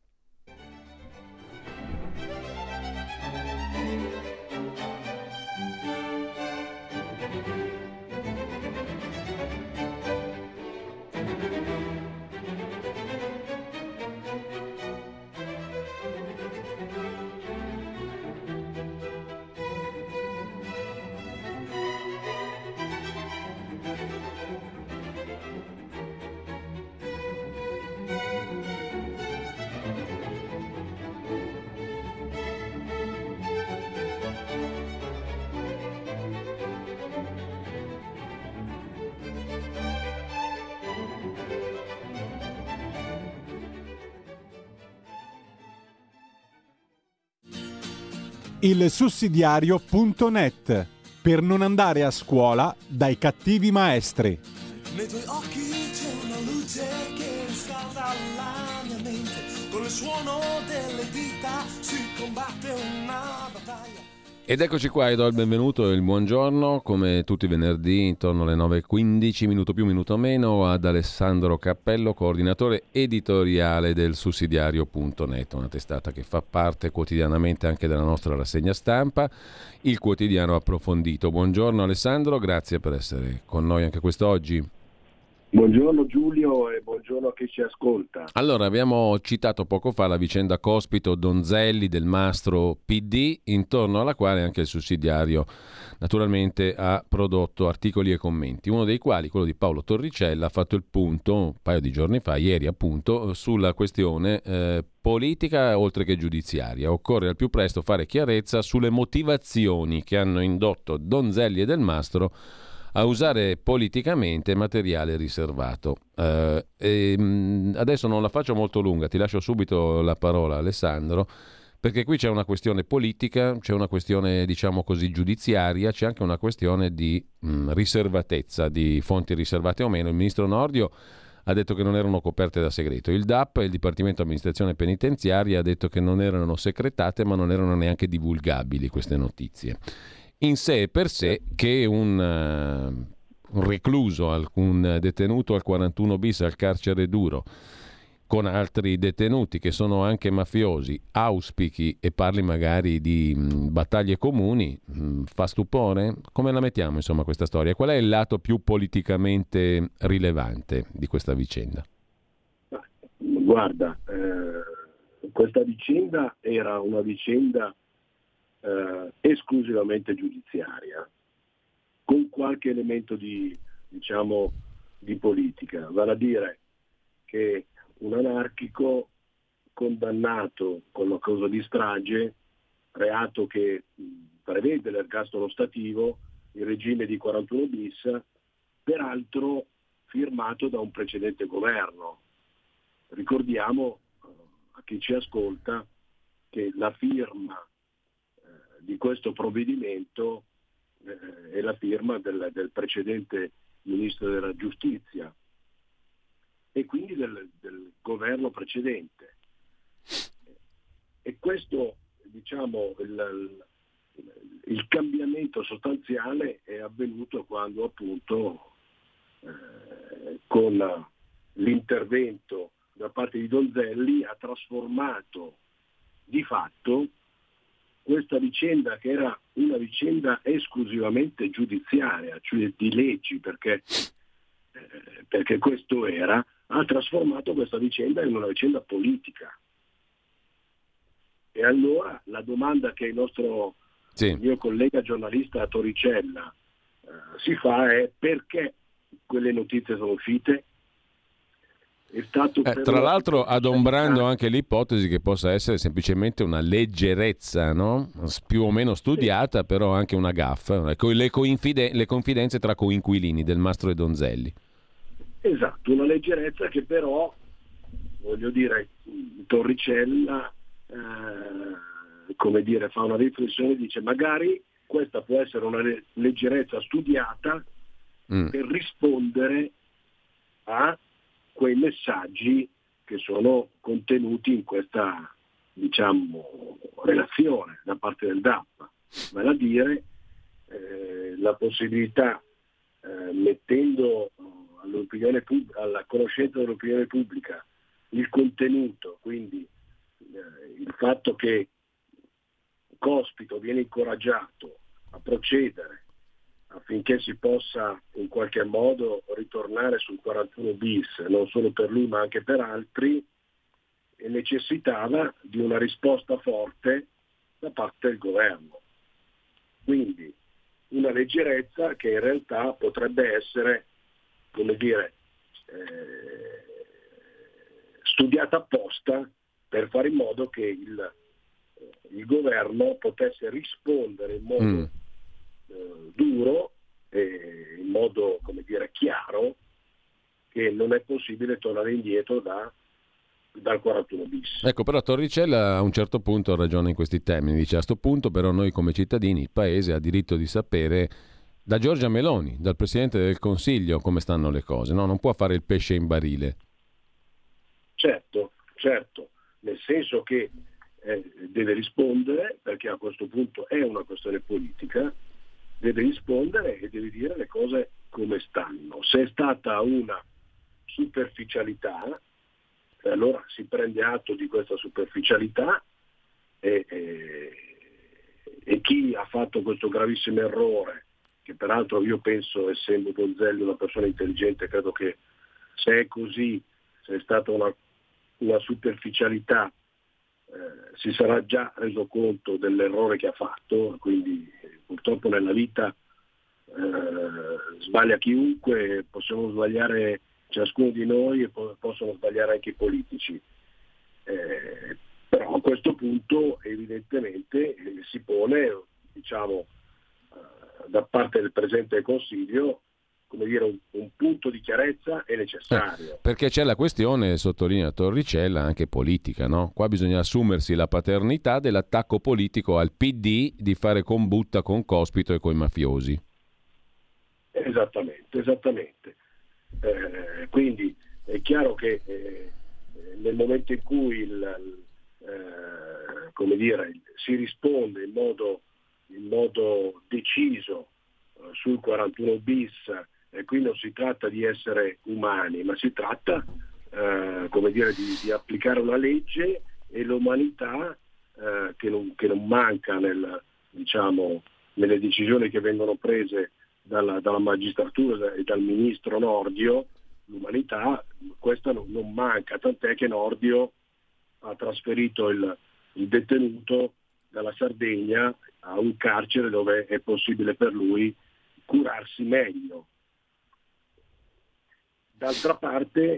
Il sussidiario.net, per non andare a scuola dai cattivi maestri. Nei tuoi occhi c'è una luce che riscalda la mia mente, con il suono delle dita si combatte una battaglia. Ed eccoci qua, io do il benvenuto e il buongiorno, come tutti i venerdì intorno alle 9:15, minuto più, minuto meno, ad Alessandro Cappello, coordinatore editoriale del sussidiario.net, una testata che fa parte quotidianamente anche della nostra rassegna stampa, il quotidiano approfondito. Buongiorno Alessandro, grazie per essere con noi anche quest'oggi. Buongiorno Giulio e buongiorno a chi ci ascolta. Allora, abbiamo citato poco fa la vicenda Cospito-Donzelli del Mastro PD, intorno alla quale anche il sussidiario naturalmente ha prodotto articoli e commenti, uno dei quali, quello di Paolo Torricella, ha fatto il punto un paio di giorni fa, ieri appunto, sulla questione politica oltre che giudiziaria. Occorre al più presto fare chiarezza sulle motivazioni che hanno indotto Donzelli e Del Mastro a usare politicamente materiale riservato. Adesso non la faccio molto lunga, ti lascio subito la parola Alessandro, perché qui c'è una questione politica, c'è una questione diciamo così giudiziaria, c'è anche una questione di riservatezza, di fonti riservate o meno. Il ministro Nordio ha detto che non erano coperte da segreto, il DAP, il Dipartimento Amministrazione Penitenziaria, ha detto che non erano secretate ma non erano neanche divulgabili queste notizie. In sé e per sé che un recluso, un detenuto al 41 bis al carcere duro con altri detenuti che sono anche mafiosi auspichi e parli magari di battaglie comuni, fa stupore? Come la mettiamo insomma questa storia? Qual è il lato più politicamente rilevante di questa vicenda? Guarda, questa vicenda era una vicenda esclusivamente giudiziaria, con qualche elemento di politica, vale a dire che un anarchico condannato con la causa di strage, reato che prevede l'ergastolo stativo, il regime di 41 bis, peraltro firmato da un precedente governo. Ricordiamo a chi ci ascolta che la firma di questo provvedimento è la firma del precedente ministro della giustizia e quindi del governo precedente. E questo, il cambiamento sostanziale è avvenuto quando appunto con l'intervento da parte di Donzelli ha trasformato di fatto questa vicenda, che era una vicenda esclusivamente giudiziaria, cioè di leggi, perché questo era, ha trasformato questa vicenda in una vicenda politica. E allora la domanda che il mio collega giornalista Torricella si fa è: perché quelle notizie sono uscite? È stato tra l'altro adombrando anche l'ipotesi che possa essere semplicemente una leggerezza, no? Più o meno studiata, sì, però anche una gaffa, le confidenze tra coinquilini del Mastro e Donzelli. Esatto, una leggerezza che però, voglio dire, Torricella fa una riflessione, dice magari questa può essere una leggerezza studiata per rispondere a quei messaggi che sono contenuti in questa, relazione da parte del DAP, vale a dire la possibilità, mettendo alla conoscenza dell'opinione pubblica il contenuto, quindi il fatto che Cospito viene incoraggiato a procedere affinché si possa in qualche modo ritornare sul 41 bis, non solo per lui ma anche per altri, e necessitava di una risposta forte da parte del governo. Quindi una leggerezza che in realtà potrebbe essere, studiata apposta per fare in modo che il governo potesse rispondere in modo duro e in modo chiaro che non è possibile tornare indietro dal 41 bis. Ecco, però Torricella a un certo punto ha ragione in questi termini, dice: a sto punto però noi come cittadini, il Paese ha diritto di sapere da Giorgia Meloni, dal Presidente del Consiglio, come stanno le cose, no? Non può fare il pesce in barile. Certo, nel senso che deve rispondere, perché a questo punto è una questione politica, deve rispondere e deve dire le cose come stanno. Se è stata una superficialità, allora si prende atto di questa superficialità e chi ha fatto questo gravissimo errore, che peraltro io penso, essendo Donzelli una persona intelligente, credo che se è così, se è stata una superficialità, si sarà già reso conto dell'errore che ha fatto, quindi purtroppo nella vita sbaglia chiunque, possiamo sbagliare ciascuno di noi e possono sbagliare anche i politici, però a questo punto evidentemente si pone da parte del Presidente del Consiglio un punto di chiarezza è necessario. Perché c'è la questione, sottolinea Torricella, anche politica, no? Qua bisogna assumersi la paternità dell'attacco politico al PD di fare combutta con Cospito e coi mafiosi. Esattamente. Quindi è chiaro che nel momento in cui si risponde in modo deciso sul 41 bis, e qui non si tratta di essere umani, ma si tratta di applicare una legge, e l'umanità che non manca nelle decisioni che vengono prese dalla magistratura e dal ministro Nordio l'umanità, questa non manca, tant'è che Nordio ha trasferito il detenuto dalla Sardegna a un carcere dove è possibile per lui curarsi meglio. D'altra parte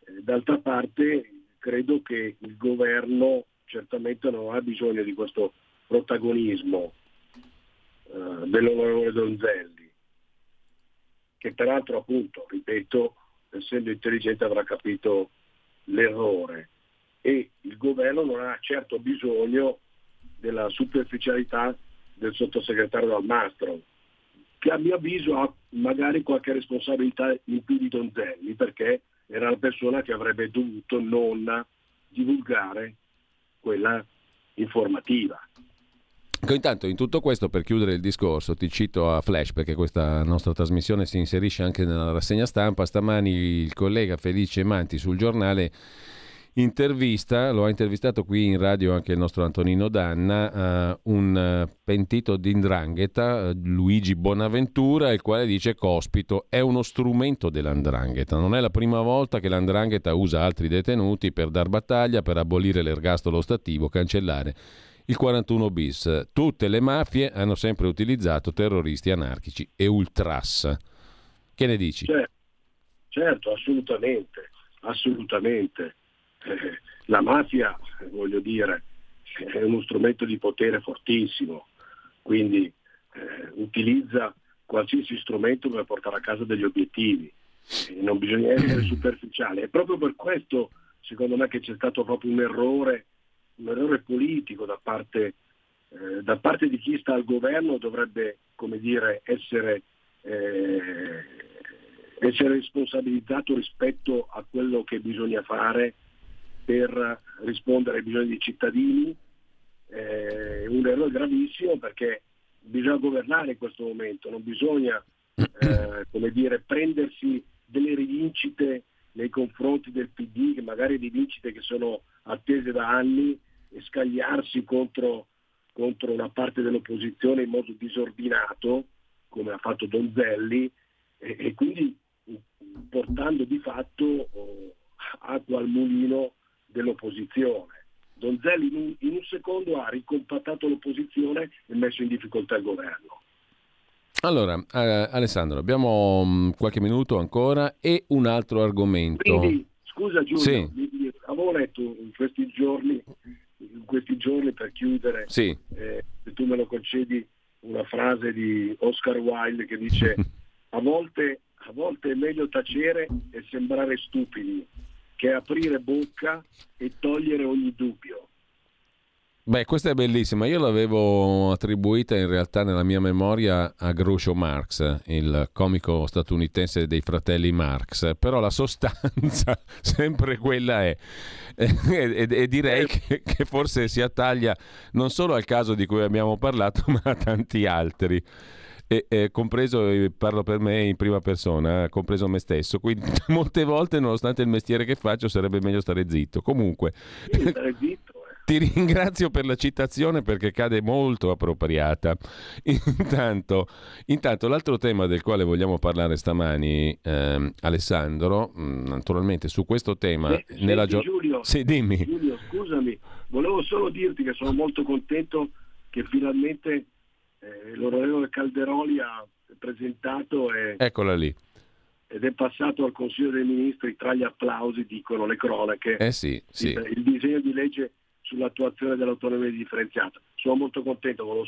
credo che il governo certamente non ha bisogno di questo protagonismo dell'onorevole Donzelli, che peraltro, appunto, ripeto, essendo intelligente avrà capito l'errore, e il governo non ha certo bisogno della superficialità del sottosegretario Dalmastro, che a mio avviso ha magari qualche responsabilità in più di Donzelli, perché era la persona che avrebbe dovuto non divulgare quella informativa. Intanto, in tutto questo, per chiudere il discorso, ti cito a flash, perché questa nostra trasmissione si inserisce anche nella rassegna stampa. Stamani il collega Felice Manti sul Giornale lo ha intervistato qui in radio anche il nostro Antonino Danna, un pentito di 'ndrangheta, Luigi Bonaventura, il quale dice: Cospito è uno strumento della 'ndrangheta, non è la prima volta che la 'ndrangheta usa altri detenuti per dar battaglia, per abolire l'ergastolo ostativo, cancellare il 41 bis. Tutte le mafie hanno sempre utilizzato terroristi anarchici e ultras. Che ne dici? Certo, assolutamente. La mafia, voglio dire, è uno strumento di potere fortissimo, quindi utilizza qualsiasi strumento per portare a casa degli obiettivi, non bisogna essere superficiali. È proprio per questo, secondo me, che c'è stato proprio un errore politico da parte di chi sta al governo. Dovrebbe, come dire, essere responsabilizzato rispetto a quello che bisogna fare per rispondere ai bisogni dei cittadini. Un errore gravissimo, perché bisogna governare in questo momento, non bisogna come dire, prendersi delle rivincite nei confronti del PD, che magari rivincite che sono attese da anni, e scagliarsi contro una parte dell'opposizione in modo disordinato, come ha fatto Donzelli, e quindi portando di fatto acqua al mulino dell'opposizione. Donzelli in un secondo ha ricompattato l'opposizione e messo in difficoltà il governo. Allora, Alessandro, abbiamo qualche minuto ancora e un altro argomento. Quindi, scusa Giulio, sì. Avevo letto in questi giorni per chiudere, sì. Se tu me lo concedi, una frase di Oscar Wilde che dice: a volte è meglio tacere e sembrare stupidi che aprire bocca e togliere ogni dubbio. Beh, questa è bellissima. Io l'avevo attribuita in realtà nella mia memoria a Groucho Marx, il comico statunitense dei fratelli Marx, però la sostanza sempre quella è. E direi che forse si attaglia non solo al caso di cui abbiamo parlato, ma a tanti altri. Compreso, parlo per me in prima persona, compreso me stesso, quindi molte volte, nonostante il mestiere che faccio, sarebbe meglio stare zitto. Comunque, stare zitto. Ti ringrazio per la citazione, perché cade molto appropriata. Intanto l'altro tema del quale vogliamo parlare stamani, Alessandro, naturalmente su questo tema Giulio, sì, dimmi. Giulio, scusami, volevo solo dirti che sono molto contento che finalmente l'onorevole Calderoli ha presentato eccola lì, ed è passato al Consiglio dei Ministri tra gli applausi, dicono le cronache, sì. il disegno di legge sull'attuazione dell'autonomia differenziata. Sono molto contento, volevo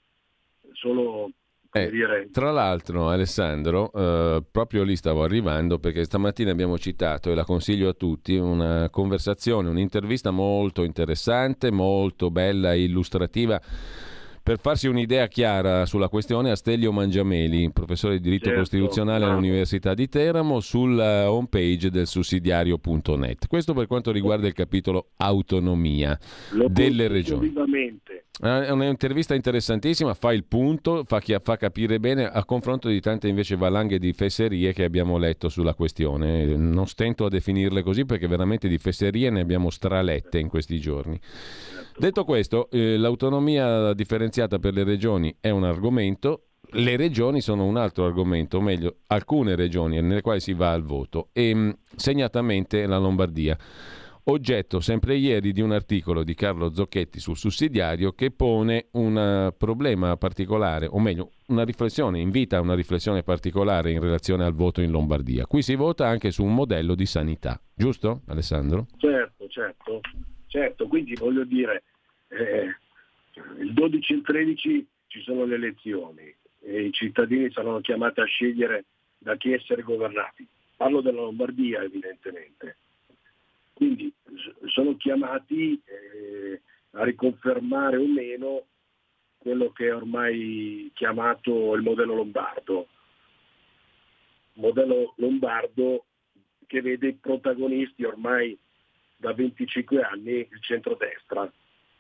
solo dire. Tra l'altro, Alessandro, proprio lì stavo arrivando, perché stamattina abbiamo citato, e la consiglio a tutti, una conversazione, un'intervista molto interessante, molto bella e illustrativa, per farsi un'idea chiara sulla questione, a Stelio Mangiameli, professore di diritto costituzionale all'Università di Teramo, sulla homepage del sussidiario.net. Questo per quanto riguarda il capitolo autonomia delle regioni. È un'intervista interessantissima, fa il punto, fa capire bene, a confronto di tante invece valanghe di fesserie che abbiamo letto sulla questione. Non stento a definirle così, perché veramente di fesserie ne abbiamo stralette in questi giorni. Detto questo, l'autonomia differenziata per le regioni è un argomento. Le regioni sono un altro argomento, o meglio, alcune regioni nelle quali si va al voto, e segnatamente la Lombardia. Oggetto sempre ieri di un articolo di Carlo Zocchetti sul Sussidiario, che pone un problema particolare, o meglio una riflessione, invita a una riflessione particolare in relazione al voto in Lombardia. Qui si vota anche su un modello di sanità, giusto Alessandro? Certo, quindi voglio dire, il 12 e il 13 ci sono le elezioni e i cittadini saranno chiamati a scegliere da chi essere governati. Parlo della Lombardia evidentemente. Quindi sono chiamati a riconfermare o meno quello che è ormai chiamato il modello lombardo. Modello lombardo che vede i protagonisti ormai da 25 anni il centrodestra,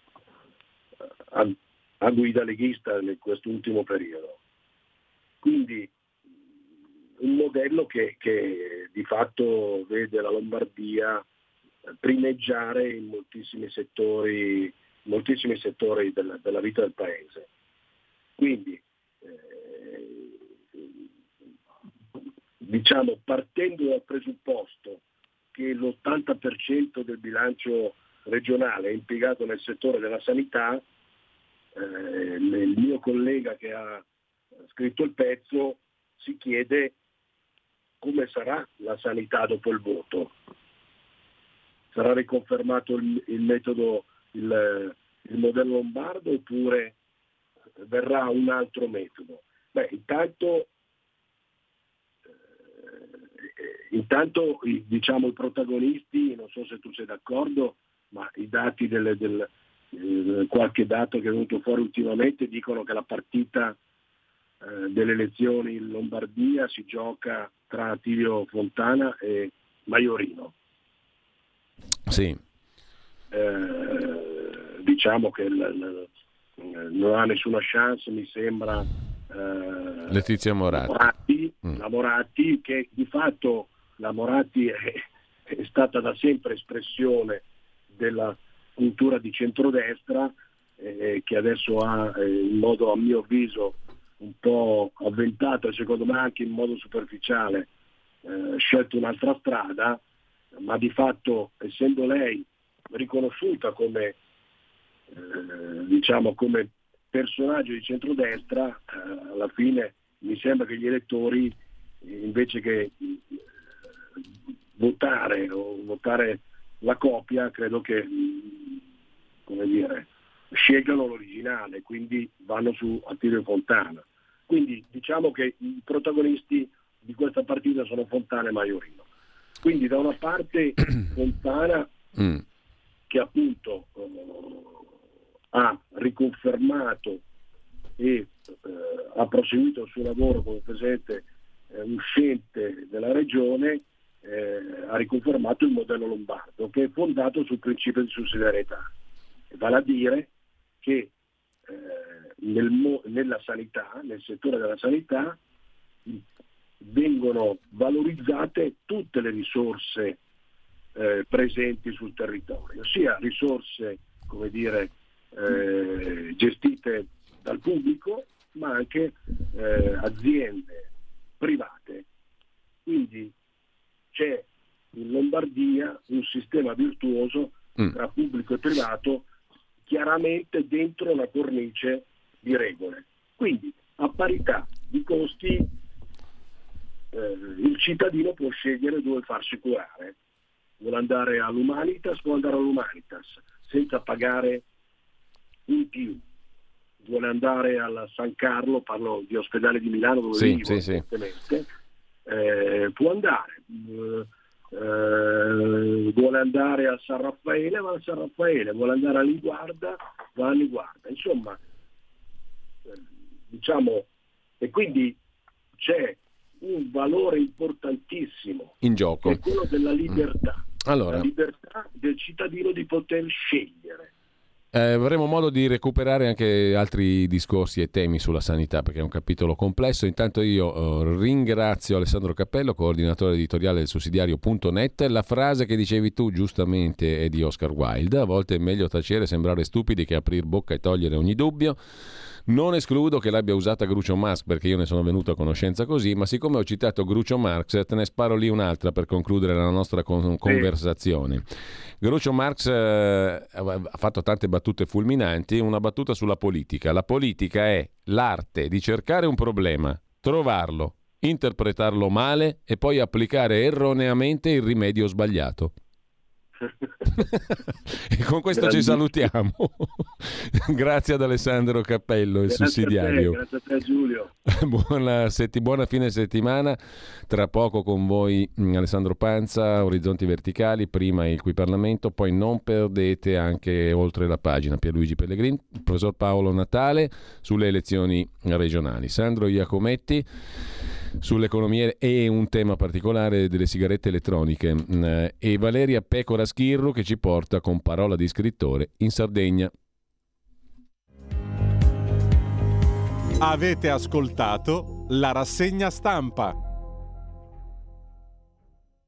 a guida leghista in quest'ultimo periodo. Quindi un modello che di fatto vede la Lombardia primeggiare in moltissimi settori della vita del paese. Quindi diciamo, partendo dal presupposto che l'80% del bilancio regionale è impiegato nel settore della sanità, il mio collega che ha scritto il pezzo si chiede come sarà la sanità dopo il voto. Sarà riconfermato il metodo, il modello lombardo, oppure verrà un altro metodo? Intanto diciamo i protagonisti, non so se tu sei d'accordo, ma i dati qualche dato che è venuto fuori ultimamente dicono che la partita delle elezioni in Lombardia si gioca tra Attilio Fontana e Maiorino. Sì. Diciamo che non ha nessuna chance, mi sembra, Letizia Moratti. La Moratti, che di fatto la Moratti è stata da sempre espressione della cultura di centrodestra, che adesso ha in modo, a mio avviso, un po' avventato e secondo me anche in modo superficiale scelto un'altra strada, ma di fatto, essendo lei riconosciuta come come personaggio di centrodestra, alla fine mi sembra che gli elettori, invece che votare la copia, credo che scelgano l'originale, quindi vanno su Attilio Fontana. Quindi diciamo che i protagonisti di questa partita sono Fontana e Maiorino. Quindi da una parte Fontana, che appunto ha riconfermato e ha proseguito il suo lavoro come presidente uscente della regione, ha riconfermato il modello lombardo, che è fondato sul principio di sussidiarietà, vale a dire che nella sanità, nel settore della sanità, vengono valorizzate tutte le risorse presenti sul territorio, sia risorse gestite dal pubblico, ma anche aziende private. Quindi c'è in Lombardia un sistema virtuoso tra pubblico e privato, chiaramente dentro una cornice di regole. Quindi a parità di costi il cittadino può scegliere dove farsi curare. Vuole andare all'Humanitas, può andare all'Humanitas senza pagare in più. Vuole andare al San Carlo, parlo di ospedale di Milano dove vivo, evidentemente, può andare. Vuole andare al San Raffaele, va al San Raffaele. Vuole andare a Liguarda, va a Liguarda. Insomma, e quindi c'è un valore importantissimo in gioco, che è quello della libertà. Allora, la libertà del cittadino di poter scegliere. Avremo modo di recuperare anche altri discorsi e temi sulla sanità, perché è un capitolo complesso. Intanto io ringrazio Alessandro Cappello, coordinatore editoriale del sussidiario.net. La frase che dicevi tu giustamente è di Oscar Wilde: a volte è meglio tacere e sembrare stupidi che aprir bocca e togliere ogni dubbio. Non escludo che l'abbia usata Groucho Marx, perché io ne sono venuto a conoscenza così, ma siccome ho citato Groucho Marx, te ne sparo lì un'altra per concludere la nostra conversazione. Groucho Marx ha fatto tante battute fulminanti, una battuta sulla politica. La politica è l'arte di cercare un problema, trovarlo, interpretarlo male e poi applicare erroneamente il rimedio sbagliato. E con questo ci salutiamo. Grazie ad Alessandro Cappello, il sussidiario. Grazie a te Giulio. Buona fine settimana. Tra poco con voi Alessandro Panza, Orizzonti Verticali, prima il Qui Parlamento, poi non perdete anche Oltre la Pagina, Pierluigi Pellegrini, il professor Paolo Natale sulle elezioni regionali, Sandro Iacometti sull'economia e un tema particolare delle sigarette elettroniche, e Valeria Pecora Schirru che ci porta con Parola di scrittore in Sardegna. Avete ascoltato la rassegna stampa.